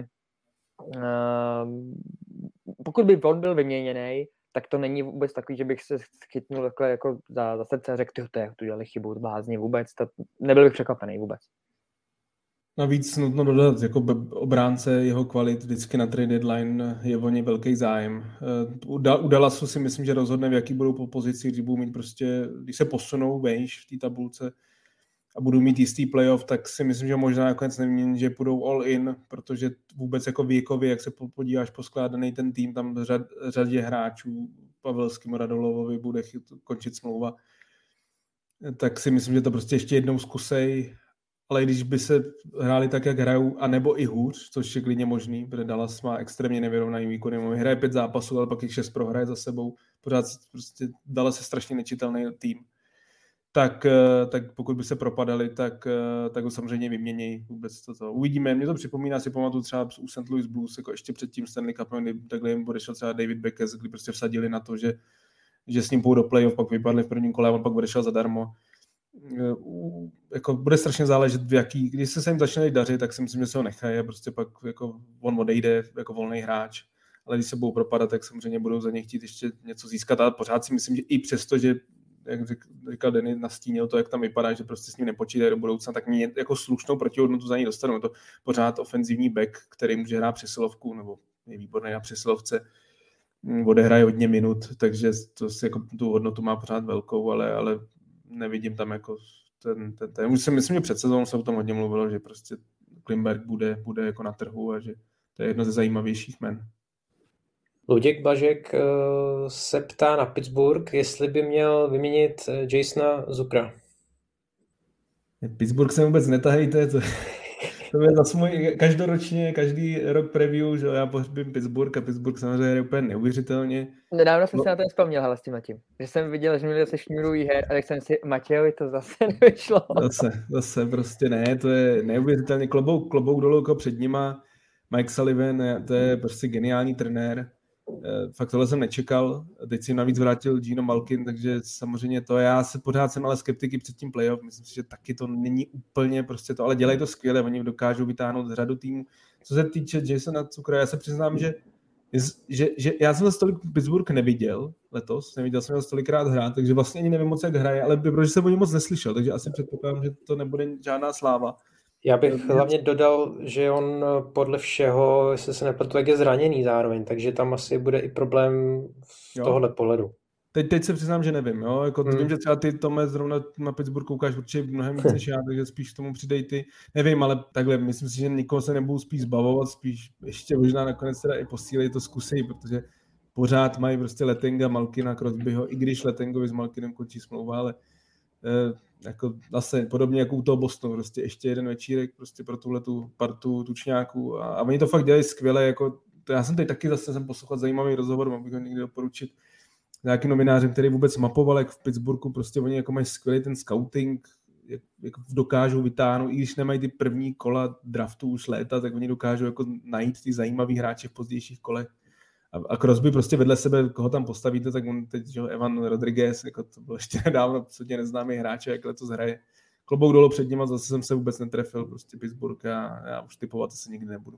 uh, pokud by on byl vyměněný, tak to není vůbec takový, že bych se chytnul takhle jako za, za srdce a řekl, ty, tu dělali chybu, blázni vůbec, to, nebyl bych překvapený vůbec. Navíc nutno dodat, jako obránce jeho kvalit vždycky na trade deadline je o něj velký zájem. U Dallasu si myslím, že rozhodne, v jaký budou po pozici, když budou mít prostě, když se posunou vejš v té tabulce a budou mít jistý playoff, tak si myslím, že možná nakonec nemění, že půjdou all in, protože vůbec jako věkově, jak se podíváš poskládaný ten tým, tam řad, řadě hráčů, Pavelským, Radolovovi bude chyt, končit smlouva, tak si myslím, že to prostě ještě jednou zkusej. Ale když by se hráli tak, jak hrajou, anebo i hůř, což je klidně možný, protože Dallas má extrémně nevyrovnaný výkon. Hraje pět zápasů, ale pak jich šest prohraje za sebou. Pořád prostě Dallas je strašně nečitelný tým. Tak, tak pokud by se propadali, tak, tak ho samozřejmě vyměnějí vůbec toto. Uvidíme. Mě to připomíná, si pamatuju třeba u Saint Louis Blues, jako ještě před tím Stanley Cupem, kdy takhle jim odešel třeba David Beckes, kdy prostě vsadili na to, že, že s ním půjdou do playoff, pak vypadli v prvním kole a on pak odešel zadarmo. Jako bude strašně záležet, v jaký, když se jim začne dařit, tak si myslím, že se ho nechají a prostě pak jako on odejde jako volný hráč, ale když se budou propadat, tak samozřejmě budou za ně chtít ještě něco získat, ale pořád si myslím, že i přesto, že jak říkal Denny, nastínil to, jak tam vypadá, že prostě s ním nepočítají do budoucna, tak mě jako slušnou protihodnotu za ní dostanou. Je to pořád ofenzivní back, který může hrát přesilovku, nebo je výborný na přesilovce, odehraje hodně minut, takže to si jako tu hodnotu má pořád velkou, ale, ale nevidím tam jako ten, ten, ten. Už si myslím, že před sezónou se o tom hodně mluvilo, že prostě Klingberg bude, bude jako na trhu a že to je jedno ze zajímavějších men. Luděk Blažek uh, se ptá na Pittsburgh, jestli by měl vyměnit Jasona Zuckera. Pittsburgh se vůbec netahejte, to, to je zase můj každoročně, každý rok preview, že já pohřbím Pittsburgh a Pittsburgh samozřejmě je úplně neuvěřitelně. Nedávno jsem no. se na to vzpomněl, hele, s tím tím. Že jsem viděl, že měli zase šňůrují her a tak jsem si, Matějovi to zase nevyšlo. Zase, zase prostě ne, to je neuvěřitelně klobouk, klobouk dolů jako před nima. Mike Sullivan, to je prostě geniální trenér. Fakt tohle jsem nečekal. Teď si navíc vrátil Gino Malkin, takže samozřejmě to, já se pořád jsem ale skeptiky před tím playoff. Myslím si, že taky to není úplně prostě to, ale dělají to skvěle, oni dokážou vytáhnout řadu týmů. Co se týče Jasona Zuckera, já se přiznám, že že, že já jsem zase tolik Pittsburgh neviděl letos, neviděl jsem ho tolikrát hrát, takže vlastně ani nevím moc, jak hraje, ale protože jsem o něm moc neslyšel, takže asi předpokládám, že to nebude žádná sláva. Já bych hlavně dodal, že on podle všeho, jestli se nepletu, tak je zraněný zároveň, takže tam asi bude i problém z tohohle pohledu. Teď, teď se přiznám, že nevím, jo, jako hmm. vím, že třeba ty, Tome, zrovna na Pittsburgh koukáš určitě mnohem víc než já, takže spíš tomu přidej ty, nevím, ale takhle, myslím si, že nikoho se nebudu spíš zbavovat, spíš ještě možná nakonec teda i posílej to zkusej, protože pořád mají prostě Letanga, Malkina, Crosbyho, i když Letangovi s Malkinem končí smlouva, ale eh, jako zase podobně jako u toho Bostonu, prostě ještě jeden večírek prostě pro tuhletu partu tučňáků a, a oni to fakt dělají skvěle, jako to já jsem teď taky zase jsem poslouchal zajímavý rozhovor, mám bych ho někdy doporučit nějakým novinářem, který vůbec mapoval, jak v Pittsburghu, prostě oni jako mají skvělý ten scouting, jak, jak dokážou vytáhnout, i když nemají ty první kola draftu už léta, tak oni dokážou jako najít ty zajímavý hráče v pozdějších kolech. A, a Crosby prostě vedle sebe, koho tam postavíte, tak on teď, že Evan Rodriguez, jako to byl ještě nedávno absolutně neznámý hráč, jak letos hraje. Klobouk dolů před ním a zase jsem se vůbec netrefil, prostě Pittsburgh a já už typovat asi nikdy nebudu.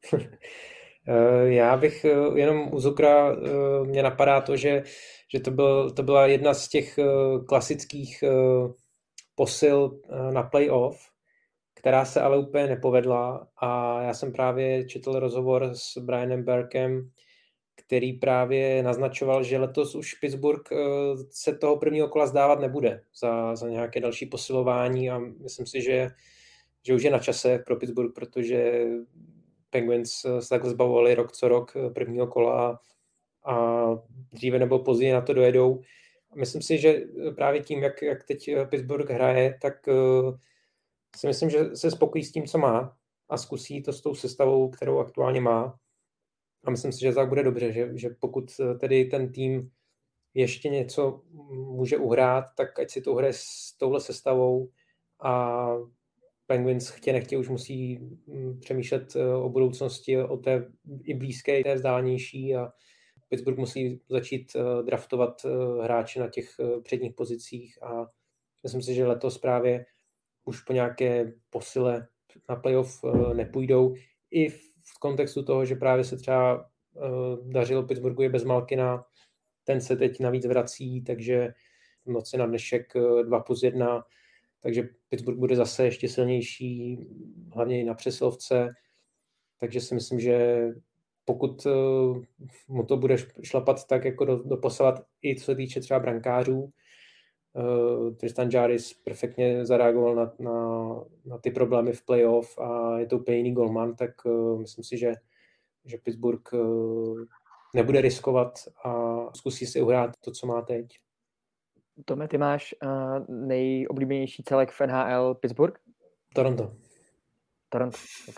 Já bych jenom u Zukra, mě napadá to, že, že to, byl, to byla jedna z těch klasických posil na playoff, která se ale úplně nepovedla a já jsem právě četl rozhovor s Brianem Burkem, který právě naznačoval, že letos už Pittsburgh se toho prvního kola zdávat nebude za, za nějaké další posilování a myslím si, že, že už je na čase pro Pittsburgh, protože Penguins se takhle zbavovali rok co rok prvního kola a dříve nebo později na to dojedou. Myslím si, že právě tím, jak, jak teď Pittsburgh hraje, tak uh, si myslím, že se spokojí s tím, co má a zkusí to s tou sestavou, kterou aktuálně má. A myslím si, že tak bude dobře, že, že pokud tedy ten tým ještě něco může uhrát, tak ať si to hraje s touhle sestavou a Penguins chtě nechtě už musí přemýšlet o budoucnosti, o té i blízké, té vzdálenější a Pittsburgh musí začít draftovat hráče na těch předních pozicích a myslím si, že letos právě už po nějaké posile na playoff nepůjdou. I v kontextu toho, že právě se třeba dařilo Pittsburghu je bez Malkina, ten se teď navíc vrací, takže v noci na dnešek dva plus jedna, takže Pittsburgh bude zase ještě silnější, hlavně i na přesilovce, takže si myslím, že pokud mu to bude šlapat tak jako do, doposavat i co se týče třeba brankářů, Tristan Jarris perfektně zareagoval na, na, na ty problémy v playoff a je to úplně jiný golman, tak myslím si, že, že Pittsburgh nebude riskovat a zkusí si uhrát to, co má teď. Tome, ty máš uh, nejoblíbenější celek v N H L Pittsburgh? Toronto. Toronto, OK.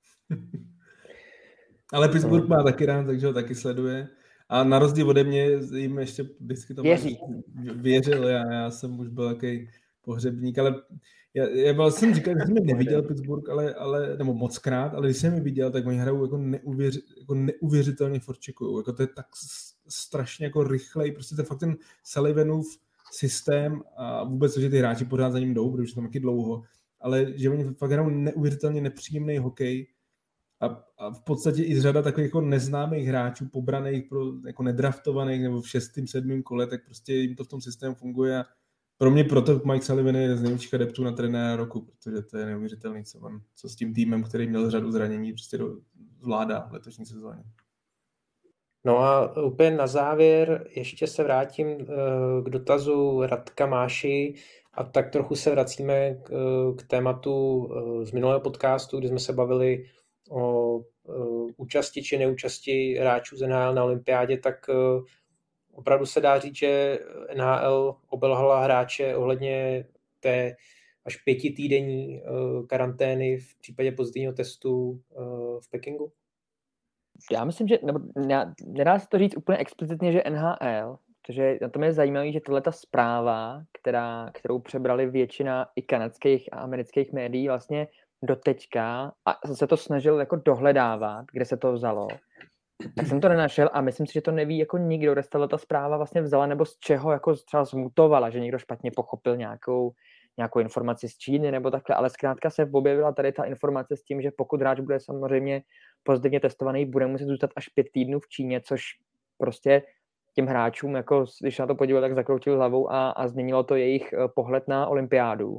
Ale Pittsburgh má taky rád, takže ho taky sleduje. A na rozdíl ode mě jim ještě vždycky to Věří. věřil. Já, já jsem už byl takový pohřebník, ale já, já byl, jsem říkal, že jsem neviděl Pittsburgh, ale, ale, nebo moc krát, ale když jsem je viděl, tak oni hrajou jako, neuvěři, jako neuvěřitelně forčekují. Jako to je tak strašně jako rychlej, prostě to je fakt ten Sullivanův systém a vůbec, že ty hráči pořád za ním jdou, protože tam taky dlouho, ale že oni fakt hrajou neuvěřitelně nepříjemný hokej a, a v podstatě i řada takových jako neznámých hráčů, pobraných, pro, jako nedraftovaných nebo v šestém, sedmém kole, tak prostě jim to v tom systému funguje a pro mě proto Mike Sullivan je jeden z nejlepších adeptů na trenéra roku, protože to je neuvěřitelný, co, on, co s tím týmem, který měl řadu zranění, prostě do, zvládá v letošní sezóně. No a úplně na závěr ještě se vrátím k dotazu Radka Máši a tak trochu se vracíme k, k tématu z minulého podcastu, kdy jsme se bavili o účasti či neúčasti hráčů z N H L na olympiádě, tak opravdu se dá říct, že N H L obelhala hráče ohledně té až pětitýdenní karantény v případě pozitivního testu v Pekingu. Já myslím, že nebo nedá se to říct úplně explicitně, že N H L, protože na tom je zajímavé, že tato zpráva, která, kterou přebrali většina i kanadských a amerických médií vlastně do teďka a se to snažil jako dohledávat, kde se to vzalo, tak jsem to nenašel a myslím si, že to neví jako nikdo, kde se ta zpráva vlastně vzala nebo z čeho jako třeba zmutovala, že někdo špatně pochopil nějakou, nějakou informaci z Číny nebo takhle, ale zkrátka se objevila tady ta informace s tím, že pokud hráč bude samozřejmě pozitivně testovaný, bude muset zůstat až pět týdnů v Číně, což prostě těm hráčům, jako když na to podíval, tak zakroutil hlavou a, a změnilo to jejich pohled na olympiádu.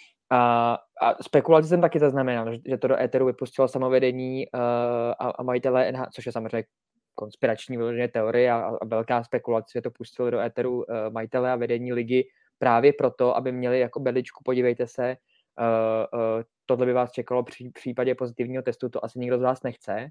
A, a spekulaci jsem taky zaznamenal, že to do éteru vypustilo samovedení uh, a, a majitelé N H L, což je samozřejmě konspirační vyloženě teorie a, a velká spekulace, že to pustilo do éteru uh, majitelé a vedení ligy právě proto, aby měli jako bedličku, podívejte se, uh, uh, tohle by vás čekalo při případě pozitivního testu, to asi nikdo z vás nechce,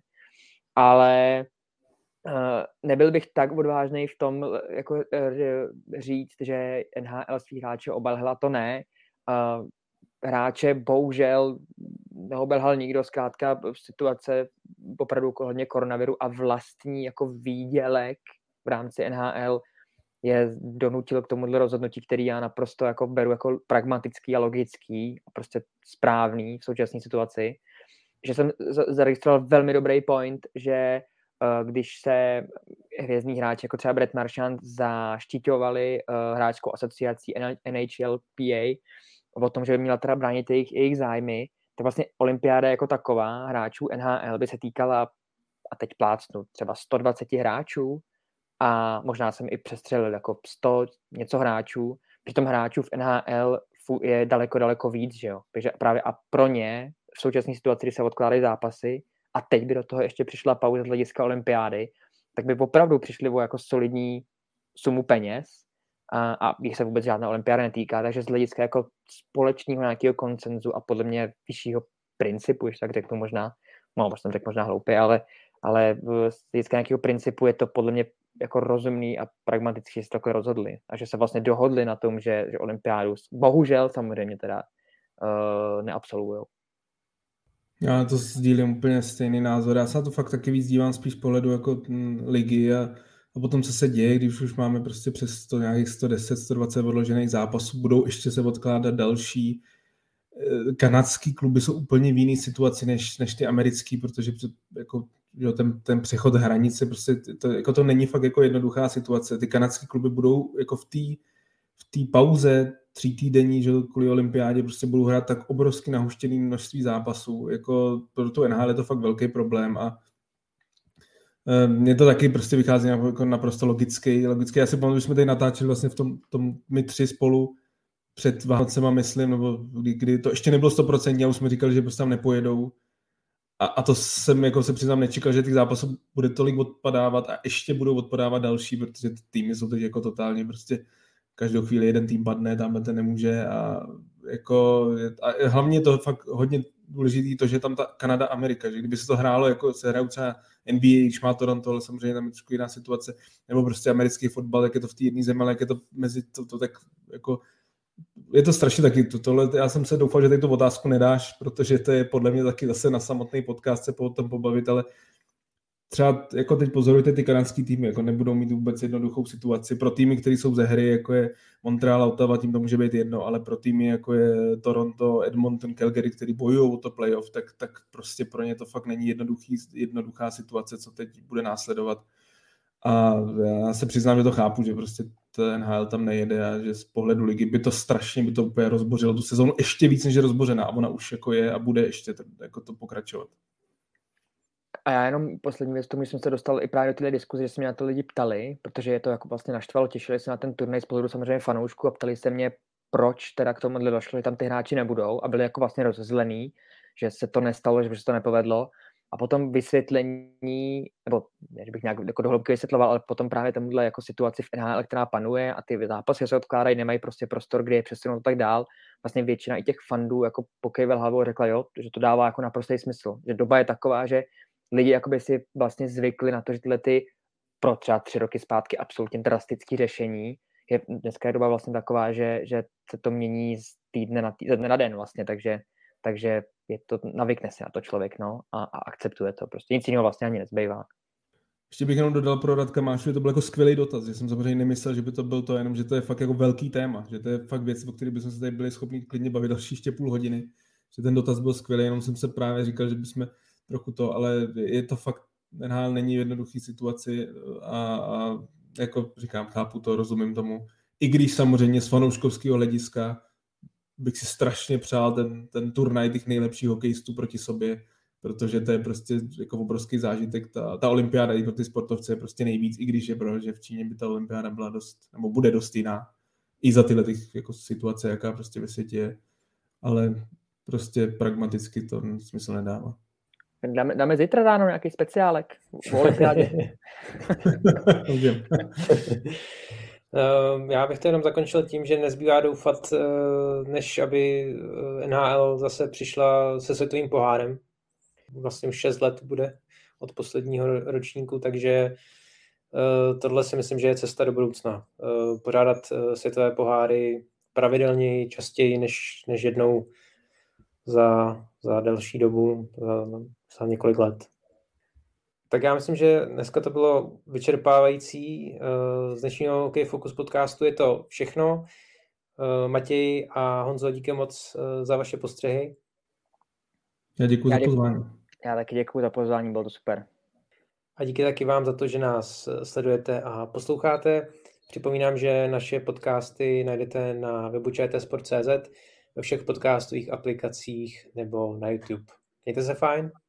ale uh, nebyl bych tak odvážný v tom jako, uh, říct, že N H L svých hráče obelhala, to ne. Uh, hráče bohužel neobelhal nikdo, zkrátka situace opravdu hodně koronaviru a vlastní jako výdělek v rámci N H L je donutil k tomuhle rozhodnutí, který já naprosto jako beru jako pragmatický a logický a prostě správný v současné situaci, že jsem zaregistroval velmi dobrý point, že uh, když se hvězdní hráči jako třeba Brett Marchand zaštiťovali uh, hráčskou asociací N H L P A o tom, že by měla teda bránit jejich, jejich zájmy, tak vlastně olympiáda jako taková hráčů N H L by se týkala, a teď plácnu, třeba sto dvacet hráčů a možná jsem i přestřelil jako sto něco hráčů, přitom hráčů v N H L je daleko, daleko víc, že jo. Takže právě a pro ně v současné situaci, kdy se odkládají zápasy a teď by do toho ještě přišla pauza z hlediska olympiády, tak by opravdu přišli o jako solidní sumu peněz a, a jich se vůbec žádná olympiáda netýká, takže z hlediska jako společného nějakého konsenzu a podle mě vyššího principu, když tak řeknu možná, no, možná jsem řekl možná hloupě, ale, ale z hlediska nějakého principu je to podle mě jako rozumný a pragmaticky, že se takhle rozhodli a že se vlastně dohodli na tom, že, že olympiádu bohužel samozřejmě teda uh, neabsolvujou. Já to sdílím úplně stejný názor. Já se na to fakt taky víc dívám spíš z pohledu jako m, ligy a, a potom, co se děje, když už máme prostě přes sto, nějakých sto deset, sto dvacet odložených zápasů, budou ještě se odkládat další. Kanadský kluby jsou úplně v jiný situaci než, než ty americký, protože jako, jo, ten, ten přechod hranice, prostě to, jako to není fakt jako jednoduchá situace. Ty kanadský kluby budou jako v té v té pauze tří týdenní, že kvůli olympiádě prostě budou hrát tak obrovsky nahuštěný množství zápasů. Jako pro tu N H L je to fakt velký problém a mně to taky prostě vychází jako naprosto logicky. logicky. Já si pamatuju, že jsme tady natáčeli vlastně v tom, tom my tři spolu před Vánocema, myslím, nebo kdy, kdy to ještě nebylo sto procent a už jsme říkali, že prostě tam nepojedou. A, a to jsem, jako se přiznám, nečekal, že těch zápasů bude tolik odpadávat a ještě budou odpadávat další, protože ty týmy jsou teď jako totálně prostě každou chvíli jeden tým padne, tam ten nemůže a jako a hlavně je to fakt hodně důležitý to, že tam ta Kanada, Amerika, že kdyby se to hrálo, jako se hrajou třeba N B A, když má Toronto, ale samozřejmě tam je trošku jiná situace, nebo prostě americký fotbal, jak je to v té jedné zemi, ale jak je to mezi to, to tak jako je to strašně taky, to, tohle, já jsem se doufal, že tady tu otázku nedáš, protože to je podle mě taky zase na samotný podcast se po tom pobavit, ale třeba jako teď pozorujte ty kanadský týmy, jako nebudou mít vůbec jednoduchou situaci. Pro týmy, které jsou ze hry, jako je Montreal, Ottawa, tím to může být jedno, ale pro týmy, jako je Toronto, Edmonton, Calgary, který bojují o to playoff, tak, tak prostě pro ně to fakt není jednoduchý, jednoduchá situace, co teď bude následovat. A já se přiznám, že to chápu, že prostě ten N H L tam nejede a že z pohledu ligy by to strašně by to úplně rozbořilo tu sezónu ještě víc, než je rozbořená a ona už jako je a bude ještě to, jako to pokračovat. A já jenom poslední věc, tomu jsme se dostali i právě do téhle diskuze, že se mě na to lidi ptali, protože je to jako vlastně naštvalo, těšili se na ten turnaj z pohledu samozřejmě fanoušku a ptali se mě, proč teda k tomu došlo, že tam ty hráči nebudou a byli jako vlastně rozezlený, že se to nestalo, že se to nepovedlo. A potom vysvětlení, nebo ne, že bych nějak jako dohloubky vysvětloval, ale potom právě tamuhle jako situaci v N H L, která panuje a ty zápasy se odkládají, nemají prostě prostor, kde je přesunout a tak dál. Vlastně většina i těch fandů jako pokejvel hlavou a řekla, jo, že to dává jako naprostý smysl. Že doba je taková, že lidi jakoby si vlastně zvykli na to, že tyhle ty pro třeba tři roky zpátky absolutně drastické řešení. Je, dneska je doba vlastně taková, že, že se to mění z týdne na, týdne na den vlastně, takže, takže je to, navykne se na to člověk, no, a, a akceptuje to. Prostě nic jiného vlastně ani nezbývá. Ještě bych jenom dodal pro Radka Mášu, že to byl jako skvělý dotaz, že jsem samozřejmě nemyslel, že by to byl to, jenom že to je fakt jako velký téma, že to je fakt věc, o které bychom se tady byli schopni klidně bavit další ještě půl hodiny, že ten dotaz byl skvělý, jenom jsem se právě říkal, že bychom trochu to, ale je to fakt, N H L není v jednoduchý situaci a, a jako říkám, chápu to, rozumím tomu, i když samozřejmě z fanouškovského hlediska bych si strašně přál ten, ten turnaj těch nejlepších hokejistů proti sobě, protože to je prostě jako obrovský zážitek. Ta, ta olympiáda i pro ty sportovce je prostě nejvíc, i když je pravda, že v Číně by ta olympiáda byla dost, nebo bude dost jiná. I za tyhle těch, jako situace, jaká prostě ve světě je. Ale prostě pragmaticky to smysl nedává. Dáme, dáme zítra ráno nějaký speciálek v olympiádě. Já bych to jenom zakončil tím, že nezbývá doufat, než aby N H L zase přišla se světovým pohárem. Vlastně už šest let bude od posledního ročníku, takže tohle si myslím, že je cesta do budoucna. Pořádat světové poháry pravidelněji, častěji než, než jednou za, za delší dobu, za, za několik let. Tak já myslím, že dneska to bylo vyčerpávající. Z dnešního Hokej Focus podcastu je to všechno. Matěj a Honzo, díky moc za vaše postřehy. Já děkuji za pozvání. Já taky děkuji za pozvání, bylo to super. A díky taky vám za to, že nás sledujete a posloucháte. Připomínám, že naše podcasty najdete na webu č t sport tečka cé zet, ve všech podcastových aplikacích nebo na YouTube. Mějte se fajn.